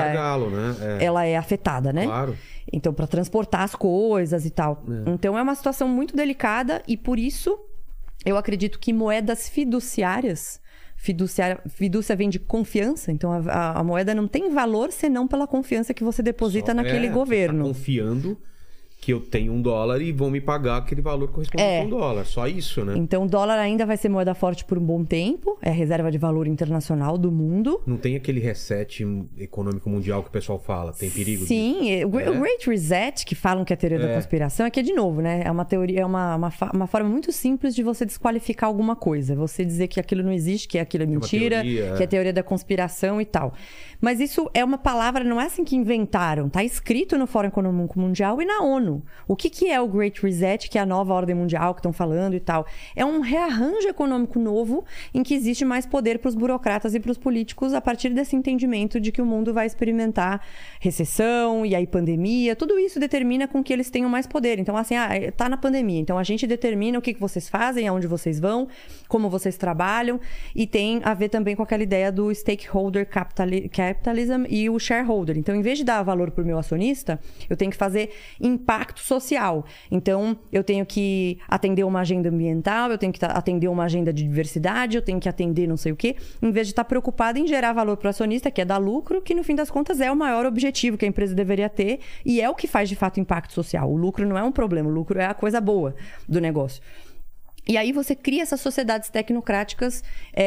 ela é afetada, né? Claro. Então, para transportar as coisas e tal. Então, é uma situação muito delicada e, por isso... Eu acredito que moedas fiduciárias... Fidúcia vem de confiança. Então, a moeda não tem valor senão pela confiança que você deposita naquele governo. Você tá confiando que eu tenho $1 e vão me pagar aquele valor correspondente a $1. Só isso, né? Então, o dólar ainda vai ser moeda forte por um bom tempo. É a reserva de valor internacional do mundo. Não tem aquele reset econômico mundial que o pessoal fala. Tem perigo Sim, disso? O Great Reset, que falam que é a teoria da conspiração, é que, de novo, né? É uma teoria, é uma forma muito simples de você desqualificar alguma coisa. Você dizer que aquilo não existe, que aquilo é mentira, que é teoria da conspiração e tal. Mas isso é uma palavra, não é assim que inventaram. Tá escrito no Fórum Econômico Mundial e na ONU. O que é o Great Reset, que é a nova ordem mundial que estão falando e tal? É um rearranjo econômico novo em que existe mais poder para os burocratas e para os políticos a partir desse entendimento de que o mundo vai experimentar recessão e aí pandemia. Tudo isso determina com que eles tenham mais poder. Então, assim, tá na pandemia. Então, a gente determina o que vocês fazem, aonde vocês vão, como vocês trabalham. E tem a ver também com aquela ideia do stakeholder capitalism e o shareholder. Então, em vez de dar valor para o meu acionista, eu tenho que fazer impacto social. Então, eu tenho que atender uma agenda ambiental, eu tenho que atender uma agenda de diversidade, eu tenho que atender não sei o quê, em vez de estar preocupado em gerar valor para o acionista, que é dar lucro, que no fim das contas é o maior objetivo que a empresa deveria ter e é o que faz de fato impacto social. O lucro não é um problema, o lucro é a coisa boa do negócio. E aí você cria essas sociedades tecnocráticas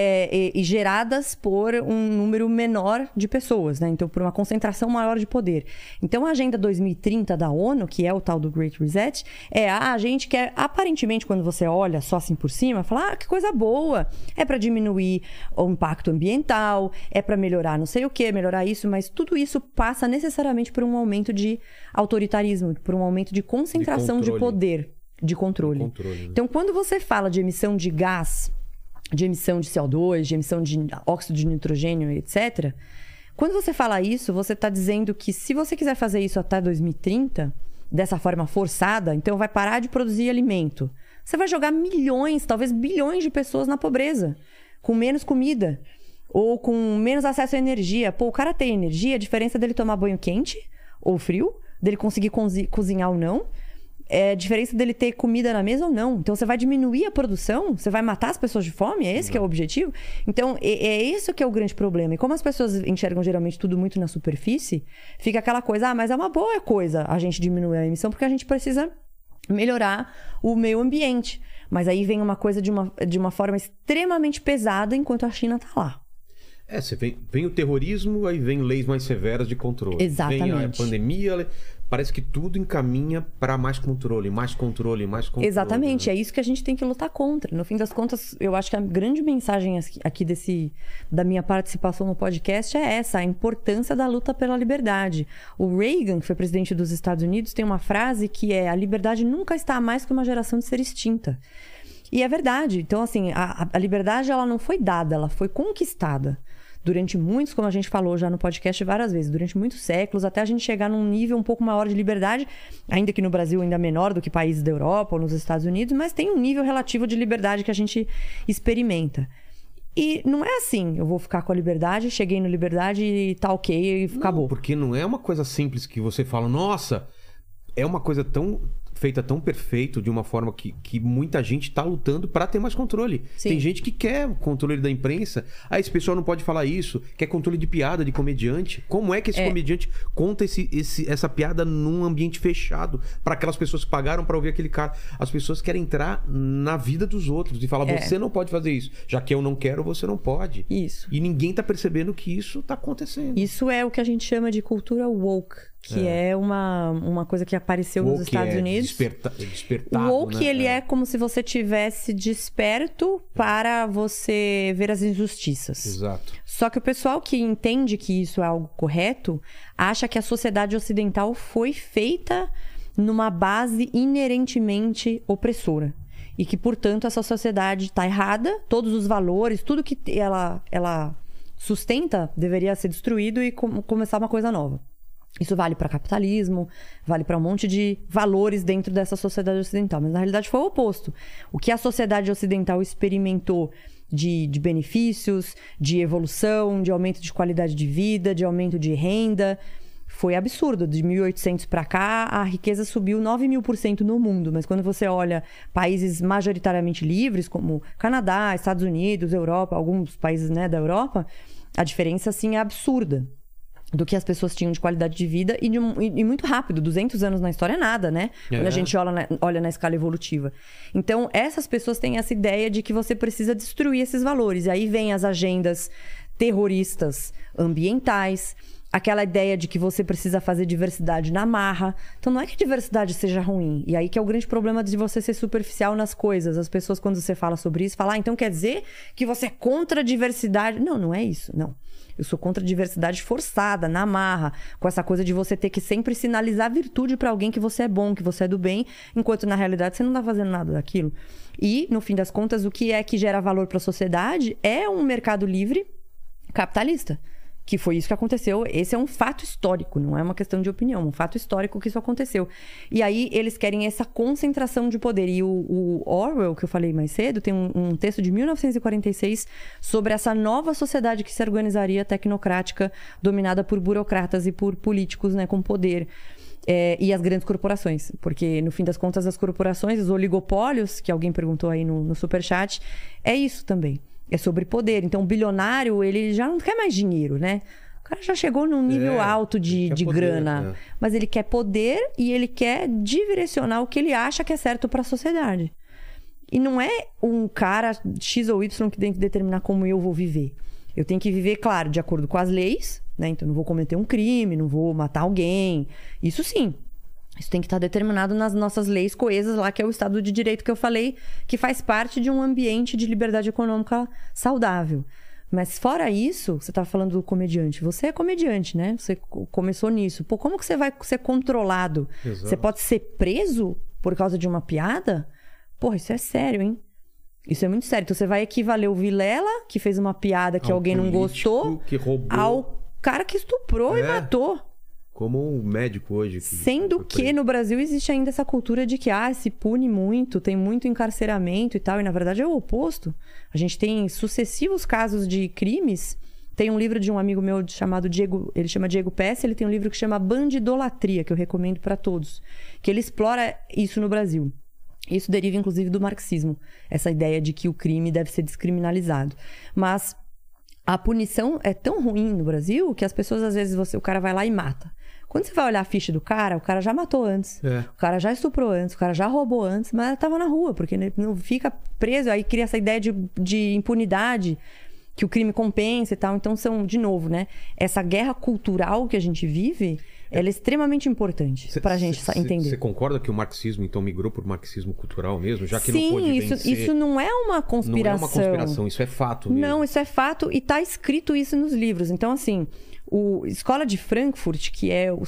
e geradas por um número menor de pessoas, né? Então, por uma concentração maior de poder. Então, a Agenda 2030 da ONU, que é o tal do Great Reset, a gente quer, aparentemente, quando você olha só assim por cima, fala, que coisa boa! É para diminuir o impacto ambiental, é para melhorar não sei o quê, melhorar isso, mas tudo isso passa necessariamente por um aumento de autoritarismo, por um aumento de concentração de poder. De controle. Né? Então, quando você fala de emissão de gás, de emissão de CO2, de emissão de óxido de nitrogênio, etc., quando você fala isso, você está dizendo que se você quiser fazer isso até 2030, dessa forma forçada, então vai parar de produzir alimento. Você vai jogar milhões, talvez bilhões de pessoas na pobreza, com menos comida, ou com menos acesso à energia. Pô, o cara tem energia, a diferença dele tomar banho quente ou frio, dele conseguir cozinhar ou não, é a diferença dele ter comida na mesa ou não. Então, você vai diminuir a produção? Você vai matar as pessoas de fome? É esse que é o objetivo? Então, é isso que é o grande problema. E como as pessoas enxergam geralmente tudo muito na superfície, fica aquela coisa, mas é uma boa coisa a gente diminuir a emissão porque a gente precisa melhorar o meio ambiente. Mas aí vem uma coisa de uma forma extremamente pesada enquanto a China está lá. Você vem o terrorismo, aí vem leis mais severas de controle. Exatamente. Vem a pandemia, parece que tudo encaminha para mais controle, mais controle, mais controle. Exatamente, né? é isso que a gente tem que lutar contra. No fim das contas, eu acho que a grande mensagem aqui da minha participação no podcast é essa, a importância da luta pela liberdade. O Reagan, que foi presidente dos Estados Unidos, tem uma frase que é: a liberdade nunca está a mais que uma geração de ser extinta. E é verdade. Então, assim, a liberdade ela não foi dada, ela foi conquistada. Durante muitos, como a gente falou já no podcast várias vezes, durante muitos séculos, até a gente chegar num nível um pouco maior de liberdade, ainda que no Brasil ainda menor do que países da Europa ou nos Estados Unidos, mas tem um nível relativo de liberdade que a gente experimenta. E não é assim, eu vou ficar com a liberdade, cheguei na liberdade e tá ok, e acabou. Porque não é uma coisa simples que você fala, nossa, é uma coisa feita tão perfeito, de uma forma que muita gente está lutando para ter mais controle. Sim. Tem gente que quer o controle da imprensa. Esse pessoal não pode falar isso. Quer controle de piada, de comediante. Como é que esse comediante conta essa piada num ambiente fechado para aquelas pessoas que pagaram para ouvir aquele cara? As pessoas querem entrar na vida dos outros e falar, você não pode fazer isso. Já que eu não quero, você não pode. Isso. E ninguém está percebendo que isso está acontecendo. Isso é o que a gente chama de cultura woke, que é uma coisa que apareceu nos Estados Unidos. Despertado, o woke, né? ele é como se você tivesse desperto para você ver as injustiças. Exato. Só que o pessoal que entende que isso é algo correto, acha que a sociedade ocidental foi feita numa base inerentemente opressora. E que, portanto, essa sociedade está errada, todos os valores, tudo que ela sustenta deveria ser destruído e começar uma coisa nova. Isso vale para capitalismo, vale para um monte de valores dentro dessa sociedade ocidental. Mas, na realidade, foi o oposto. O que a sociedade ocidental experimentou de benefícios, de evolução, de aumento de qualidade de vida, de aumento de renda, foi absurdo. De 1800 para cá, a riqueza subiu 9.000% no mundo. Mas quando você olha países majoritariamente livres, como Canadá, Estados Unidos, Europa, alguns países, né, da Europa, a diferença, assim, é absurda do que as pessoas tinham de qualidade de vida e muito rápido. 200 anos na história é nada, né? Quando a gente olha na escala evolutiva. Então, essas pessoas têm essa ideia de que você precisa destruir esses valores. E aí vem as agendas terroristas ambientais, aquela ideia de que você precisa fazer diversidade na marra. Então, não é que a diversidade seja ruim. E aí que é o grande problema de você ser superficial nas coisas. As pessoas, quando você fala sobre isso, falam, então quer dizer que você é contra a diversidade. Não, não é isso, não. Eu sou contra a diversidade forçada, na marra, com essa coisa de você ter que sempre sinalizar virtude para alguém que você é bom, que você é do bem, enquanto na realidade você não tá fazendo nada daquilo. E, no fim das contas, o que é que gera valor para a sociedade é um mercado livre capitalista. Que foi isso que aconteceu. Esse é um fato histórico, não é uma questão de opinião. Um fato histórico que isso aconteceu. E aí, eles querem essa concentração de poder. E o Orwell, que eu falei mais cedo, tem um texto de 1946 sobre essa nova sociedade que se organizaria tecnocrática, dominada por burocratas e por políticos, né, com poder. E as grandes corporações. Porque, no fim das contas, as corporações, os oligopólios, que alguém perguntou aí no Superchat, é isso também. É sobre poder. Então, o bilionário, ele já não quer mais dinheiro, né? O cara já chegou num nível alto de poder, grana. Mas ele quer poder e ele quer direcionar o que ele acha que é certo para a sociedade. E não é um cara X ou Y que tem que determinar como eu vou viver. Eu tenho que viver, claro, de acordo com as leis, né? Então, não vou cometer um crime, não vou matar alguém. Isso sim. Isso tem que estar determinado nas nossas leis coesas lá, que é o Estado de Direito que eu falei, que faz parte de um ambiente de liberdade econômica saudável. Mas fora isso, você estava falando do comediante. Você é comediante, né? Você começou nisso. Pô, como que você vai ser controlado? Exato. Você pode ser preso por causa de uma piada? Porra, isso é sério, hein? Isso é muito sério. Então você vai equivaler o Vilela, que fez uma piada que Ao alguém não político gostou, que roubou. ao cara que estuprou e matou. Como o médico hoje. Sendo que no Brasil existe ainda essa cultura de que se pune muito, tem muito encarceramento e tal. E na verdade é o oposto. A gente tem sucessivos casos de crimes. Tem um livro de um amigo meu chamado Diego, ele chama Diego Pesce, ele tem um livro que chama Bandidolatria, que eu recomendo para todos. Que ele explora isso no Brasil. Isso deriva inclusive do marxismo. Essa ideia de que o crime deve ser descriminalizado. Mas a punição é tão ruim no Brasil que as pessoas, às vezes, o cara vai lá e mata. Quando você vai olhar a ficha do cara, o cara já matou antes. O cara já estuprou antes, o cara já roubou antes, mas tava na rua, porque não fica preso. Aí cria essa ideia de impunidade, que o crime compensa e tal. Então, de novo, né? Essa guerra cultural que a gente vive, ela é extremamente importante pra gente entender. Você concorda que o marxismo, então, migrou pro marxismo cultural mesmo? Já que Sim, não pôde vencer... isso não é uma conspiração. Não é uma conspiração, isso é fato mesmo. Não, isso é fato e tá escrito isso nos livros. Então, assim... O Escola de Frankfurt, que é o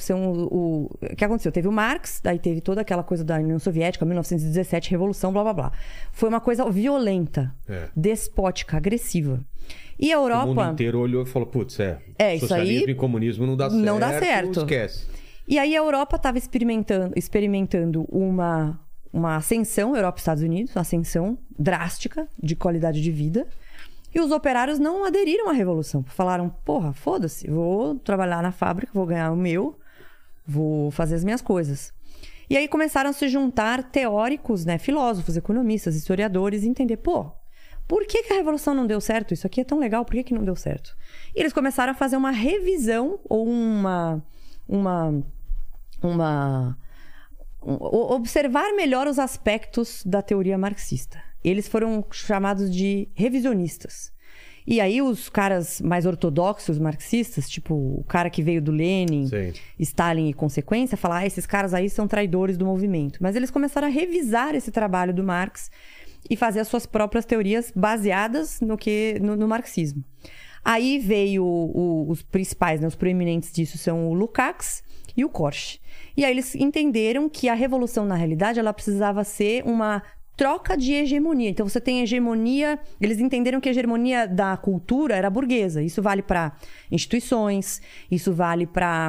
que aconteceu? Teve o Marx, daí teve toda aquela coisa da União Soviética, 1917, Revolução, blá, blá, blá. Foi uma coisa violenta, despótica, agressiva. E a Europa... O mundo inteiro olhou e falou, putz, isso socialismo aí e comunismo não dá certo. Não dá certo. Esquece. E aí a Europa estava experimentando uma ascensão, Europa e Estados Unidos, uma ascensão drástica de qualidade de vida. E os operários não aderiram à revolução. Falaram, porra, foda-se, vou trabalhar na fábrica, vou ganhar o meu, vou fazer as minhas coisas. E aí começaram a se juntar teóricos, né, filósofos, economistas, historiadores, e entender, por que a revolução não deu certo? Isso aqui é tão legal, por que não deu certo? E eles começaram a fazer uma revisão ou observar melhor os aspectos da teoria marxista. Eles foram chamados de revisionistas. E aí os caras mais ortodoxos marxistas, tipo o cara que veio do Lenin, Stalin e consequência, falar, esses caras aí são traidores do movimento. Mas eles começaram a revisar esse trabalho do Marx e fazer as suas próprias teorias baseadas no marxismo. Aí veio os principais, né, os proeminentes disso são o Lukács e o Korsch. E aí eles entenderam que a revolução, na realidade, ela precisava ser uma troca de hegemonia. Então você tem hegemonia... Eles entenderam que a hegemonia da cultura era burguesa. Isso vale para instituições, isso vale para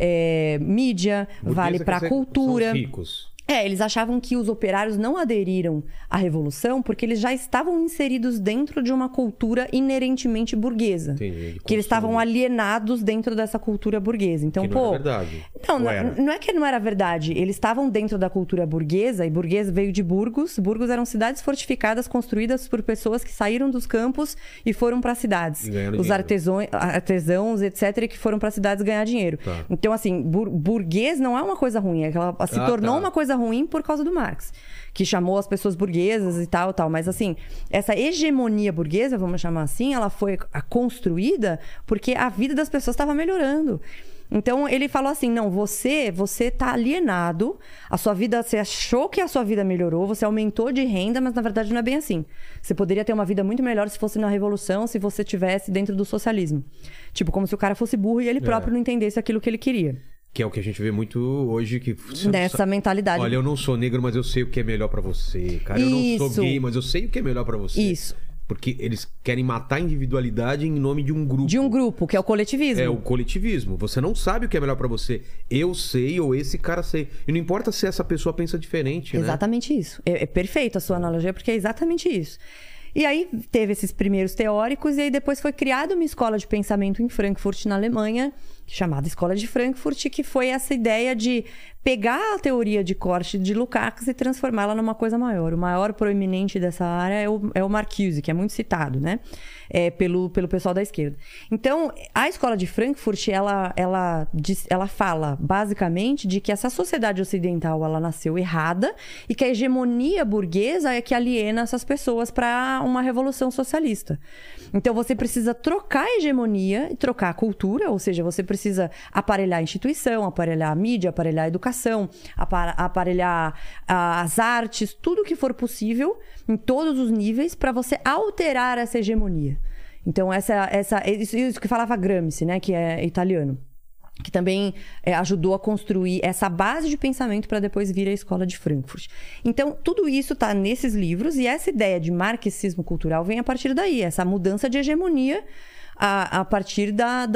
mídia, burguesa, vale para cultura. São os ricos. Eles achavam que os operários não aderiram à revolução porque eles já estavam inseridos dentro de uma cultura inerentemente burguesa. Entendi, que eles estavam alienados dentro dessa cultura burguesa. Então, que não era verdade. Não é que não era verdade. Eles estavam dentro da cultura burguesa, e burguesa veio de Burgos. Burgos eram cidades fortificadas construídas por pessoas que saíram dos campos e foram para as cidades. Os artesãos, etc., que foram para as cidades ganhar dinheiro. Tá. Então, assim, burguês não é uma coisa ruim. Ela se tornou uma coisa ruim por causa do Marx, que chamou as pessoas burguesas e tal. Mas assim, essa hegemonia burguesa, vamos chamar assim, ela foi construída porque a vida das pessoas estava melhorando. Então ele falou assim, não, você tá alienado, a sua vida, você achou que a sua vida melhorou, você aumentou de renda, mas na verdade não é bem assim. Você poderia ter uma vida muito melhor se fosse na revolução, se você estivesse dentro do socialismo. Tipo, como se o cara fosse burro e ele próprio não entendesse aquilo que ele queria. Que é o que a gente vê muito hoje. Nessa mentalidade. Olha, eu não sou negro, mas eu sei o que é melhor pra você. Cara, eu não sou gay, mas eu sei o que é melhor pra você. Isso. Porque eles querem matar a individualidade em nome de um grupo. De um grupo, que é o coletivismo. É o coletivismo. Você não sabe o que é melhor pra você. Eu sei ou esse cara sei. E não importa se essa pessoa pensa diferente, né? Exatamente isso. É perfeito a sua analogia, porque é exatamente isso. E aí teve esses primeiros teóricos, e aí depois foi criada uma escola de pensamento em Frankfurt, na Alemanha, chamada Escola de Frankfurt, que foi essa ideia de pegar a teoria de corte de Lukács e transformá-la numa coisa maior. O maior proeminente dessa área é o Marcuse, que é muito citado, né? Pelo pessoal da esquerda. Então, a Escola de Frankfurt, ela fala, basicamente, de que essa sociedade ocidental, ela nasceu errada e que a hegemonia burguesa é que aliena essas pessoas para uma revolução socialista. Então, você precisa trocar a hegemonia e trocar a cultura, ou seja, você precisa aparelhar a instituição, aparelhar a mídia, aparelhar a educação, aparelhar as artes, tudo que for possível, em todos os níveis, para você alterar essa hegemonia. Então, isso que falava Gramsci, né, que é italiano, que também ajudou a construir essa base de pensamento para depois vir a Escola de Frankfurt. Então, tudo isso está nesses livros, e essa ideia de marxismo cultural vem a partir daí, essa mudança de hegemonia a partir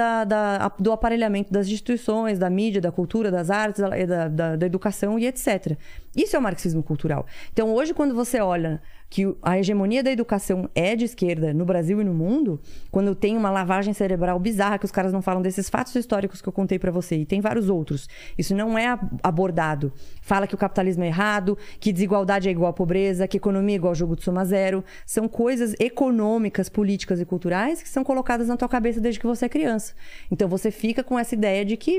do aparelhamento das instituições, da mídia, da cultura, das artes, da educação e etc. Isso é o marxismo cultural. Então, hoje, quando você olha que a hegemonia da educação é de esquerda no Brasil e no mundo, quando tem uma lavagem cerebral bizarra, que os caras não falam desses fatos históricos que eu contei pra você, e tem vários outros, isso não é abordado. Fala que o capitalismo é errado, que desigualdade é igual a pobreza, que economia é igual ao jogo de soma zero. São coisas econômicas, políticas e culturais que são colocadas na tua cabeça desde que você é criança. Então você fica com essa ideia de que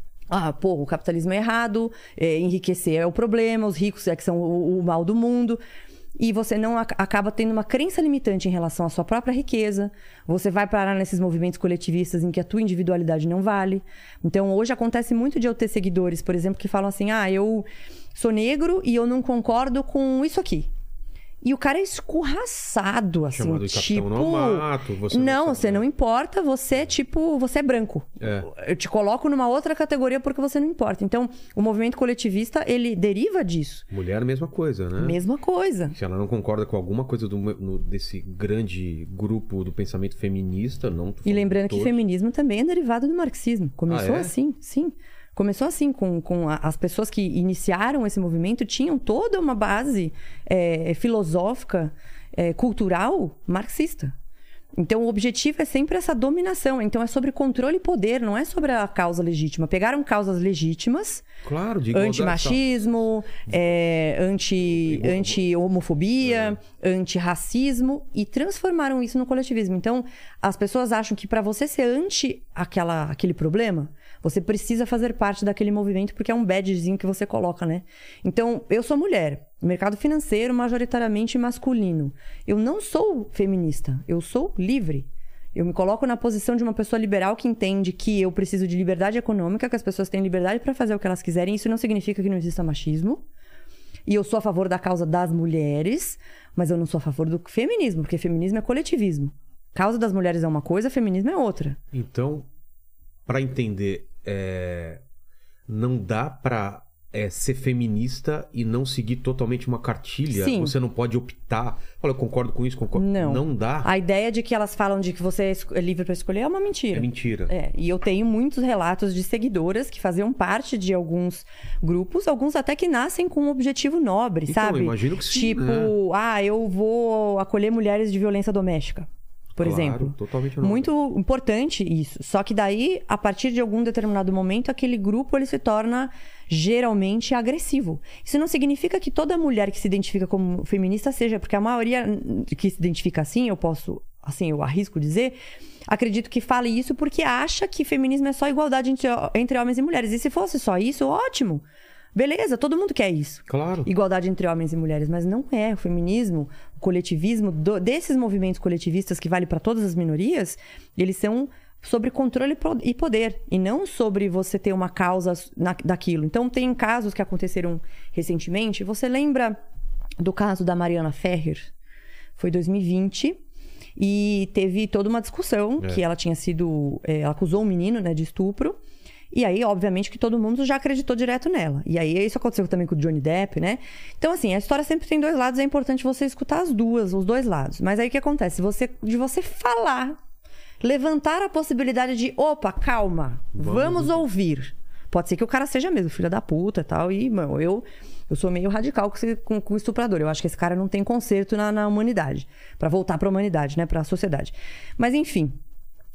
o capitalismo é errado, enriquecer é o problema, os ricos é que são o mal do mundo. E você não acaba tendo uma crença limitante em relação à sua própria riqueza. Você vai parar nesses movimentos coletivistas em que a tua individualidade não vale. Então, hoje acontece muito de eu ter seguidores, por exemplo, que falam assim: eu sou negro e eu não concordo com isso aqui. E o cara é escorraçado, assim, chamado de tipo... Capitão Nomato, você não importa, você é branco. Eu te coloco numa outra categoria porque você não importa. Então, o movimento coletivista, ele deriva disso. Mulher, mesma coisa, né? Mesma coisa. Se ela não concorda com alguma coisa desse grande grupo do pensamento feminista, não... E lembrando que feminismo também é derivado do marxismo. Começou assim, sim. Começou assim, com as pessoas que iniciaram esse movimento tinham toda uma base filosófica, cultural, marxista. Então, o objetivo é sempre essa dominação. Então, é sobre controle e poder, não é sobre a causa legítima. Pegaram causas legítimas, claro, de antimachismo, anti-homofobia, antirracismo, e transformaram isso no coletivismo. Então, as pessoas acham que para você ser anti aquele problema, você precisa fazer parte daquele movimento porque é um badgezinho que você coloca, né? Então, eu sou mulher. Mercado financeiro majoritariamente masculino. Eu não sou feminista. Eu sou livre. Eu me coloco na posição de uma pessoa liberal que entende que eu preciso de liberdade econômica, que as pessoas têm liberdade para fazer o que elas quiserem. Isso não significa que não exista machismo. E eu sou a favor da causa das mulheres, mas eu não sou a favor do feminismo, porque feminismo é coletivismo. Causa das mulheres é uma coisa, feminismo é outra. Então, para entender... não dá pra ser feminista e não seguir totalmente uma cartilha. Sim. Você não pode optar. Olha, eu concordo com isso, concordo. Não dá. A ideia de que elas falam de que você é livre pra escolher é uma mentira. É mentira. E eu tenho muitos relatos de seguidoras que faziam parte de alguns grupos, alguns até que nascem com um objetivo nobre, então, sabe? Eu imagino que sim. Tipo, eu vou acolher mulheres de violência doméstica. Por exemplo. Totalmente nobre. Muito importante isso. Só que daí, a partir de algum determinado momento, aquele grupo ele se torna geralmente agressivo. Isso não significa que toda mulher que se identifica como feminista seja, porque a maioria que se identifica assim, eu arrisco dizer, acredito que fale isso porque acha que feminismo é só igualdade entre homens e mulheres. E se fosse só isso, ótimo. Beleza, todo mundo quer isso. Claro. Igualdade entre homens e mulheres, mas não é. O feminismo, o coletivismo, desses movimentos coletivistas que vale para todas as minorias, eles são sobre controle e poder, e não sobre você ter uma causa daquilo. Então, tem casos que aconteceram recentemente. Você lembra do caso da Mariana Ferrer? Foi 2020, e teve toda uma discussão que ela tinha sido... ela acusou um menino, né, de estupro. E aí, obviamente, que todo mundo já acreditou direto nela. E aí, isso aconteceu também com o Johnny Depp, né? Então, assim, a história sempre tem dois lados. É importante você escutar os dois lados. Mas aí, o que acontece? De você falar, levantar a possibilidade de... Opa, calma, vamos ouvir. Pode ser que o cara seja mesmo filho da puta e tal. E, mano, eu sou meio radical com o estuprador. Eu acho que esse cara não tem conserto na humanidade. Pra voltar pra humanidade, né? Pra sociedade. Mas, enfim...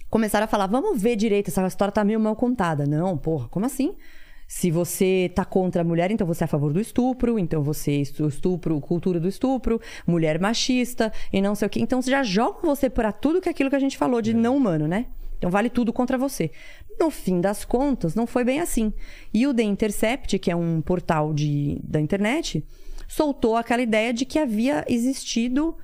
começaram a falar, vamos ver direito, essa história tá meio mal contada. Não, porra, como assim? Se você tá contra a mulher, então você é a favor do estupro, então você estupro, cultura do estupro, mulher machista e não sei o quê. Então já jogam você para tudo que aquilo que a gente falou de não humano, né? Então vale tudo contra você. No fim das contas, não foi bem assim. E o The Intercept, que é um portal da internet, soltou aquela ideia de que havia existido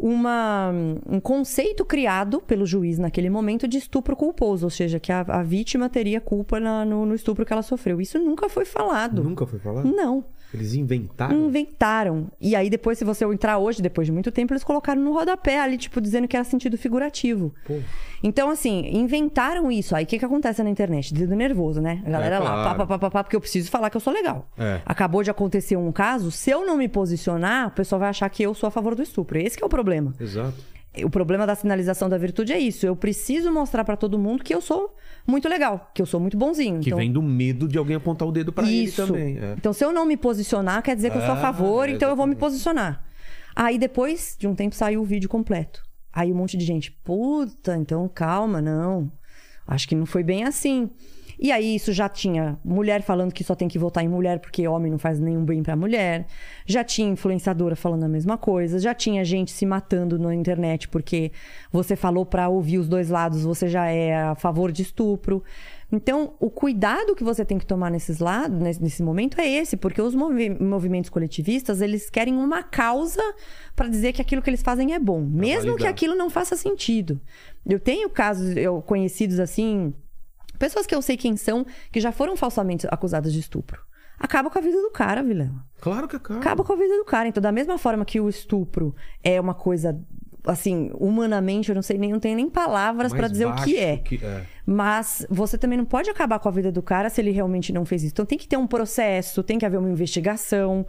um conceito criado pelo juiz naquele momento de estupro culposo, ou seja, que a vítima teria culpa no estupro que ela sofreu. Isso nunca foi falado. Nunca foi falado? Não. Eles inventaram? Inventaram. E aí depois, se você entrar hoje, depois de muito tempo, eles colocaram no rodapé ali, tipo, dizendo que era sentido figurativo. Pô. Então, assim, inventaram isso. Aí o que acontece na internet? Dedo nervoso, né? A galera lá, pá, porque eu preciso falar que eu sou legal. Acabou de acontecer um caso, se eu não me posicionar, o pessoal vai achar que eu sou a favor do estupro. Esse que é o problema. Exato. O problema da sinalização da virtude é isso. Eu preciso mostrar pra todo mundo que eu sou muito legal, que eu sou muito bonzinho. Que vem do medo de alguém apontar o dedo pra ele também. Então, se eu não me posicionar, quer dizer que eu sou a favor, então eu vou me posicionar. Aí, depois de um tempo, saiu o vídeo completo. Aí, um monte de gente, puta, então calma, não. Acho que não foi bem assim. E aí, isso já tinha mulher falando que só tem que votar em mulher porque homem não faz nenhum bem pra mulher. Já tinha influenciadora falando a mesma coisa. Já tinha gente se matando na internet porque você falou pra ouvir os dois lados, você já é a favor de estupro. Então, o cuidado que você tem que tomar nesse momento é esse, porque os movimentos coletivistas, eles querem uma causa pra dizer que aquilo que eles fazem é bom, mesmo que aquilo não faça sentido. Eu tenho casos, conhecidos assim, pessoas que eu sei quem são, que já foram falsamente acusadas de estupro. Acaba com a vida do cara, Vilela. Claro que acaba. Acaba com a vida do cara. Então, da mesma forma que o estupro é uma coisa, assim, humanamente, eu não tenho nem palavras pra dizer o que é. Mas você também não pode acabar com a vida do cara se ele realmente não fez isso. Então, tem que ter um processo, tem que haver uma investigação.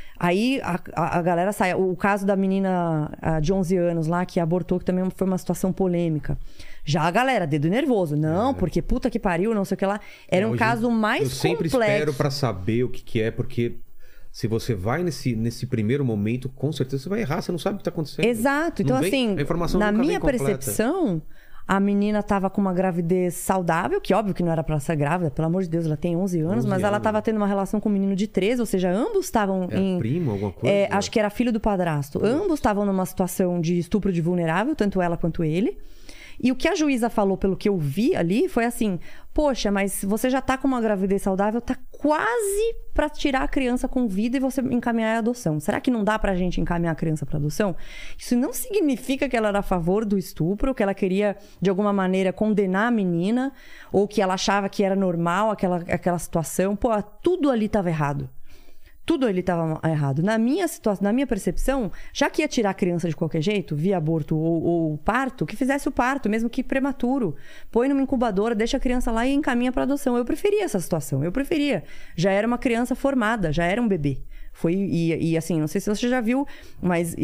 Aí a galera sai. O caso da menina de 11 anos lá, que abortou, que também foi uma situação polêmica. Já a galera, dedo nervoso. Não, porque puta que pariu, não sei o que lá. Era um caso mais complexo. Eu sempre espero pra saber o que é, porque se você vai nesse primeiro momento, com certeza você vai errar, você não sabe o que tá acontecendo. Exato. Então, assim, na minha percepção, a menina tava com uma gravidez saudável, que óbvio que não era pra ser grávida, pelo amor de Deus, ela tem 11 anos, mas ela tava tendo uma relação com um menino de 13, ou seja, ambos estavam em... primo, alguma coisa? Acho que era filho do padrasto. Ambos estavam numa situação de estupro de vulnerável, tanto ela quanto ele. E o que a juíza falou, pelo que eu vi ali, foi assim: poxa, mas você já tá com uma gravidez saudável, tá quase pra tirar a criança com vida e você encaminhar a adoção. Será que não dá pra gente encaminhar a criança pra adoção? Isso não significa que ela era a favor do estupro, que ela queria, de alguma maneira, condenar a menina, ou que ela achava que era normal aquela situação. Pô, tudo ali tava errado. Tudo ele estava errado. Na minha situação, na minha percepção, já que ia tirar a criança de qualquer jeito, via aborto ou parto, que fizesse o parto, mesmo que prematuro. Põe numa incubadora, deixa a criança lá e encaminha para adoção. Eu preferia essa situação, eu preferia. Já era uma criança formada, já era um bebê. E assim, não sei se você já viu, mas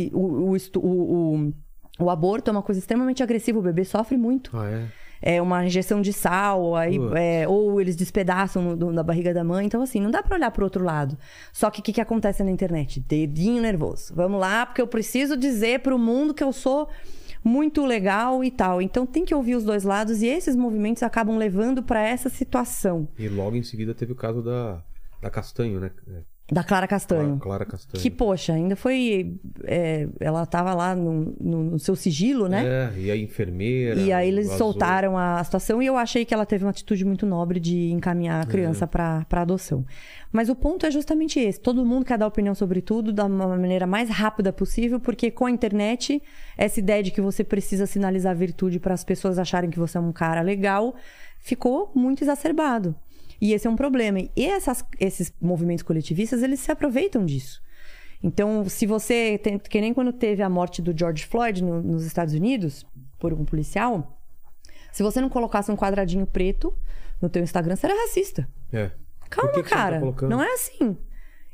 o aborto é uma coisa extremamente agressiva, o bebê sofre muito. Ah, é? É uma injeção de sal, ou eles despedaçam na barriga da mãe. Então, assim, não dá pra olhar pro outro lado. Só que o que acontece na internet? Dedinho nervoso. Vamos lá, porque eu preciso dizer pro mundo que eu sou muito legal e tal. Então, tem que ouvir os dois lados. E esses movimentos acabam levando pra essa situação. E logo em seguida teve o caso da Castanho, né? Da Clara Castanho. Clara Castanho. Que, poxa, ainda foi... ela tava lá no seu sigilo, né? E a enfermeira... E aí eles soltaram a situação e eu achei que ela teve uma atitude muito nobre de encaminhar a criança pra adoção. Mas o ponto é justamente esse. Todo mundo quer dar opinião sobre tudo da maneira mais rápida possível, porque com a internet, essa ideia de que você precisa sinalizar virtude para as pessoas acharem que você é um cara legal, ficou muito exacerbado. E esse é um problema. E esses movimentos coletivistas, eles se aproveitam disso. Então, se você... que nem quando teve a morte do George Floyd nos Estados Unidos, por um policial, se você não colocasse um quadradinho preto no teu Instagram, você era racista. Calma, cara. Não é assim.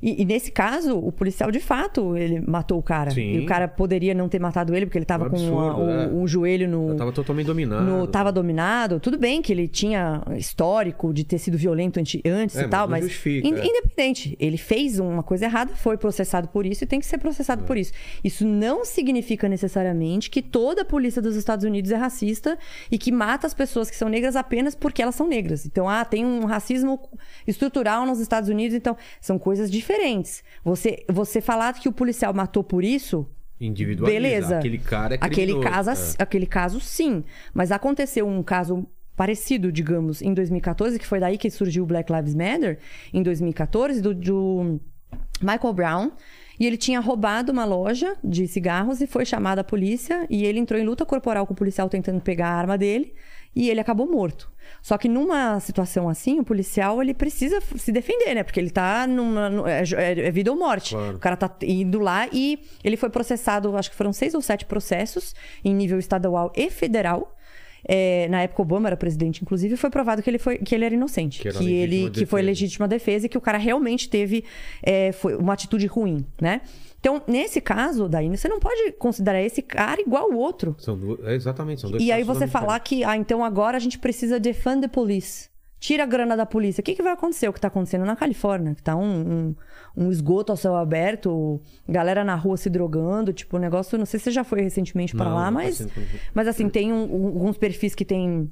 E nesse caso, o policial, de fato, ele matou o cara. Sim. E o cara poderia não ter matado ele, porque ele tava Absurdo, com um joelho no... Tava totalmente dominado. Tava dominado. Tudo bem que ele tinha histórico de ter sido violento antes e tal, mas não mas justifica, independente. Ele fez uma coisa errada, foi processado por isso e tem que ser processado por isso. Isso não significa necessariamente que toda a polícia dos Estados Unidos é racista e que mata as pessoas que são negras apenas porque elas são negras. Então, tem um racismo estrutural nos Estados Unidos, então são coisas diferentes. Você falar que o policial matou por isso, individualiza. beleza. Aquele cara é criminoso. Aquele caso, sim. Mas aconteceu um caso parecido, digamos, em 2014, que foi daí que surgiu o Black Lives Matter, em 2014, do Michael Brown. E ele tinha roubado uma loja de cigarros e foi chamado a polícia. E ele entrou em luta corporal com o policial tentando pegar a arma dele. E ele acabou morto. Só que numa situação assim, o policial, ele precisa se defender, né? Porque ele tá é vida ou morte. Claro. O cara tá indo lá e ele foi processado, acho que foram 6 ou 7 processos em nível estadual e federal. Na época, Obama era presidente, inclusive, foi provado que ele era inocente. Que foi legítima defesa e que o cara realmente teve foi uma atitude ruim, né? Então, nesse caso, daí, você não pode considerar esse cara igual o outro. Exatamente, são dois E aí casos você falar que, então agora a gente precisa defund the police. Tira a grana da polícia. O que vai acontecer? O que tá acontecendo na Califórnia? Que tá um esgoto ao céu aberto, galera na rua se drogando, tipo, o negócio... Não sei se você já foi recentemente para lá, mas assim, tem alguns perfis que tem...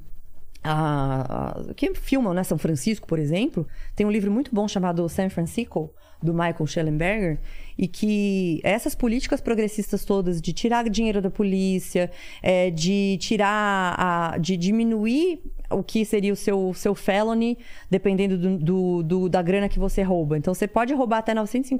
que filmam, né? São Francisco, por exemplo. Tem um livro muito bom chamado San Francisco, do Michael Schellenberger, e que essas políticas progressistas todas de tirar dinheiro da polícia, de diminuir o que seria o seu felony, dependendo da grana que você rouba. Então, você pode roubar até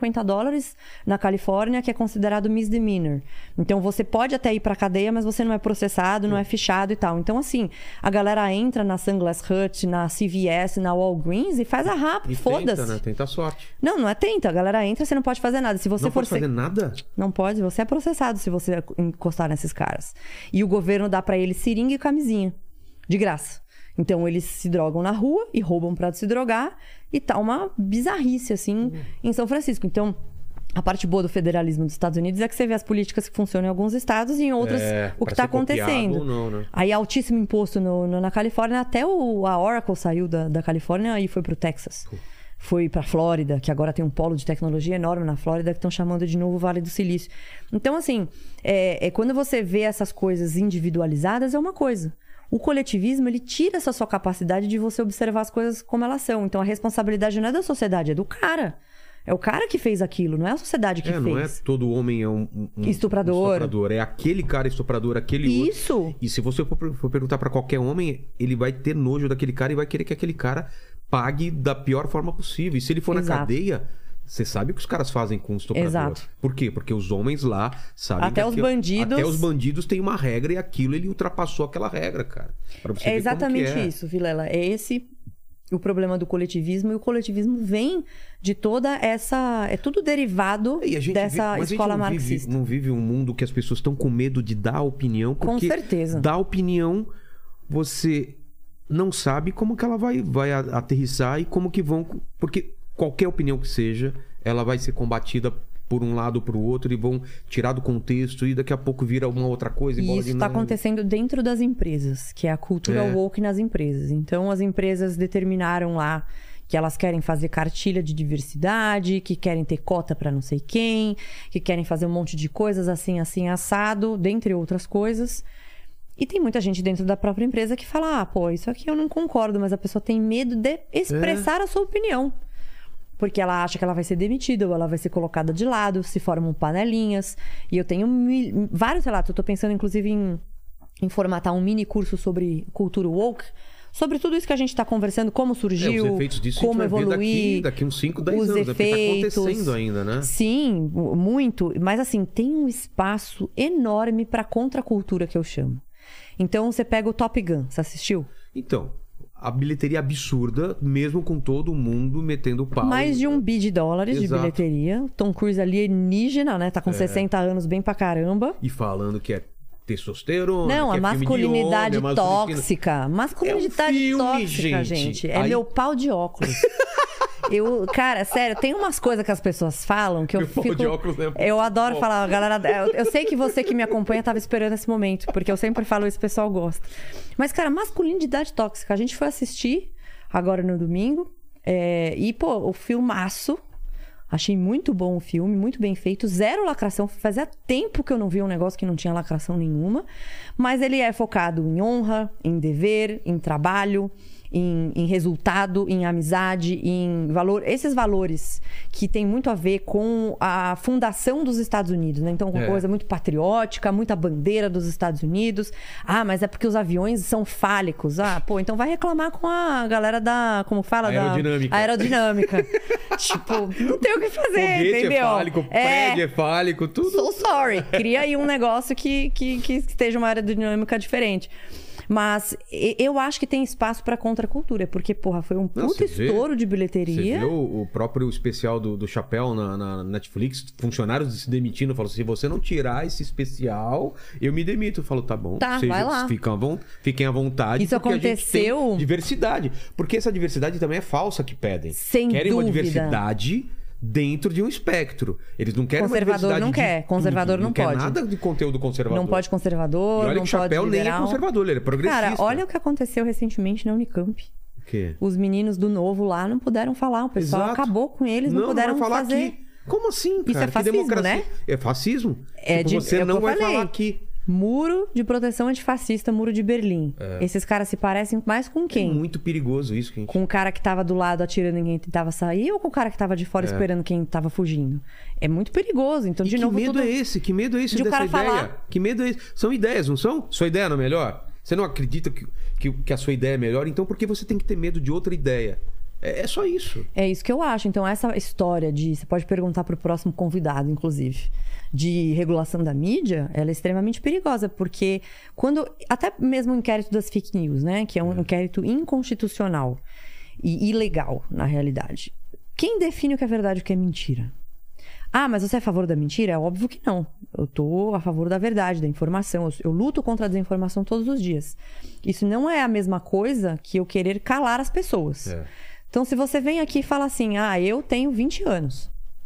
$950 na Califórnia, que é considerado misdemeanor. Então, você pode até ir pra cadeia, mas você não é processado, não é fichado e tal. Então, assim, a galera entra na Sunglass Hut, na CVS, na Walgreens e faz a rapa, foda-se. Tenta, né? Tenta a sorte. Não é tenta. A galera entra, você não pode fazer nada. Se você não pode fazer nada? Não pode, você é processado se você encostar nesses caras. E o governo dá pra eles seringa e camisinha, de graça. Então, eles se drogam na rua e roubam pra se drogar. E tá uma bizarrice, assim, em São Francisco. Então, a parte boa do federalismo dos Estados Unidos é que você vê as políticas que funcionam em alguns estados e em outros o que tá acontecendo. Ou não, né? Aí, altíssimo imposto na Califórnia. Até a Oracle saiu da Califórnia e foi pro Texas. Foi pra Flórida, que agora tem um polo de tecnologia enorme na Flórida, que estão chamando de novo Vale do Silício. Então, assim, quando você vê essas coisas individualizadas, é uma coisa. O coletivismo, ele tira essa sua capacidade de você observar as coisas como elas são. Então, a responsabilidade não é da sociedade, é do cara. É o cara que fez aquilo, não é a sociedade que fez. Não é todo homem é um estuprador. É aquele cara estuprador, aquele outro. E se você for perguntar pra qualquer homem, ele vai ter nojo daquele cara e vai querer que aquele cara pague da pior forma possível. E se ele for na cadeia... Você sabe o que os caras fazem com o estuprador. Exato. Por quê? Porque os homens lá sabem até os bandidos... Até os bandidos têm uma regra e aquilo ele ultrapassou aquela regra, cara. Pra você ver exatamente isso, Vilela. É esse o problema do coletivismo. E o coletivismo vem de toda essa... É tudo derivado dessa escola marxista. Não vive um mundo que as pessoas estão com medo de dar opinião. Porque com certeza. Dar opinião, você não sabe como que ela vai aterrissar e como que vão... Porque... Qualquer opinião que seja, ela vai ser combatida por um lado ou por outro e vão tirar do contexto e daqui a pouco vira uma outra coisa. E isso está acontecendo dentro das empresas, que é a cultura woke nas empresas. Então, as empresas determinaram lá que elas querem fazer cartilha de diversidade, que querem ter cota para não sei quem, que querem fazer um monte de coisas assim, assado, dentre outras coisas. E tem muita gente dentro da própria empresa que fala, isso aqui eu não concordo, mas a pessoa tem medo de expressar a sua opinião. Porque ela acha que ela vai ser demitida ou ela vai ser colocada de lado, se formam panelinhas. E eu tenho vários relatos. Eu tô pensando, inclusive, em formatar um mini curso sobre cultura woke. Sobre tudo isso que a gente tá conversando, como surgiu, os efeitos disso como evoluir. Daqui uns 5, 10 os anos. Efeitos. Tá acontecendo ainda, né? Sim, muito. Mas assim, tem um espaço enorme pra contracultura que eu chamo. Então, você pega o Top Gun. Você assistiu? Então... A bilheteria absurda, mesmo com todo mundo metendo pau. Mais de $1 bilhão de bilheteria. Tom Cruise alienígena, né? Tá com 60 anos, bem pra caramba. E falando que é testosterona, não, que a masculinidade homem, tóxica. Masculinidade tóxica, gente. É meu pau de óculos. Cara, sério, tem umas coisas que as pessoas falam que eu Meu pau fico... de óculos é muito Eu adoro bom. falar, galera... Eu sei que você que me acompanha tava esperando esse momento, porque eu sempre falo isso, o pessoal gosta. Mas, cara, masculinidade tóxica. A gente foi assistir agora no domingo, e, pô, o filmaço... Achei muito bom o filme, muito bem feito. Zero lacração. Fazia tempo que eu não via um negócio que não tinha lacração nenhuma. Mas ele é focado em honra, em dever, em trabalho, em resultado, em amizade, em valor. Esses valores que tem muito a ver com a fundação dos Estados Unidos, né? Então, uma coisa muito patriótica, muita bandeira dos Estados Unidos. Ah, mas é porque os aviões são fálicos. Ah, pô, então vai reclamar com a galera da... Como fala? Aerodinâmica. Aerodinâmica. Tipo, não tem o que fazer, Foguete entendeu? é fálico, prédio é fálico, tudo. So sorry. Cria aí um negócio que esteja uma aerodinâmica diferente. Mas eu acho que tem espaço pra contracultura, porque, porra, foi um puta estouro de bilheteria. Você viu o próprio especial do Chapéu na Netflix? Funcionários se demitindo, falam: se você não tirar esse especial, eu me demito. Eu falo: tá bom, Tá, vai lá. Fiquem à vontade. Isso porque aconteceu. A gente tem diversidade. Porque essa diversidade também é falsa que pedem. Sem Querem uma dúvida. diversidade dentro de um espectro. Eles não querem Conservador uma diversidade não quer. de Conservador tudo. não quer pode. nada de conteúdo conservador. Não pode conservador, E olha não que o pode Chapéu nem é liberal. conservador, ele é progressista. Cara, olha o que aconteceu recentemente na Unicamp. O quê? Os meninos do Novo lá não puderam falar. O pessoal Exato. acabou com eles, não puderam vai falar fazer. aqui. Como assim, cara? Isso é Que fascismo, democracia? né? É fascismo. É de- você é o que não eu vai falei. falar aqui. Muro de proteção antifascista, muro de Berlim. Esses caras se parecem mais com É quem? muito perigoso isso, gente. Com o cara que tava do lado atirando em quem tentava sair ou com o cara que tava de fora esperando quem tava fugindo? É muito perigoso. Então, de E novo, que medo tudo... é esse? Que medo é esse de o dessa cara ideia? falar. Que medo é esse? São ideias, não são? Sua ideia não é melhor? Você não acredita que a sua ideia é melhor? Então por que você tem que ter medo de outra ideia? É só isso. É isso que eu acho. Então, essa história de... Você pode perguntar pro próximo convidado, inclusive. De regulação da mídia, ela é extremamente perigosa. Porque quando... Até mesmo o inquérito das fake news, né? Que é um inquérito inconstitucional. E ilegal, na realidade. Quem define o que é verdade e o que é mentira? Ah, mas você é a favor da mentira? É óbvio que não. Eu tô a favor da verdade, da informação. Eu luto contra a desinformação todos os dias. Isso não é a mesma coisa que eu querer calar as pessoas. Então, se você vem aqui e fala assim: ah, eu tenho 20 anos.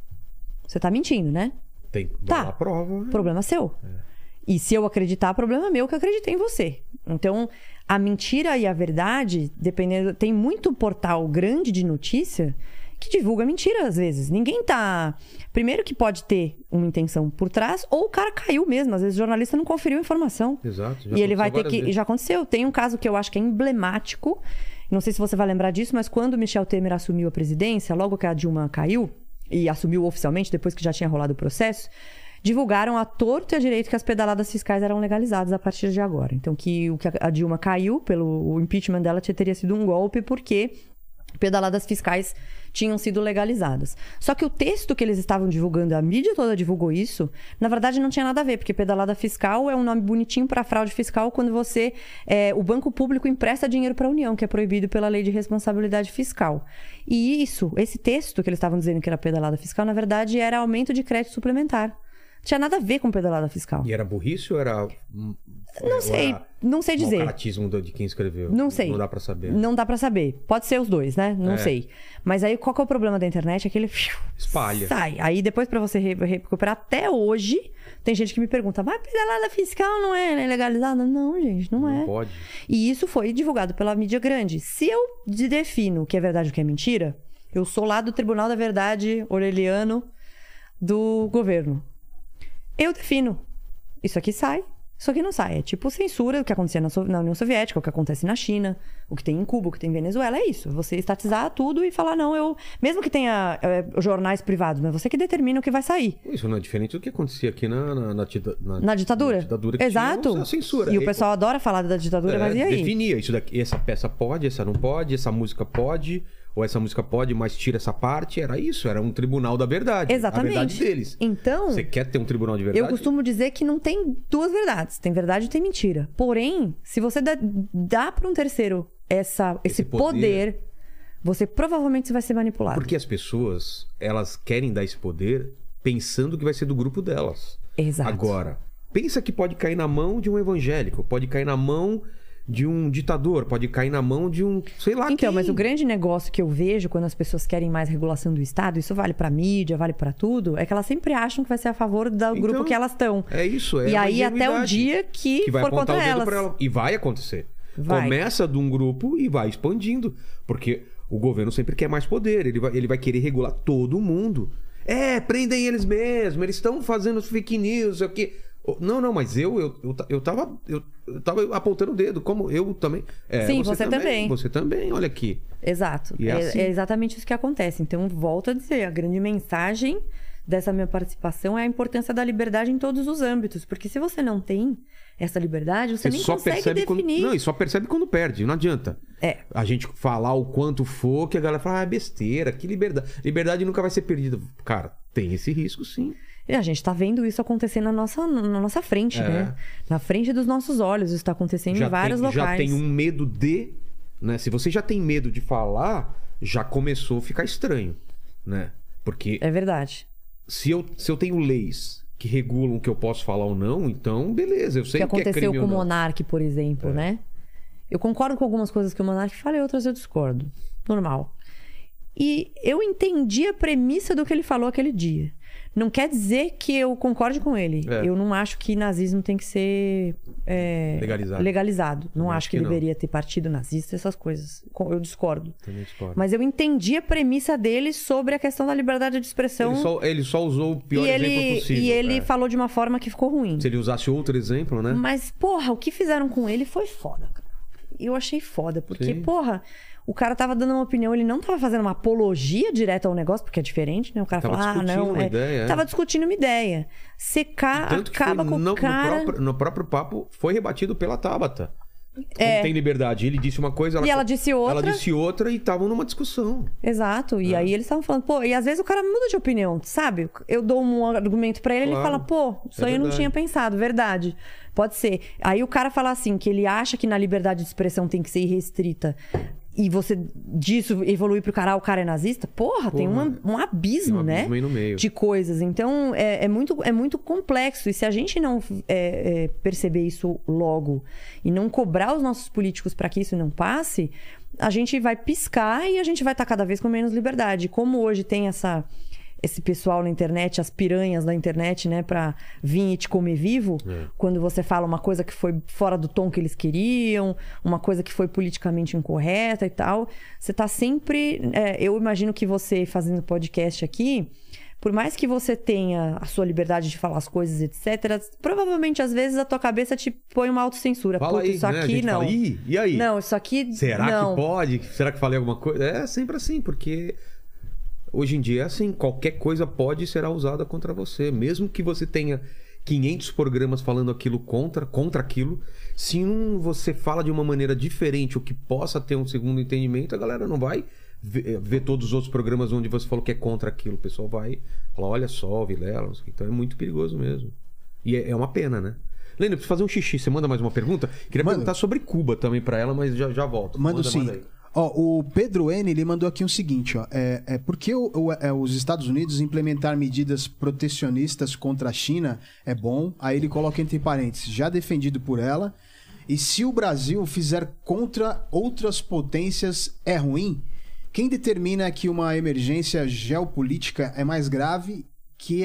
Você tá mentindo, né? Tem que Tá. dar a prova. Problema seu. E se eu acreditar, problema meu que eu acreditei em você. Então, a mentira e a verdade, dependendo... Tem muito portal grande de notícia que divulga mentira, às vezes. Ninguém tá... Primeiro que pode ter uma intenção por trás, ou o cara caiu mesmo. Às vezes o jornalista não conferiu a informação. Exato. E ele vai ter que... Vezes. Já aconteceu. Tem um caso que eu acho que é emblemático. Não sei se você vai lembrar disso, mas quando Michel Temer assumiu a presidência, logo que a Dilma caiu, e assumiu oficialmente, depois que já tinha rolado o processo, divulgaram à torto e à direito que as pedaladas fiscais eram legalizadas a partir de agora. Então, que o que a Dilma caiu, pelo impeachment dela, teria sido um golpe, porque pedaladas fiscais tinham sido legalizadas. Só que o texto que eles estavam divulgando, a mídia toda divulgou isso, na verdade não tinha nada a ver, porque pedalada fiscal é um nome bonitinho para fraude fiscal quando você... o banco público empresta dinheiro para a União, que é proibido pela lei de responsabilidade fiscal. E esse texto que eles estavam dizendo que era pedalada fiscal, na verdade era aumento de crédito suplementar. Não tinha nada a ver com pedalada fiscal. E era burrice ou era... Não sei dizer. Malcaratismo de quem escreveu? Não sei. Não dá pra saber. Não dá pra saber. Pode ser os dois, né? Não sei. Mas aí, qual que é o problema da internet? É que ele... Espalha. Sai. Aí, depois, pra você recuperar, até hoje, tem gente que me pergunta, mas pedalada fiscal não é legalizada? Não, gente, não é. Não pode. E isso foi divulgado pela mídia grande. Se eu defino o que é verdade e o que é mentira, eu sou lá do Tribunal da Verdade Orelhano do governo. Eu defino. Isso aqui sai, isso aqui não sai. É tipo censura, o que acontecia na União Soviética, o que acontece na China, o que tem em Cuba, o que tem em Venezuela. É isso. Você estatizar tudo e falar, não, mesmo que tenha jornais privados, mas você que determina o que vai sair. Isso não é diferente do que acontecia aqui na ditadura. Na ditadura? Na ditadura que Exato. tinha a censura. E o pessoal adora falar da ditadura, mas e aí? Definia isso daqui. Essa peça pode, essa não pode, essa música pode... Ou essa música pode, mas tira essa parte. Era isso, era um tribunal da verdade. Exatamente. A verdade deles. Então... Você quer ter um tribunal de verdade? Eu costumo dizer que não tem duas verdades. Tem verdade e tem mentira. Porém, se você dá para um terceiro esse poder, você provavelmente vai ser manipulado. Porque as pessoas, elas querem dar esse poder pensando que vai ser do grupo delas. Exato. Agora, pensa que pode cair na mão de um evangélico. Pode cair na mão de um ditador, pode cair na mão de um, sei lá Então, quem. mas o grande negócio que eu vejo quando as pessoas querem mais regulação do Estado, isso vale pra mídia, vale pra tudo, é que elas sempre acham que vai ser a favor do grupo que elas estão. É isso, é E uma aí até o ingenuidade dia que vai for apontar contra o dedo elas. pra ela. E vai acontecer. Vai. Começa de um grupo e vai expandindo. Porque o governo sempre quer mais poder. Ele vai querer regular todo mundo. Prendem eles mesmos. Eles estão fazendo fake news. Aqui. Não, mas eu tava apontando o dedo. Como eu também. Sim, você também. Você também, olha aqui. Exato. E assim. É exatamente isso que acontece. Então, volto a dizer, a grande mensagem dessa minha participação é a importância da liberdade em todos os âmbitos. Porque se você não tem essa liberdade, você nem só consegue percebe definir. Não, e só percebe quando perde. Não adianta. A gente falar o quanto for, que a galera fala, é besteira, que liberdade. Liberdade nunca vai ser perdida. Cara, tem esse risco, sim. E a gente tá vendo isso acontecer na nossa frente, né? Na frente dos nossos olhos. Isso tá acontecendo em vários locais. Já tem um medo de... Né? Se você já tem medo de falar, já começou a ficar estranho, né? Porque... É verdade. Se eu tenho leis que regulam o que eu posso falar ou não, então beleza, eu sei que que é crime aconteceu ou com o não. Monark, por exemplo, né? Eu concordo com algumas coisas que o Monark fala e outras eu discordo. Normal. E eu entendi a premissa do que ele falou aquele dia. Não quer dizer que eu concorde com ele. Eu não acho que nazismo tem que ser legalizado. Não acho que deveria ter partido nazista, essas coisas. Eu discordo. Também discordo. Mas eu entendi a premissa dele sobre a questão da liberdade de expressão. Ele só usou o pior exemplo possível. E ele falou de uma forma que ficou ruim. Se ele usasse outro exemplo, né? Mas, porra, o que fizeram com ele foi foda, cara. Eu achei foda, porque, porra, o cara tava dando uma opinião, ele não tava fazendo uma apologia direta ao negócio, porque é diferente, né? O cara fala, uma ideia, tava discutindo uma ideia. Secar, acaba com o cara... No próprio papo, foi rebatido pela Tabata. Como tem liberdade. Ele disse uma coisa... E ela disse outra. Ela disse outra e estavam numa discussão. Exato. E aí eles estavam falando... Pô, e às vezes o cara muda de opinião, sabe? Eu dou um argumento pra ele, ele fala... Pô, isso aí eu não tinha pensado. Verdade. Pode ser. Aí o cara fala assim, que ele acha que na liberdade de expressão tem que ser irrestrita... E você disso evoluir pro cara, o cara é nazista? Porra, tem um abismo, né? Abismo aí no meio. De coisas. Então, é muito complexo. E se a gente não perceber isso logo e não cobrar os nossos políticos para que isso não passe, a gente vai piscar e a gente vai estar cada vez com menos liberdade. Como hoje tem esse pessoal na internet, as piranhas da internet, né, pra vir e te comer vivo, quando você fala uma coisa que foi fora do tom que eles queriam, uma coisa que foi politicamente incorreta e tal, você tá sempre... eu imagino que você, fazendo podcast aqui, por mais que você tenha a sua liberdade de falar as coisas, etc., provavelmente, às vezes, a tua cabeça te põe uma autocensura. Fala aí, isso aqui né? não. Fala, e aí? Não, isso aqui Será não. que pode? Será que falei alguma coisa? É sempre assim, porque... Hoje em dia é assim, qualquer coisa pode e será usada contra você. Mesmo que você tenha 500 programas falando aquilo contra aquilo, se você fala de uma maneira diferente, ou que possa ter um segundo entendimento, a galera não vai ver todos os outros programas onde você falou que é contra aquilo. O pessoal vai falar, olha só, Vilela, então é muito perigoso mesmo. E é uma pena, né? Leandro, eu preciso fazer um xixi. Você manda mais uma pergunta? Queria perguntar sobre Cuba também pra ela, mas já volto. Manda sim. Manda aí. O Pedro N, ele mandou aqui o seguinte, por que os Estados Unidos implementar medidas protecionistas contra a China é bom? Aí ele coloca entre parênteses, já defendido por ela. E se o Brasil fizer contra outras potências, é ruim? Quem determina que uma emergência geopolítica é mais grave que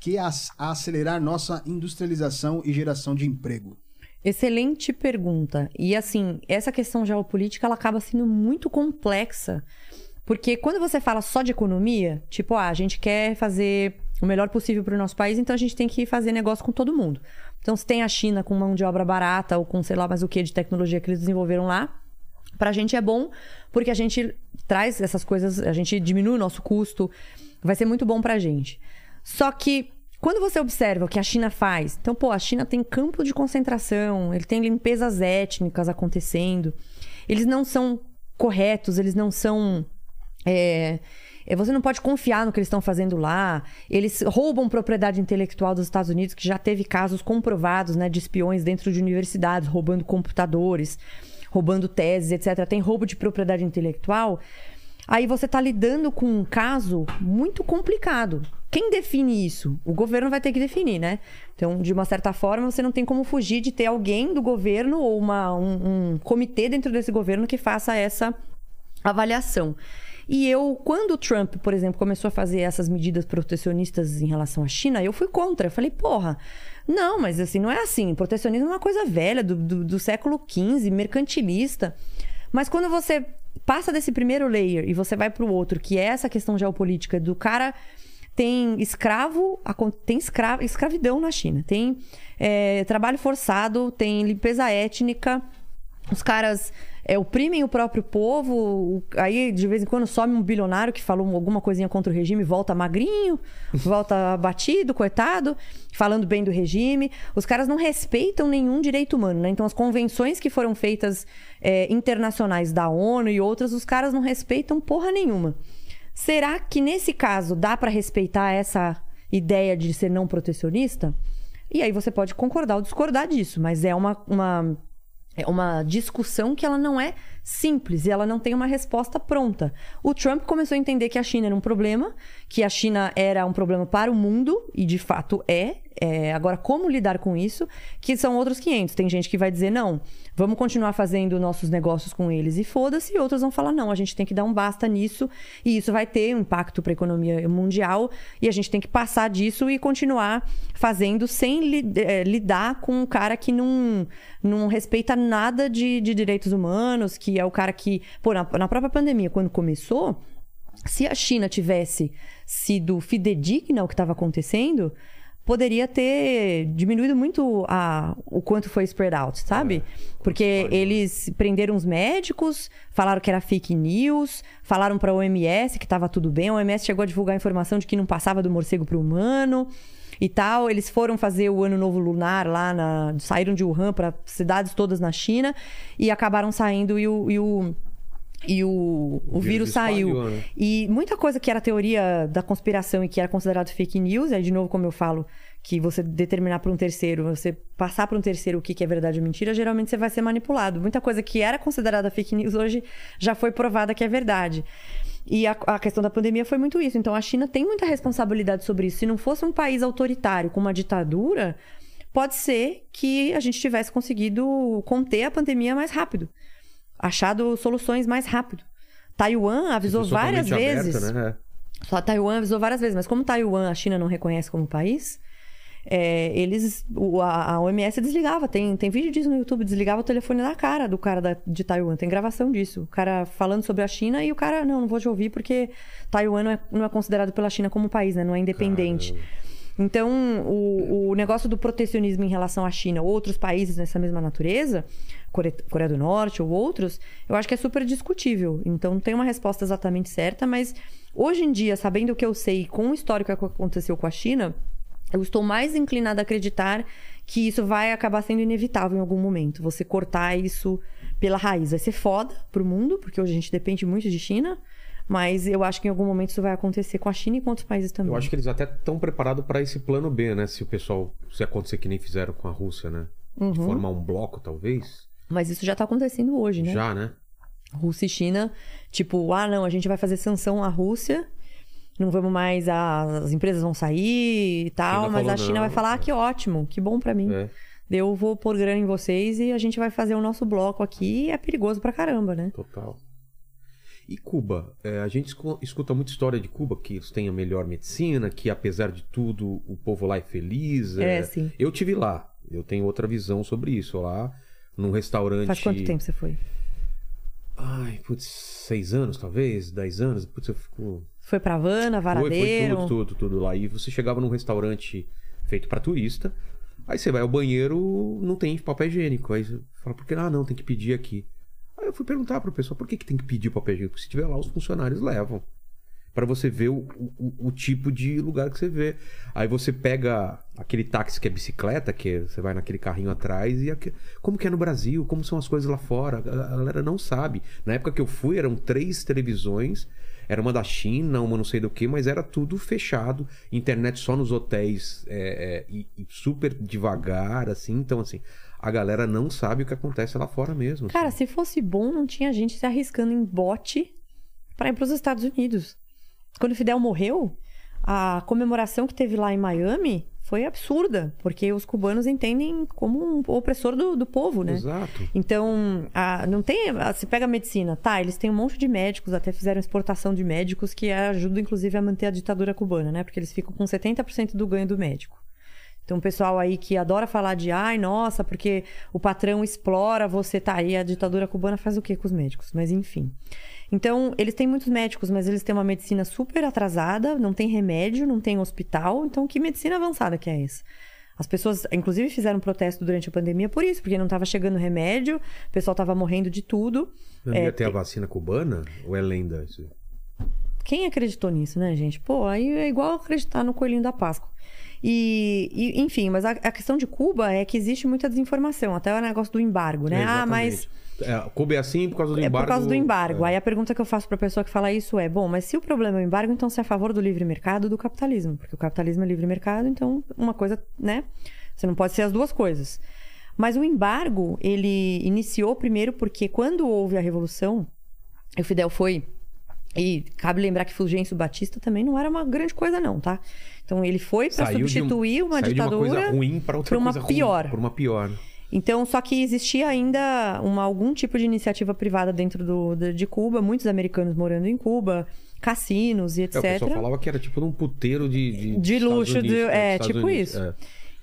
acelerar nossa industrialização e geração de emprego? Excelente pergunta. E assim, essa questão geopolítica, ela acaba sendo muito complexa. Porque quando você fala só de economia, tipo, a gente quer fazer o melhor possível para o nosso país, então a gente tem que fazer negócio com todo mundo. Então, se tem a China com mão de obra barata ou com sei lá mais o que de tecnologia que eles desenvolveram lá, pra gente é bom, porque a gente traz essas coisas, a gente diminui o nosso custo, vai ser muito bom pra gente. Só que quando você observa o que a China faz, então, a China tem campo de concentração, ele tem limpezas étnicas acontecendo, eles não são corretos, eles não são... você não pode confiar no que eles estão fazendo lá. Eles roubam propriedade intelectual dos Estados Unidos, que já teve casos comprovados, né, de espiões dentro de universidades, roubando computadores, roubando teses, etc. Tem roubo de propriedade intelectual. aí você tá lidando com um caso muito complicado. Quem define isso? O governo vai ter que definir, né? Então, de uma certa forma, você não tem como fugir de ter alguém do governo ou um comitê dentro desse governo que faça essa avaliação. E quando o Trump, por exemplo, começou a fazer essas medidas protecionistas em relação à China, eu fui contra. Eu falei, porra, não, mas assim, não é assim. Protecionismo é uma coisa velha, do século XV, mercantilista. Mas quando você passa desse primeiro layer e você vai pro outro, que é essa questão geopolítica do cara... Tem escravidão na China, tem trabalho forçado, tem limpeza étnica, os caras oprimem o próprio povo, aí de vez em quando some um bilionário que falou alguma coisinha contra o regime, volta magrinho, volta abatido, coitado, falando bem do regime. Os caras não respeitam nenhum direito humano, né? Então as convenções que foram feitas internacionais da ONU e outras, os caras não respeitam porra nenhuma. Será que nesse caso dá para respeitar essa ideia de ser não protecionista? E aí você pode concordar ou discordar disso, mas é uma discussão que ela não é simples e ela não tem uma resposta pronta. O Trump começou a entender que a China era um problema, que a China era um problema para o mundo, e de fato agora, como lidar com isso? Que são outros 500. Tem gente que vai dizer, não, vamos continuar fazendo nossos negócios com eles e foda-se. E outros vão falar, não, a gente tem que dar um basta nisso. E isso vai ter um impacto para a economia mundial. E a gente tem que passar disso e continuar fazendo sem lidar com um cara que não respeita nada de direitos humanos, que é o cara que... Pô, na própria pandemia, quando começou, se a China tivesse sido fidedigna ao que estava acontecendo... poderia ter diminuído muito o quanto foi spread out, sabe? Porque eles prenderam os médicos, falaram que era fake news, falaram pra OMS que tava tudo bem. A OMS chegou a divulgar a informação de que não passava do morcego pro humano e tal. Eles foram fazer o Ano Novo Lunar lá, saíram de Wuhan para cidades todas na China e acabaram saindo e o vírus saiu. Né? E muita coisa que era teoria da conspiração e que era considerado fake news, aí de novo, como eu falo, que você determinar para um terceiro, você passar para um terceiro o que é verdade ou mentira, geralmente você vai ser manipulado. Muita coisa que era considerada fake news hoje já foi provada que é verdade. E a questão da pandemia foi muito isso. Então a China tem muita responsabilidade sobre isso. Se não fosse um país autoritário com uma ditadura, pode ser que a gente tivesse conseguido conter a pandemia mais rápido. Achado soluções mais rápido. Taiwan avisou várias vezes. Aberta, né? Só Taiwan avisou várias vezes, mas como Taiwan a China não reconhece como país, a OMS desligava. Tem vídeo disso no YouTube, desligava o telefone na cara do cara de Taiwan. Tem gravação disso. O cara falando sobre a China e o cara, não vou te ouvir porque Taiwan não é considerado pela China como país, né? Não é independente. Caramba. Então, o negócio do protecionismo em relação à China ou outros países nessa mesma natureza, Coreia do Norte ou outros, eu acho que é super discutível. Então, não tem uma resposta exatamente certa, mas hoje em dia, sabendo o que eu sei com o histórico que aconteceu com a China, eu estou mais inclinada a acreditar que isso vai acabar sendo inevitável em algum momento. Você cortar isso pela raiz. Vai ser foda pro mundo, porque hoje a gente depende muito de China. Mas eu acho que em algum momento isso vai acontecer com a China e com outros países também. Eu acho que eles até estão preparados para esse plano B, né? Se acontecer que nem fizeram com a Rússia, né? De formar um bloco, talvez. Mas isso já está acontecendo hoje, né? Já, né? Rússia e China, tipo, não, a gente vai fazer sanção à Rússia, não vamos mais, as empresas vão sair e tal, mas a China vai falar, que ótimo, que bom para mim. Eu vou pôr grana em vocês e a gente vai fazer o nosso bloco aqui, é perigoso pra caramba, né? Total. E Cuba? A gente escuta muita história de Cuba, que eles têm a melhor medicina, que apesar de tudo, o povo lá é feliz. Sim. Eu tive lá, eu tenho outra visão sobre isso. Lá, num restaurante... Faz quanto tempo você foi? 6 anos, talvez, 10 anos. Putz, eu fico... Foi pra Havana, Varadeiro? Foi tudo lá. E você chegava num restaurante feito pra turista, aí você vai ao banheiro, não tem papel higiênico. Aí você fala, por que? Não, tem que pedir aqui. Aí eu fui perguntar pro pessoal, por que tem que pedir papel higiênico? Porque se tiver lá, os funcionários levam. Pra você ver o tipo de lugar que você vê. Aí você pega aquele táxi que é bicicleta, que você vai naquele carrinho atrás, e como que é no Brasil? Como são as coisas lá fora? A galera não sabe. Na época que eu fui, eram 3 televisões. Era uma da China, uma não sei do que, mas era tudo fechado. Internet só nos hotéis e super devagar, assim. Então, assim, a galera não sabe o que acontece lá fora mesmo. Cara, assim. se fosse bom, não tinha gente se arriscando em bote para ir para os Estados Unidos. Quando o Fidel morreu, a comemoração que teve lá em Miami foi absurda, porque os cubanos entendem como um opressor do povo, né? Exato. Então, não tem... Você pega a medicina, tá? Eles têm um monte de médicos, até fizeram exportação de médicos que ajudam, inclusive, a manter a ditadura cubana, né? Porque eles ficam com 70% do ganho do médico. Então, o pessoal aí que adora falar de ai, nossa, porque o patrão explora você, tá? E a ditadura cubana faz o quê com os médicos? Mas, enfim. Então, eles têm muitos médicos, mas eles têm uma medicina super atrasada, não tem remédio, não tem hospital. Então, que medicina avançada que é essa? As pessoas, inclusive, fizeram protesto durante a pandemia por isso, porque não estava chegando remédio, o pessoal estava morrendo de tudo. Não ia ter a vacina cubana? Ou é lenda isso? Quem acreditou nisso, né, gente? Pô, aí é igual acreditar no coelhinho da Páscoa. Enfim, mas a questão de Cuba é que existe muita desinformação, até o negócio do embargo, né? Mas Cuba é assim por causa do embargo? É por causa do embargo. Aí a pergunta que eu faço pra pessoa que fala isso é, bom, mas se o problema é o embargo, então você é a favor do livre mercado ou do capitalismo? Porque o capitalismo é livre mercado, então uma coisa, né? Você não pode ser as duas coisas. Mas o embargo, ele iniciou primeiro porque quando houve a Revolução, o Fidel foi... E cabe lembrar que Fulgêncio Batista também não era uma grande coisa não, tá? Então ele foi para substituir uma ditadura de uma coisa ruim para outra coisa pior. Ruim, por uma pior. Então, só que existia ainda algum tipo de iniciativa privada dentro de Cuba, muitos americanos morando em Cuba, cassinos e etc. O pessoal falava que era tipo um puteiro de luxo, tipo isso. É.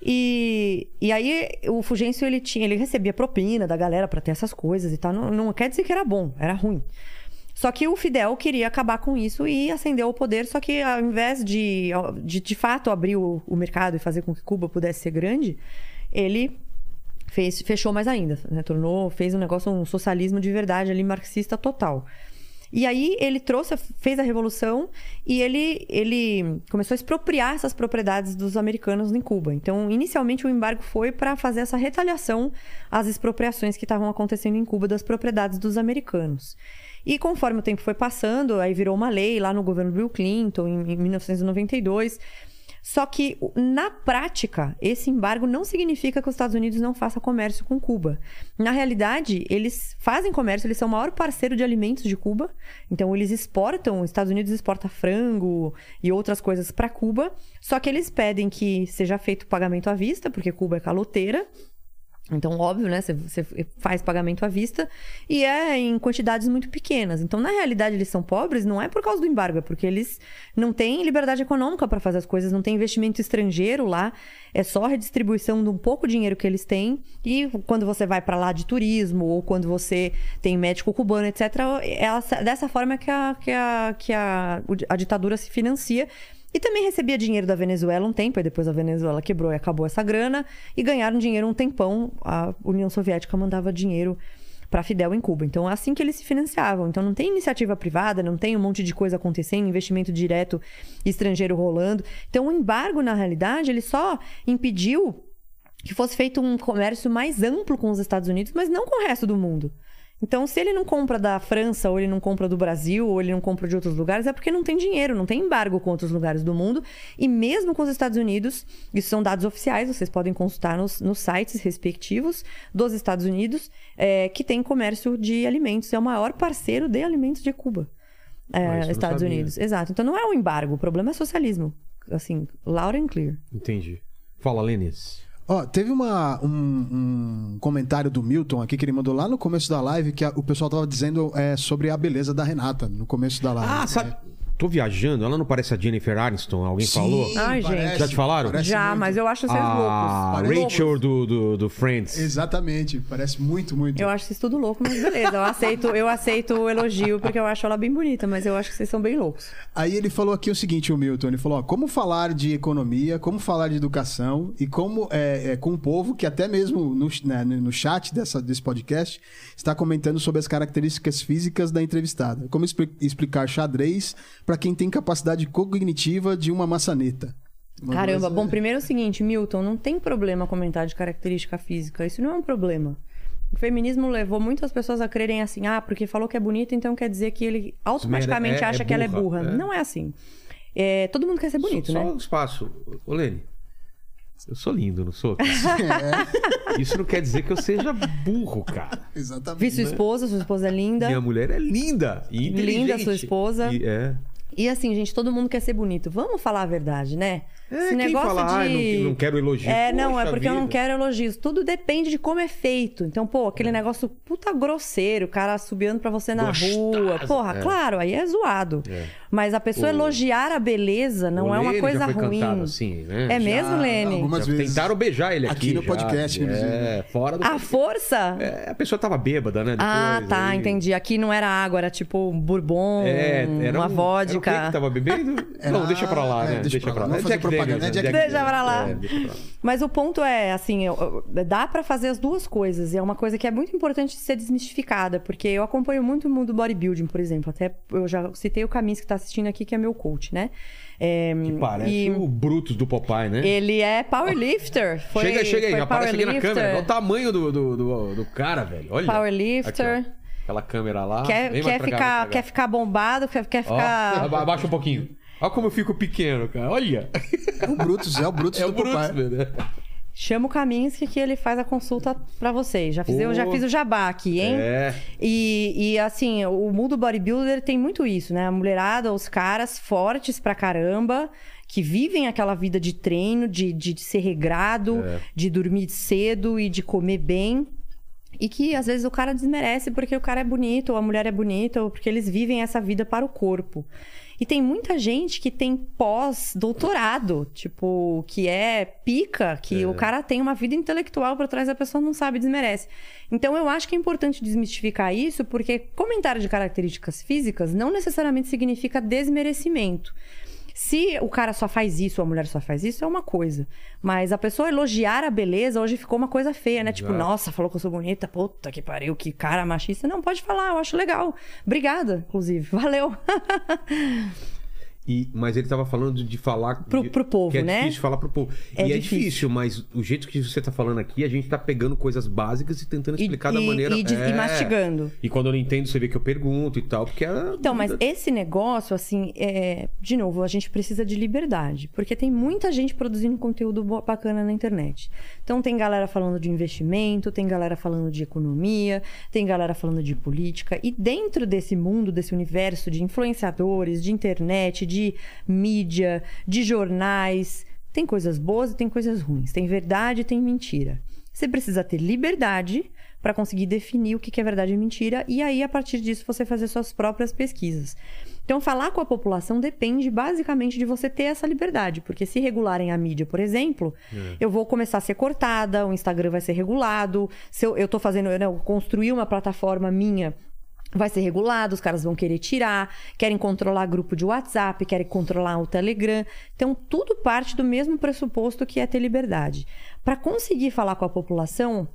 E aí o Fulgêncio ele recebia propina da galera para ter essas coisas e tal. Não quer dizer que era bom, era ruim. Só que o Fidel queria acabar com isso e ascendeu ao poder, só que ao invés de fato abrir o mercado e fazer com que Cuba pudesse ser grande, ele fechou mais ainda, né? Fez um negócio, um socialismo de verdade ali, marxista total. E aí ele fez a revolução e ele começou a expropriar essas propriedades dos americanos em Cuba. Então, inicialmente o embargo foi para fazer essa retaliação às expropriações que estavam acontecendo em Cuba das propriedades dos americanos. E conforme o tempo foi passando, aí virou uma lei lá no governo Bill Clinton, em 1992. Só que, na prática, esse embargo não significa que os Estados Unidos não façam comércio com Cuba. Na realidade, eles fazem comércio, eles são o maior parceiro de alimentos de Cuba. Então, eles exportam, os Estados Unidos exporta frango e outras coisas para Cuba. Só que eles pedem que seja feito pagamento à vista, porque Cuba é caloteira. Então, óbvio, né? Você faz pagamento à vista e é em quantidades muito pequenas. Então, na realidade, eles são pobres não é por causa do embargo, é porque eles não têm liberdade econômica para fazer as coisas, não tem investimento estrangeiro lá, é só redistribuição de um pouco dinheiro que eles têm. E quando você vai para lá de turismo ou quando você tem médico cubano, etc., dessa forma que a ditadura se financia. E também recebia dinheiro da Venezuela um tempo, e depois a Venezuela quebrou e acabou essa grana, e ganharam dinheiro um tempão. A União Soviética mandava dinheiro para Fidel em Cuba. Então, é assim que eles se financiavam. Então, não tem iniciativa privada, não tem um monte de coisa acontecendo, investimento direto estrangeiro rolando. Então, o embargo, na realidade, ele só impediu que fosse feito um comércio mais amplo com os Estados Unidos, mas não com o resto do mundo. Então, se ele não compra da França, ou ele não compra do Brasil, ou ele não compra de outros lugares, é porque não tem dinheiro, não tem embargo com outros lugares do mundo. E mesmo com os Estados Unidos, isso são dados oficiais, vocês podem consultar nos sites respectivos dos Estados Unidos, que tem comércio de alimentos, é o maior parceiro de alimentos de Cuba. Estados Unidos. Exato. Então, não é o embargo, o problema é socialismo. Assim, loud and clear. Entendi. Fala, Lênis. Teve um comentário do Milton aqui que ele mandou lá no começo da live que o pessoal tava dizendo sobre a beleza da Renata no começo da live. Sabe? Tô viajando, ela não parece a Jennifer Aniston? Alguém falou? Ai, gente. Já te falaram? Já, muito. Mas eu acho vocês loucos. A Rachel do Friends. Exatamente, parece muito, muito. Eu acho vocês tudo louco, mas beleza. Eu aceito o elogio porque eu acho ela bem bonita, mas eu acho que vocês são bem loucos. Aí ele falou aqui o seguinte, o Milton, ele falou, como falar de economia, como falar de educação e como com o povo que até mesmo no chat desse podcast está comentando sobre as características físicas da entrevistada. Como explicar xadrez para quem tem capacidade cognitiva de uma maçaneta. Caramba, bom, primeiro é o seguinte, Milton, não tem problema comentar de característica física, isso não é um problema. O feminismo levou muitas pessoas a crerem assim, porque falou que é bonita, então quer dizer que ele automaticamente acha que ela é burra. Não é assim. Todo mundo quer ser bonito, né? Só um espaço. Ô, Lene, Eu sou lindo, não sou? Isso não quer dizer que eu seja burro, cara. Exatamente. Vi sua esposa é linda. Minha mulher é linda e inteligente. Linda sua esposa. É. E assim, gente, todo mundo quer ser bonito. Vamos falar a verdade, né? Esse negócio fala, não quero elogios. Não, é porque eu não quero elogios. Tudo depende de como é feito. Então, pô, aquele negócio puta grosseiro, o cara subiando pra você na rua. Porra, claro, aí é zoado. Mas a pessoa elogiar a beleza não é uma coisa já foi ruim. Cantado assim, né? É mesmo, Lene? Algumas vezes. Tentaram beijar ele aqui no podcast, inclusive. Fora do A força? a pessoa tava bêbada, né? Depois, tá, aí... entendi. Aqui não era água, era tipo um bourbon, era uma vodka. Era o que tava bebendo? Não, deixa pra lá, né? Deixa pra lá. Não fazer propaganda, Deixa pra lá. Mas o ponto é, assim, dá pra fazer as duas coisas. E é uma coisa que é muito importante de ser desmistificada. Porque eu acompanho muito o mundo bodybuilding, por exemplo. Até eu já citei o Camis que tá assistindo aqui, que é meu coach, né? Que parece o Brutus do Popeye, né? Ele é powerlifter. Chega aí, aparece aqui na câmera. Olha o tamanho do cara, velho. Olha. Powerlifter. Aqui, aquela câmera lá. Quer ficar bombado, quer ficar... Abaixa um pouquinho. Olha como eu fico pequeno, cara. Olha. É o Brutus do Popeye. Velho. Chama o Kaminski que ele faz a consulta pra vocês. Eu já fiz o jabá aqui, hein? E assim, o mundo bodybuilder tem muito isso, né? A mulherada, os caras fortes pra caramba, que vivem aquela vida de treino, de ser regrado, de dormir cedo e de comer bem. E que às vezes o cara desmerece porque o cara é bonito, ou a mulher é bonita, ou porque eles vivem essa vida para o corpo. E tem muita gente que tem pós-doutorado, tipo, que é pica, que o cara tem uma vida intelectual por trás, a pessoa não sabe, desmerece. Então eu acho que é importante desmistificar isso, porque comentário de características físicas não necessariamente significa desmerecimento. Se o cara só faz isso, ou a mulher só faz isso, é uma coisa. Mas a pessoa elogiar a beleza, hoje ficou uma coisa feia, né? Exato. Tipo, nossa, falou que eu sou bonita, puta que pariu, que cara machista. Não, pode falar, eu acho legal. Obrigada, inclusive. Valeu. Mas ele tava falando de falar... Pro povo, que né? É difícil falar pro povo. É difícil, mas o jeito que você tá falando aqui, a gente tá pegando coisas básicas e tentando explicar da maneira... E mastigando. E quando eu não entendo, você vê que eu pergunto e tal, porque era... Então, mas esse negócio, assim, de novo, a gente precisa de liberdade. Porque tem muita gente produzindo conteúdo bacana na internet. Então, tem galera falando de investimento, tem galera falando de economia, tem galera falando de política. E dentro desse mundo, desse universo de influenciadores, de internet, de mídia, de jornais, tem coisas boas e tem coisas ruins, tem verdade e tem mentira. Você precisa ter liberdade para conseguir definir o que é verdade e mentira, e aí a partir disso você fazer suas próprias pesquisas. Então falar com a população depende basicamente de você ter essa liberdade, porque se regularem a mídia, por exemplo, eu vou começar a ser cortada, o Instagram vai ser regulado, se eu tô fazendo, eu construir uma plataforma minha, vai ser regulado, os caras vão querer tirar, querem controlar grupo de WhatsApp, querem controlar o Telegram. Então, tudo parte do mesmo pressuposto que é ter liberdade. Para conseguir falar com a população,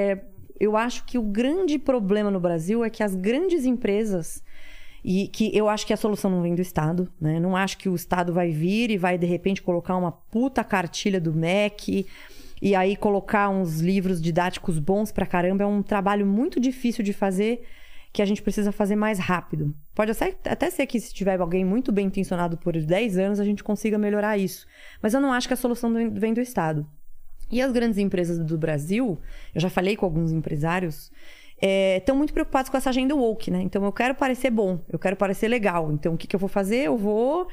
eu acho que o grande problema no Brasil é que as grandes empresas, e que eu acho que a solução não vem do Estado, né? Não acho que o Estado vai vir e vai, de repente, colocar uma puta cartilha do MEC e aí colocar uns livros didáticos bons pra caramba. É um trabalho muito difícil de fazer, que a gente precisa fazer mais rápido. Pode até ser que se tiver alguém muito bem intencionado por 10 anos, a gente consiga melhorar isso. Mas eu não acho que a solução vem do Estado. E as grandes empresas do Brasil, eu já falei com alguns empresários, estão muito preocupados com essa agenda woke, né? Então eu quero parecer bom, eu quero parecer legal. Então o que eu vou fazer? Eu vou...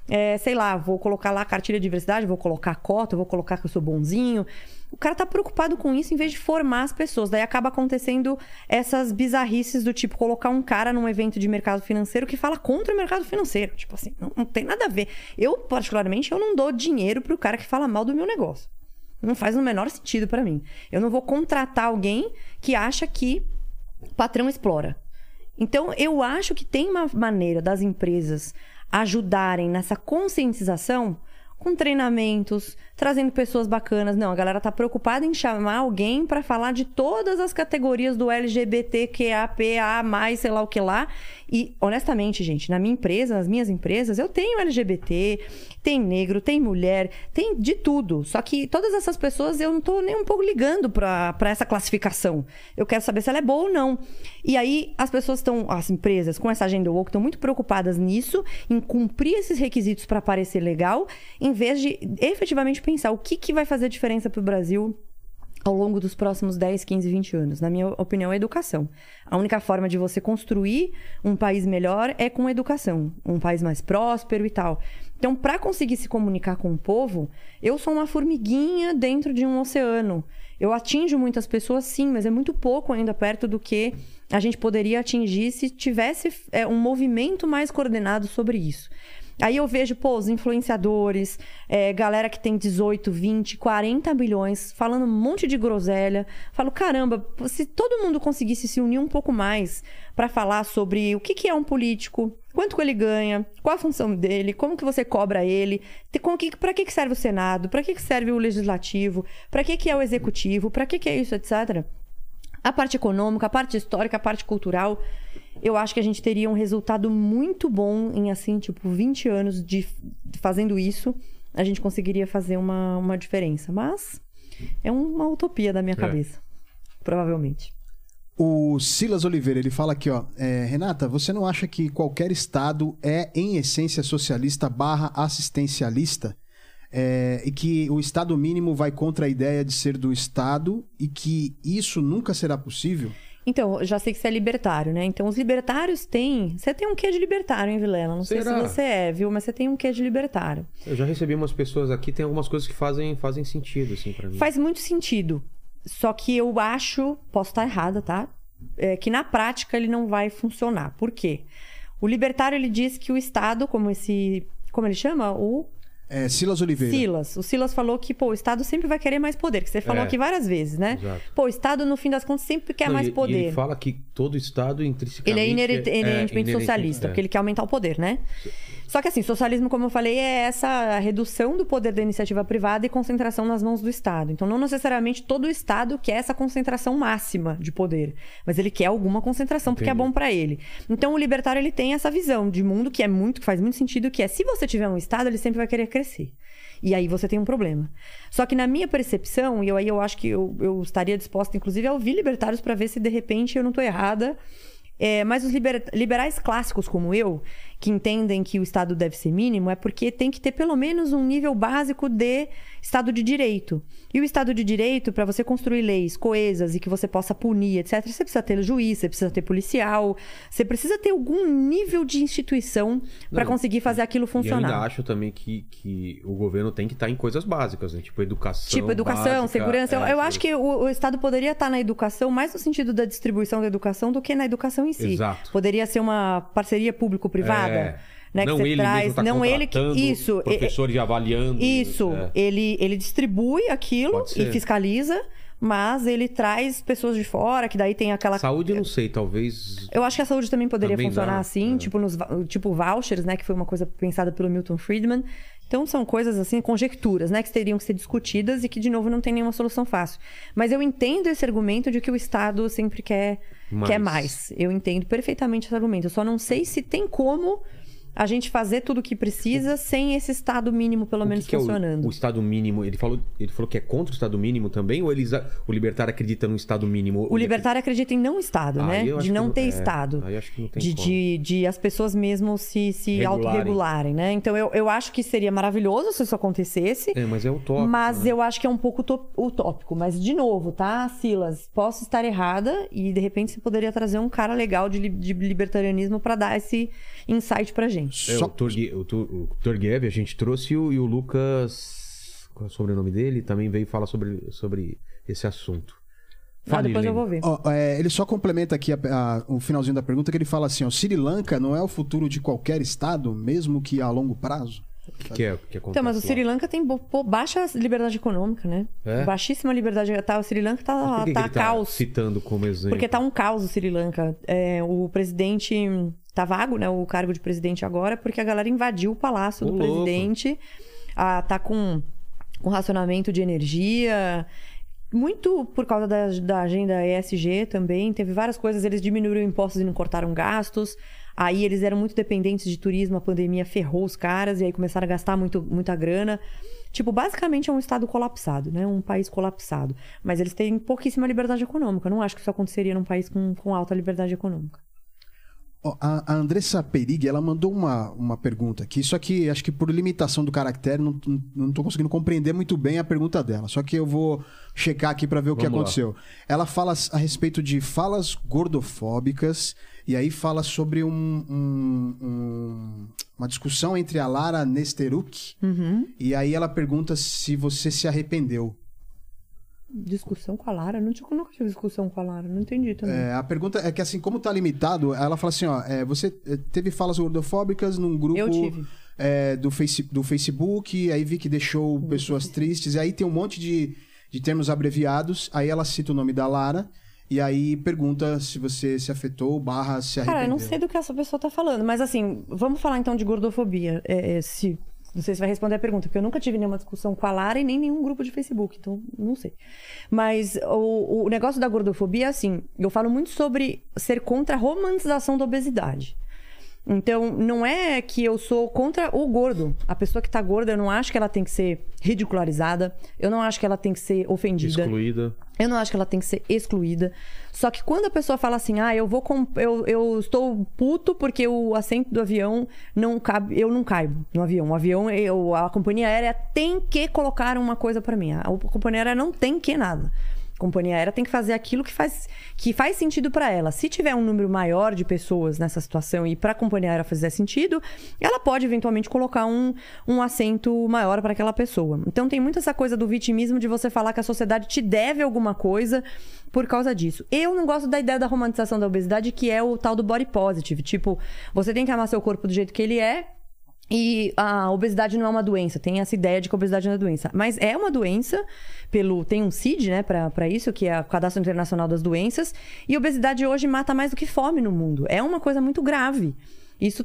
vou colocar lá a cartilha de diversidade, vou colocar a cota, vou colocar que eu sou bonzinho. O cara tá preocupado com isso em vez de formar as pessoas. Daí acaba acontecendo essas bizarrices do tipo, colocar um cara num evento de mercado financeiro que fala contra o mercado financeiro. Tipo assim, não tem nada a ver. Eu, particularmente, eu não dou dinheiro pro cara que fala mal do meu negócio. Não faz o menor sentido pra mim. Eu não vou contratar alguém que acha que o patrão explora. Então, eu acho que tem uma maneira das empresas ajudarem nessa conscientização com treinamentos, trazendo pessoas bacanas. Não, a galera tá preocupada em chamar alguém para falar de todas as categorias do LGBTQIAPA+, sei lá o que lá, E, honestamente, gente, na minha empresa, nas minhas empresas, eu tenho LGBT, tem negro, tem mulher, tem de tudo. Só que todas essas pessoas eu não tô nem um pouco ligando pra essa classificação. Eu quero saber se ela é boa ou não. E aí, as empresas com essa agenda woke estão muito preocupadas nisso, em cumprir esses requisitos para parecer legal, em vez de efetivamente pensar o que vai fazer diferença pro Brasil ao longo dos próximos 10, 15, 20 anos. Na minha opinião, é educação. A única forma de você construir um país melhor é com educação. Um país mais próspero e tal. Então, para conseguir se comunicar com o povo, eu sou uma formiguinha dentro de um oceano. Eu atinjo muitas pessoas, sim, mas é muito pouco ainda perto do que a gente poderia atingir se tivesse um movimento mais coordenado sobre isso. Aí eu vejo, os influenciadores, galera que tem 18, 20, 40 bilhões, falando um monte de groselha. Falo, caramba, se todo mundo conseguisse se unir um pouco mais para falar sobre o que é um político, quanto ele ganha, qual a função dele, como que você cobra ele, para que serve o Senado, para que serve o Legislativo, para que é o Executivo, para que é isso, etc. A parte econômica, a parte histórica, a parte cultural... Eu acho que a gente teria um resultado muito bom em, 20 anos de fazendo isso. A gente conseguiria fazer uma diferença. Mas é uma utopia da minha cabeça. Provavelmente. O Silas Oliveira, ele fala aqui, Renata, você não acha que qualquer Estado é, em essência, socialista / assistencialista? E que o Estado mínimo vai contra a ideia de ser do Estado e que isso nunca será possível? Então, eu já sei que você é libertário, né? Então, os libertários têm... Você tem um quê de libertário, hein, Vilela? Não sei se você viu? Mas você tem um quê de libertário. Eu já recebi umas pessoas aqui, tem algumas coisas que fazem sentido, assim, pra mim. Faz muito sentido. Só que eu acho... Posso estar errada, tá? Que na prática ele não vai funcionar. Por quê? O libertário, ele diz que o Estado, como ele chama? Silas Oliveira. O Silas falou que, o Estado sempre vai querer mais poder, que você falou aqui várias vezes, né? Exato. O Estado, no fim das contas, sempre quer mais poder. E ele fala que todo Estado, intrinsecamente... Ele é inerentemente socialista, porque ele quer aumentar o poder, né? Só que, socialismo, como eu falei, é essa redução do poder da iniciativa privada e concentração nas mãos do Estado. Então, não necessariamente todo o Estado quer essa concentração máxima de poder, mas ele quer alguma concentração porque é bom para ele. Então, o libertário, ele tem essa visão de mundo que faz muito sentido, que se você tiver um Estado, ele sempre vai querer crescer. E aí você tem um problema. Só que na minha percepção, e aí eu acho que eu estaria disposta, inclusive, a ouvir libertários para ver se, de repente, eu não estou errada. Mas os liberais clássicos como eu, que entendem que o Estado deve ser mínimo, é porque tem que ter pelo menos um nível básico de Estado de Direito. E o Estado de Direito, para você construir leis coesas e que você possa punir, etc., você precisa ter juiz, você precisa ter policial, você precisa ter algum nível de instituição para conseguir fazer aquilo funcionar. E eu ainda acho também que o governo tem que estar em coisas básicas, né? Tipo educação básica, segurança. Eu acho que o Estado poderia estar na educação mais no sentido da distribuição da educação do que na educação em si. Exato. Poderia ser uma parceria público-privada. Né, não que você ele traz, mesmo tá não ele que professores avaliando. Isso, ele distribui aquilo e fiscaliza, mas ele traz pessoas de fora, que daí tem aquela... Saúde, eu não sei, talvez... Eu acho que a saúde também poderia funcionar assim, tipo vouchers, né, que foi uma coisa pensada pelo Milton Friedman. Então, são coisas assim, conjecturas, né, que teriam que ser discutidas e que, de novo, não tem nenhuma solução fácil. Mas eu entendo esse argumento de que o Estado sempre quer mais. Eu entendo perfeitamente esse argumento. Eu só não sei se tem como a gente fazer tudo o que precisa sem esse Estado mínimo, pelo menos, funcionando. O Estado mínimo, ele falou que é contra o Estado mínimo também? Ou o libertário acredita no Estado mínimo? O libertário acredita em não Estado, né? De não ter Estado. Aí acho que não tem de as pessoas mesmo se autorregularem, né? Então, eu acho que seria maravilhoso se isso acontecesse. Mas é utópico. Mas eu acho que é um pouco utópico. Mas, de novo, tá, Silas? Posso estar errada e, de repente, você poderia trazer um cara legal de libertarianismo para dar esse insight pra gente. O Turgev, a gente trouxe e o Lucas, qual é o sobrenome dele? Também veio falar sobre esse assunto. Depois eu vou ver. Ele só complementa aqui o finalzinho da pergunta, que ele fala assim, Sri Lanka não é o futuro de qualquer Estado, mesmo que a longo prazo? O que acontece? Então, mas o Sri Lanka tem baixa liberdade econômica, né? Baixíssima liberdade. O Sri Lanka tá caos. Citando como exemplo. Porque tá um caos o Sri Lanka. O presidente tá vago, né? O cargo de presidente agora, porque a galera invadiu o palácio do presidente. Tá com racionamento de energia. Muito por causa da agenda ESG também. Teve várias coisas. Eles diminuíram impostos e não cortaram gastos. Aí eles eram muito dependentes de turismo, a pandemia ferrou os caras, e aí começaram a gastar muita grana. Tipo, basicamente é um estado colapsado, né? Um país colapsado. Mas eles têm pouquíssima liberdade econômica. Eu não acho que isso aconteceria num país com alta liberdade econômica. A Andressa Perig, ela mandou uma pergunta aqui, só que acho que por limitação do caractere não tô conseguindo compreender muito bem a pergunta dela. Só que eu vou checar aqui para ver o que aconteceu. Ela fala a respeito de falas gordofóbicas e aí fala sobre uma discussão entre a Lara Nesteruk e aí ela pergunta se você se arrependeu. Discussão com a Lara? Nunca tive discussão com a Lara, não entendi também. A pergunta é que assim, como tá limitado, ela fala assim, ó, você teve falas gordofóbicas num grupo do Facebook, aí vi que deixou pessoas tristes, e aí tem um monte de termos abreviados, aí ela cita o nome da Lara, e aí pergunta se você se afetou, / se arrependeu. Cara, eu não sei do que essa pessoa tá falando, mas assim, vamos falar então de gordofobia, não sei se vai responder a pergunta, porque eu nunca tive nenhuma discussão com a Lara e nem nenhum grupo de Facebook, então não sei. Mas o negócio da gordofobia é assim, eu falo muito sobre ser contra a romantização da obesidade. Então, não é que eu sou contra o gordo. A pessoa que tá gorda, eu não acho que ela tem que ser ridicularizada. Eu não acho que ela tem que ser ofendida. Excluída. Eu não acho que ela tem que ser excluída. Só que quando a pessoa fala assim, eu estou puto porque o assento do avião não cabe, eu não caibo no avião. O avião, a companhia aérea tem que colocar uma coisa pra mim. A companhia aérea não tem que nada. A companhia aérea tem que fazer aquilo que faz sentido para ela. Se tiver um número maior de pessoas nessa situação e para a companhia aérea fazer sentido, ela pode eventualmente colocar um assento maior para aquela pessoa. Então tem muito essa coisa do vitimismo de você falar que a sociedade te deve alguma coisa por causa disso. Eu não gosto da ideia da romantização da obesidade, que é o tal do body positive. Tipo, você tem que amar seu corpo do jeito que ele é. E a obesidade não é uma doença, tem essa ideia de que a obesidade não é doença. Mas é uma doença, tem um CID, né, pra isso, que é o Cadastro Internacional das Doenças. E a obesidade hoje mata mais do que fome no mundo. É uma coisa muito grave. Isso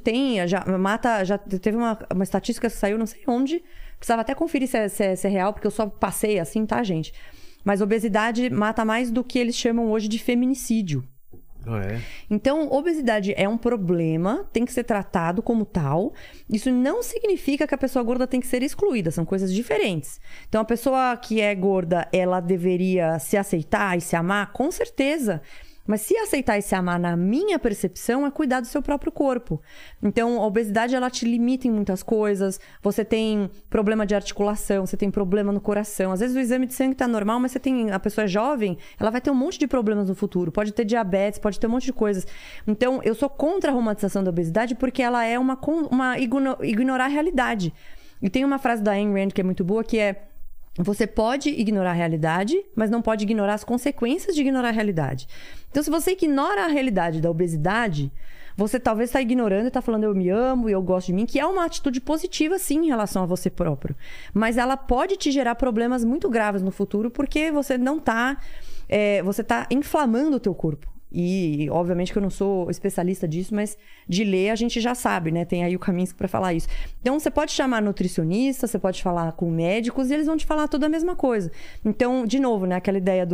já teve uma estatística que saiu não sei onde, precisava até conferir se é real, porque eu só passei assim, tá, gente? Mas obesidade mata mais do que eles chamam hoje de feminicídio. Então, obesidade é um problema, tem que ser tratado como tal. Isso não significa que a pessoa gorda tem que ser excluída, são coisas diferentes. Então, a pessoa que é gorda, ela deveria se aceitar e se amar, com certeza. Mas se aceitar e se amar, na minha percepção, é cuidar do seu próprio corpo. Então, a obesidade, ela te limita em muitas coisas. Você tem problema de articulação, você tem problema no coração. Às vezes o exame de sangue tá normal, mas a pessoa é jovem, ela vai ter um monte de problemas no futuro. Pode ter diabetes, pode ter um monte de coisas. Então, eu sou contra a romantização da obesidade porque ela é ignorar a realidade. E tem uma frase da Ayn Rand que é muito boa, que é: você pode ignorar a realidade, mas não pode ignorar as consequências de ignorar a realidade. Então, se você ignora a realidade da obesidade, você talvez está ignorando e está falando eu me amo e eu gosto de mim, que é uma atitude positiva, sim, em relação a você próprio. Mas ela pode te gerar problemas muito graves no futuro, porque você não está... você está inflamando o teu corpo. E, obviamente, que eu não sou especialista disso, mas de ler a gente já sabe, né? Tem aí o Kaminski para falar isso. Então, você pode chamar nutricionista, você pode falar com médicos e eles vão te falar toda a mesma coisa. Então, de novo, né? Aquela ideia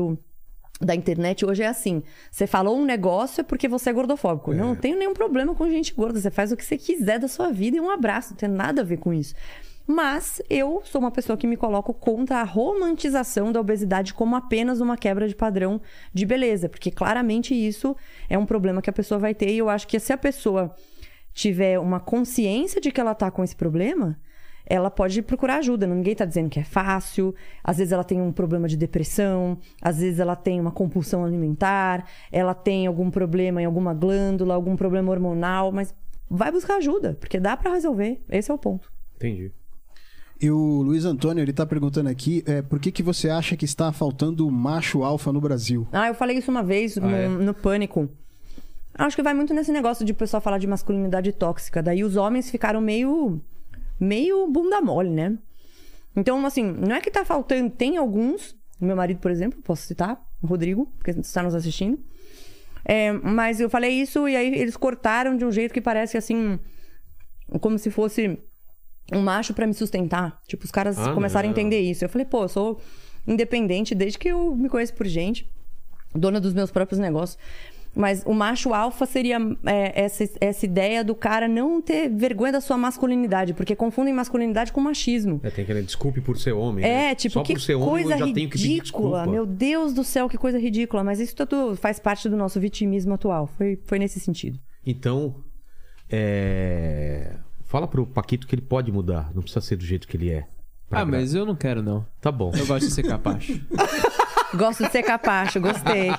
da internet hoje é assim: você falou um negócio é porque você é gordofóbico. Não tenho nenhum problema com gente gorda. Você faz o que você quiser da sua vida e um abraço. Não tem nada a ver com isso. Mas eu sou uma pessoa que me coloco contra a romantização da obesidade como apenas uma quebra de padrão de beleza. Porque claramente isso é um problema que a pessoa vai ter. E eu acho que se a pessoa tiver uma consciência de que ela tá com esse problema, ela pode procurar ajuda. Ninguém tá dizendo que é fácil. Às vezes ela tem um problema de depressão. Às vezes ela tem uma compulsão alimentar. Ela tem algum problema em alguma glândula, algum problema hormonal. Mas vai buscar ajuda, porque dá pra resolver. Esse é o ponto. Entendi. E o Luiz Antônio, ele tá perguntando aqui, por que você acha que está faltando macho alfa no Brasil? Eu falei isso uma vez no Pânico. Acho que vai muito nesse negócio de o pessoal falar de masculinidade tóxica. Daí os homens ficaram meio bunda mole, né? Então, assim, não é que tá faltando... Tem alguns, o meu marido, por exemplo, posso citar, o Rodrigo, porque está nos assistindo. Mas eu falei isso e aí eles cortaram de um jeito que parece, assim, como se fosse um macho pra me sustentar. Tipo, os caras começaram a entender isso. Eu falei, pô, eu sou independente desde que eu me conheço por gente, dona dos meus próprios negócios. Mas o macho alfa seria essa ideia do cara não ter vergonha da sua masculinidade, porque confundem masculinidade com machismo. Tem que desculpe por ser homem. Né? Tipo, só que por ser homem coisa eu já tenho que pedir ridícula. desculpa. Meu Deus do céu, que coisa ridícula. Mas isso tudo faz parte do nosso vitimismo atual. Foi nesse sentido. Então, fala pro Paquito que ele pode mudar. Não precisa ser do jeito que ele é. Mas eu não quero, não. Tá bom. Eu gosto de ser capacho. Gosto de ser capacho, gostei.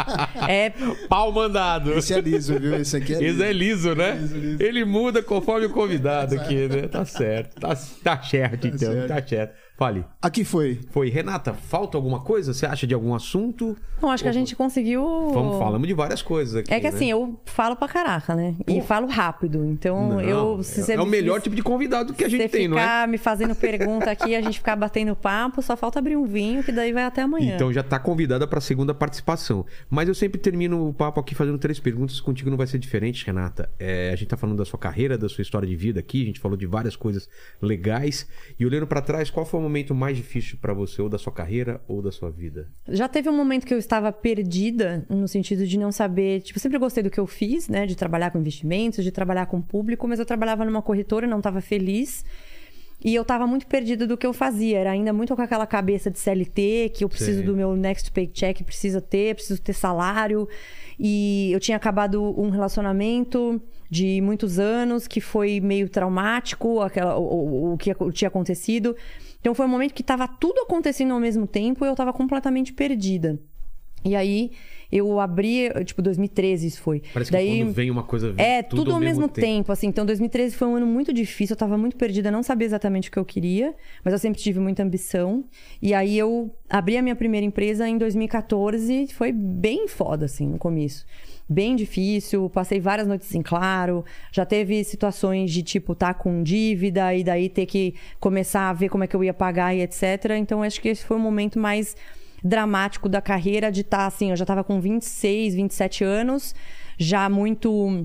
Pau mandado. Esse é liso, viu? Esse aqui é liso. Esse é liso, né? Liso. Ele muda conforme o convidado aqui, né? Tá certo. Tá certo, então. Certo. Tá certo. Fale. Aqui foi. Renata, falta alguma coisa? Você acha de algum assunto? Não, acho que a gente conseguiu... Falamos de várias coisas aqui, É que assim, eu falo pra caraca, né? E falo rápido. Então, é o melhor tipo de convidado que a gente tem, não é? Se ficar me fazendo pergunta aqui, a gente ficar batendo papo, só falta abrir um vinho, que daí vai até amanhã. Então já tá convidada pra segunda participação. Mas eu sempre termino o papo aqui fazendo 3 perguntas. Contigo não vai ser diferente, Renata. A gente tá falando da sua carreira, da sua história de vida aqui. A gente falou de várias coisas legais. E olhando pra trás, qual foi o momento mais difícil pra você, ou da sua carreira, ou da sua vida? Já teve um momento que eu estava perdida, no sentido de não saber... Tipo, eu sempre gostei do que eu fiz, né? De trabalhar com investimentos, de trabalhar com público, mas eu trabalhava numa corretora, não estava feliz. E eu estava muito perdida do que eu fazia. Era ainda muito com aquela cabeça de CLT, que eu preciso do meu next paycheck, preciso ter salário. E eu tinha acabado um relacionamento de muitos anos, que foi meio traumático, o que tinha acontecido. Então foi um momento que estava tudo acontecendo ao mesmo tempo e eu estava completamente perdida. E aí eu abri, tipo, 2013 isso foi. Parece que quando vem uma coisa... tudo ao mesmo tempo, assim. Então 2013 foi um ano muito difícil, eu tava muito perdida, não sabia exatamente o que eu queria, mas eu sempre tive muita ambição. E aí eu abri a minha primeira empresa em 2014, foi bem foda, assim, no começo. Bem difícil, passei várias noites em claro, já teve situações de, tipo, tá com dívida e daí ter que começar a ver como é que eu ia pagar e etc. Então acho que esse foi o momento mais dramático da carreira, de estar assim, eu já estava com 26, 27 anos, já muito...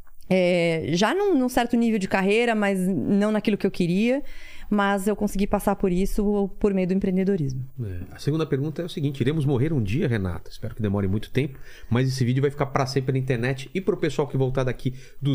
já num certo nível de carreira, mas não naquilo que eu queria. Mas eu consegui passar por isso por meio do empreendedorismo. A segunda pergunta é o seguinte: iremos morrer um dia, Renata? Espero que demore muito tempo, mas esse vídeo vai ficar para sempre na internet. E pro pessoal que voltar daqui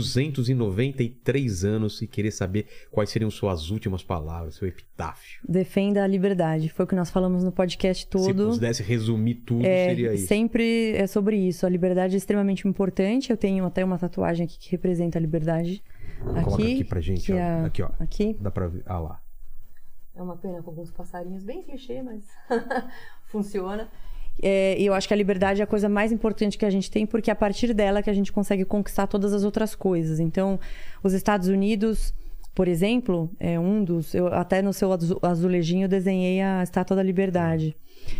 293 anos e querer saber quais seriam suas últimas palavras, seu epitáfio. Defenda a liberdade. Foi o que nós falamos no podcast todo. Se pudesse resumir tudo, seria isso. Sempre é sobre isso. A liberdade é extremamente importante. Eu tenho até uma tatuagem aqui que representa a liberdade. Coloca aqui pra gente, ó. Aqui, ó. Aqui? Dá pra ver. Ah lá. É uma pena com alguns passarinhos, bem clichê, mas funciona. E eu acho que a liberdade é a coisa mais importante que a gente tem, porque é a partir dela que a gente consegue conquistar todas as outras coisas. Então, os Estados Unidos, por exemplo, é um dos... Eu até no seu azulejinho desenhei a Estátua da Liberdade.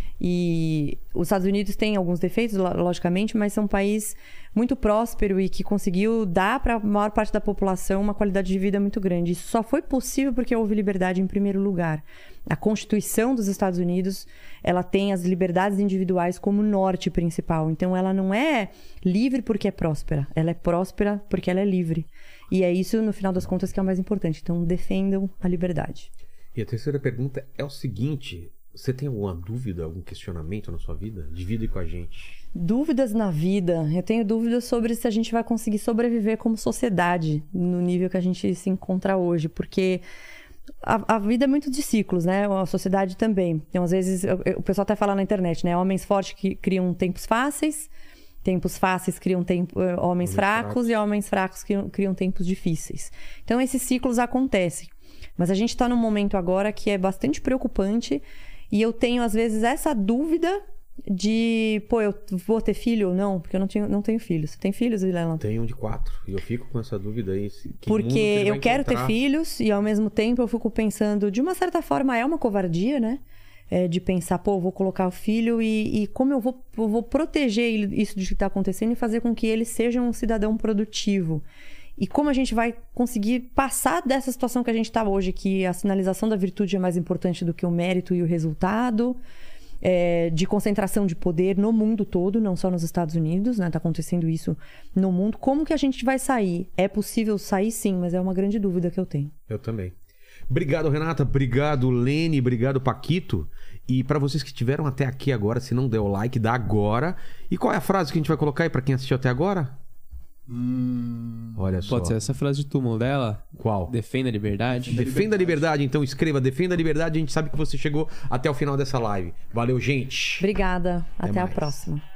E os Estados Unidos têm alguns defeitos, logicamente, mas são um país muito próspero e que conseguiu dar para a maior parte da população uma qualidade de vida muito grande. Isso só foi possível porque houve liberdade em primeiro lugar. A Constituição dos Estados Unidos, ela tem as liberdades individuais como norte principal. Então, ela não é livre porque é próspera. Ela é próspera porque ela é livre. E é isso, no final das contas, que é o mais importante. Então, defendam a liberdade. E a terceira pergunta é o seguinte: você tem alguma dúvida, algum questionamento na sua vida? Divida com a gente. Dúvidas na vida. Eu tenho dúvidas sobre se a gente vai conseguir sobreviver como sociedade no nível que a gente se encontra hoje. Porque a vida é muito de ciclos, né? A sociedade também. Então, às vezes, o pessoal até fala na internet, né? Homens fortes que criam tempos fáceis criam homens fracos e homens fracos criam tempos difíceis. Então, esses ciclos acontecem. Mas a gente está num momento agora que é bastante preocupante. E eu tenho, às vezes, essa dúvida de... eu vou ter filho ou não? Porque eu não tenho filhos. Você tem filhos, Vilela? Tenho de 4. E eu fico com essa dúvida aí. Porque eu quero ter filhos e, ao mesmo tempo, eu fico pensando... De uma certa forma, é uma covardia, né? De pensar, eu vou colocar o filho e como eu vou proteger isso de que está acontecendo e fazer com que ele seja um cidadão produtivo. E como a gente vai conseguir passar dessa situação que a gente está hoje, que a sinalização da virtude é mais importante do que o mérito e o resultado, de concentração de poder no mundo todo, não só nos Estados Unidos, né? Tá acontecendo isso no mundo. Como que a gente vai sair? É possível sair, sim, mas é uma grande dúvida que eu tenho. Eu também. Obrigado, Renata. Obrigado, Lene. Obrigado, Paquito. E pra vocês que estiveram até aqui agora, se não deu o like, dá agora. E qual é a frase que a gente vai colocar aí pra quem assistiu até agora? Olha só. Pode ser essa frase de túmulo dela? Qual? Defenda a liberdade. Defenda a liberdade. Então escreva, defenda a liberdade. A gente sabe que você chegou até o final dessa live. Valeu, gente. Obrigada. Até a mais. próxima.